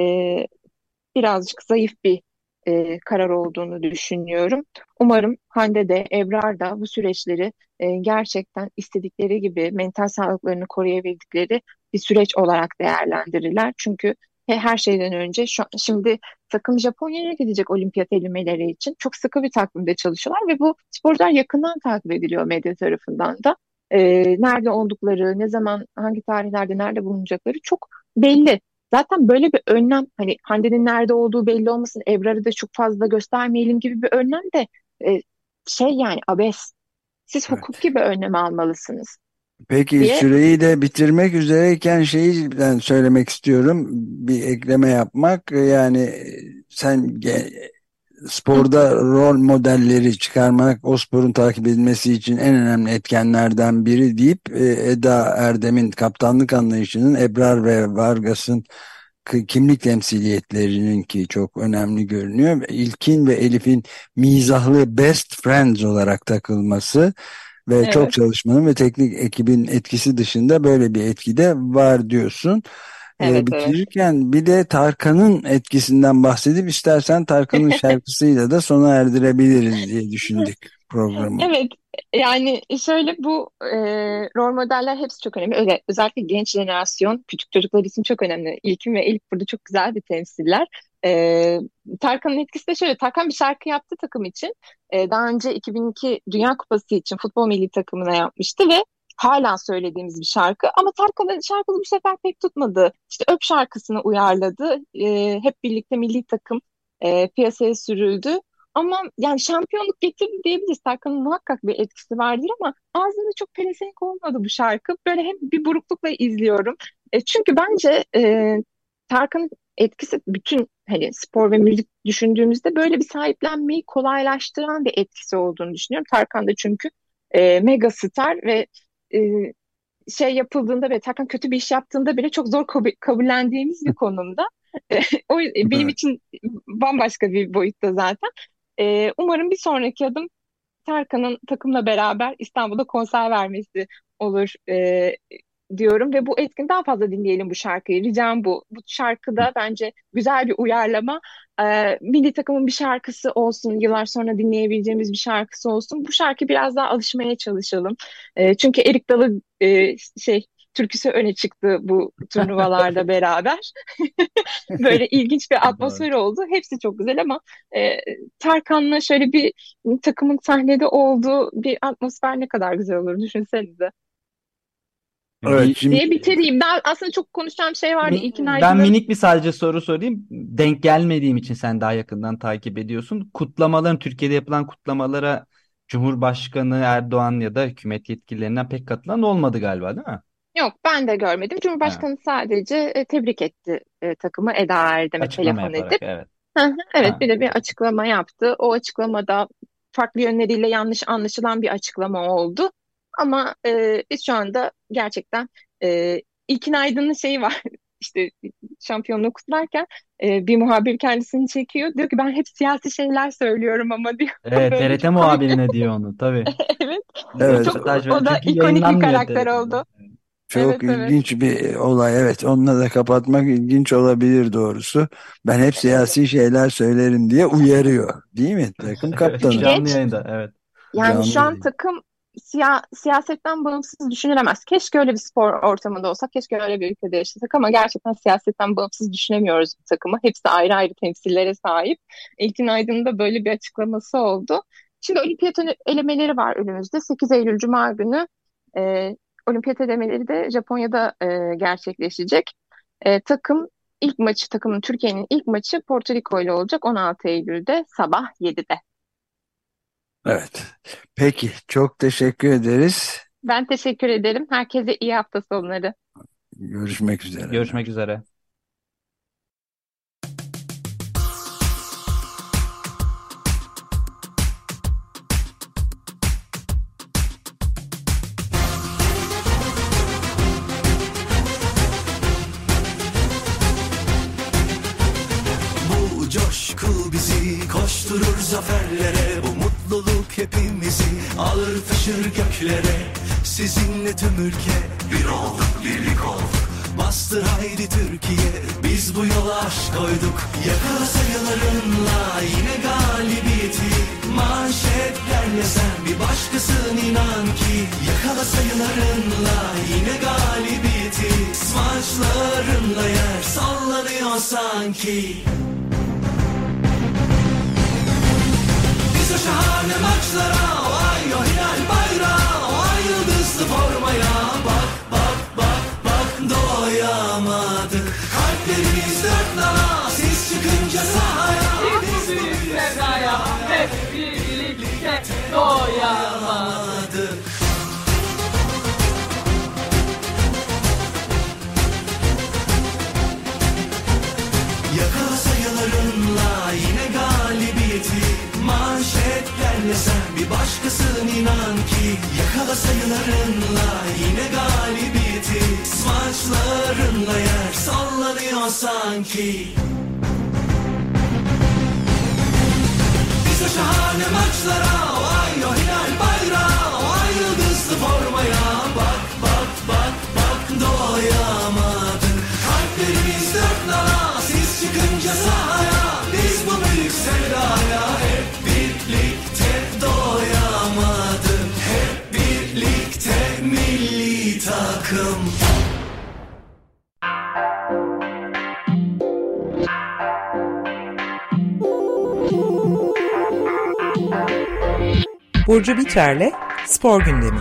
birazcık zayıf bir e, karar olduğunu düşünüyorum. Umarım Hande de Ebrar da bu süreçleri e, gerçekten istedikleri gibi mental sağlıklarını koruyabildikleri bir süreç olarak değerlendirirler. Çünkü he- her şeyden önce şu, şimdi takım Japonya'ya gidecek olimpiyat elemeleri için çok sıkı bir takvimde çalışıyorlar ve bu sporcular yakından takip ediliyor medya tarafından da. E, nerede oldukları, ne zaman, hangi tarihlerde nerede bulunacakları çok belli. Zaten böyle bir önlem hani Hande'nin nerede olduğu belli olmasın, Ebrar'ı da çok fazla göstermeyelim gibi bir önlem de e, şey yani abes. Siz Evet. hukuki bir önlem almalısınız Peki diye. süreyi de bitirmek üzereyken şeyi ben söylemek istiyorum. Bir ekleme yapmak. Yani e, sen ge- Hı, sporda rol modelleri çıkarmak o sporun takip edilmesi için en önemli etkenlerden biri deyip e, Eda Erdem'in kaptanlık anlayışının Ebrar ve Vargas'ın k- kimlik temsiliyetlerinin ki çok önemli görünüyor. İlkin ve Elif'in mizahlı best friends olarak takılması ve çok evet, çalışmanın ve teknik ekibin etkisi dışında böyle bir etki de var diyorsun. Ee, evet, evet. bitirirken bir de Tarkan'ın etkisinden bahsedip istersen Tarkan'ın şarkısıyla da sona erdirebiliriz diye düşündük programı. Evet, yani şöyle bu e, rol modeller hepsi çok önemli. Öyle, özellikle genç jenerasyon, küçük çocuklar için çok önemli. İlkin ve Elif burada çok güzel bir temsiller. E, Tarkan'ın etkisi de şöyle, Tarkan bir şarkı yaptı takım için. E, daha önce iki bin iki Dünya Kupası için futbol milli takımına yapmıştı ve hala söylediğimiz bir şarkı. Ama Tarkan'ın şarkısı bu sefer pek tutmadı. İşte Öp şarkısını uyarladı. E, hep birlikte milli takım e, piyasaya sürüldü. Ama yani şampiyonluk getirdi diyebiliriz. Tarkan'ın muhakkak bir etkisi vardır ama ağzında çok pelesenk olmadı bu şarkı. Böyle hem bir buruklukla izliyorum. E, çünkü bence e, Tarkan'ın etkisi bütün hani spor ve müzik düşündüğümüzde böyle bir sahiplenmeyi kolaylaştıran bir etkisi olduğunu düşünüyorum. Tarkan da çünkü e, mega star ve e, şey yapıldığında ve Tarkan kötü bir iş yaptığında bile çok zor kabu- kabullendiğimiz bir konumda. O benim Evet. için bambaşka bir boyutta zaten. Ee, umarım bir sonraki adım Tarkan'ın takımla beraber İstanbul'da konser vermesi olur e, diyorum ve bu etkin daha fazla dinleyelim bu şarkıyı. Ricam bu. Bu şarkıda bence güzel bir uyarlama. Ee, milli takımın bir şarkısı olsun, yıllar sonra dinleyebileceğimiz bir şarkısı olsun. Bu şarkı biraz daha alışmaya çalışalım. Ee, çünkü Erik Dalı e, şey türküsü öne çıktı bu turnuvalarda beraber. Böyle ilginç bir Doğru. atmosfer oldu. Hepsi çok güzel ama e, Tarkan'la şöyle bir takımın sahnede olduğu bir atmosfer ne kadar güzel olur düşünsenize. Evet, Bir şimdi Diye bitireyim. Daha aslında çok konuşacağım şey vardı. mi- İlkin ben Aydın'ın minik bir sadece soru sorayım. Denk gelmediğim için sen daha yakından takip ediyorsun. Kutlamaların Türkiye'de yapılan kutlamalara Cumhurbaşkanı Erdoğan ya da hükümet yetkililerinden pek katılan olmadı galiba, değil mi? yok ben de görmedim. Ha, Cumhurbaşkanı sadece e, tebrik etti e, takımı Eda Erdem'e açıklama telefon yaparak edip. evet. Hı hı, evet Ha. bir de bir açıklama yaptı. O açıklamada farklı yönleriyle yanlış anlaşılan bir açıklama oldu. Ama e, biz şu anda gerçekten e, İlkin Aydın'ın şeyi var. İşte şampiyonluğu kutlarken e, bir muhabir kendisini çekiyor. Diyor ki ben hep siyasi şeyler söylüyorum ama diyor. Evet, Böyle T R T çok komik. muhabirine diyor onu tabii. Evet. evet, Çok Röportaj veren o da çünkü ikonik bir yayınlanmıyor karakter T R T'de. oldu. Evet, çok evet. ilginç bir olay. Evet, onunla da kapatmak ilginç olabilir doğrusu. Ben hep siyasi şeyler söylerim diye uyarıyor, değil mi? Takım Evet, Çünkü kaptanı. canlı geç. yayında evet. Yani şu Canlı an yayın. takım siya siyasetten bağımsız düşünülemez. Keşke öyle bir spor ortamında olsak, keşke öyle bir ülkede yaşasak ama gerçekten siyasetten bağımsız düşünemiyoruz bu takımı. Hepsi ayrı ayrı temsillere sahip. İlkin Aydın'ın da böyle bir açıklaması oldu. Şimdi olimpiyat ele- elemeleri var önümüzde. sekiz Eylül Cuma günü e, olimpiyat elemeleri de Japonya'da e, gerçekleşecek. E, takım ilk maçı takımın Türkiye'nin ilk maçı Porto Rico ile olacak on altı Eylül'de sabah yedide. Evet. Peki, çok teşekkür ederiz. Ben teşekkür ederim. Herkese iyi hafta sonları. Görüşmek üzere. Görüşmek üzere. Bu coşku bizi koşturur zaferlere, bu mutluluk hepimizi alır taşır göklere. Sizinle tüm ülke bir olduk, birlik olduk. Bastır haydi Türkiye, biz bu yola aşk koyduk. Yakala sayılarınla yine galibiyeti, manşetlerle sen bir başkasın inan ki. Yakala sayılarınla yine galibiyeti, smaçlarınla yer sallanıyor sanki. Biz o şahane maçlara, o ay o hilal bayrağı, o ay yıldızlı formaya bak bak bak bak doyamadık. Kalplerimiz dört nala, siz çıkınca sahaya, biz büyük sevdaya hep birlikte doyamadık. Yakala sayılarınla yine galibiyeti, manşetlerle sen bir başkasın inan ki. Yakala sayılarınla yine galibiyeti, smaçlarınla yer sallanıyor sanki. Biz o şahane maçlara, o ay o hilal bayrağı, o ay yıldızlı formaya bak bak bak bak doyamadık. Kalplerimiz dört nala, siz çıkınca sahaya, biz bu büyük sevdaya hep birlikte doyamadık. Hep birlikte milli takım. Burcu Biterle Spor Gündemi.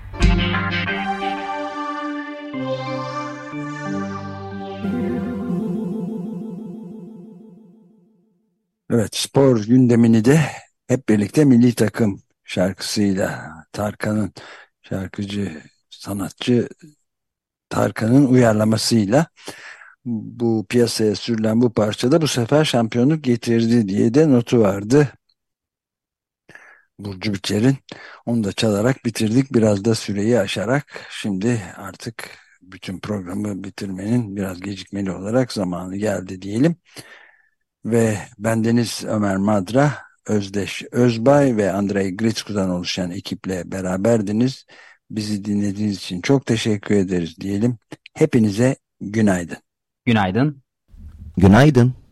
Evet, spor gündemini de hep birlikte milli takım şarkısıyla, Tarkan'ın, şarkıcı, sanatçı Tarkan'ın uyarlamasıyla bu piyasaya sürülen bu parçada bu sefer şampiyonluk getirdi diye de notu vardı Burcu Biter'in. Onu da çalarak bitirdik, biraz da süreyi aşarak. Şimdi artık bütün programı bitirmenin biraz gecikmeli olarak zamanı geldi diyelim. Ve bendeniz Ömer Madra, Özdeş Özbay ve Andrei Gritsku'dan oluşan ekiple beraberdiniz. Bizi dinlediğiniz için çok teşekkür ederiz diyelim. Hepinize günaydın. Günaydın. Günaydın.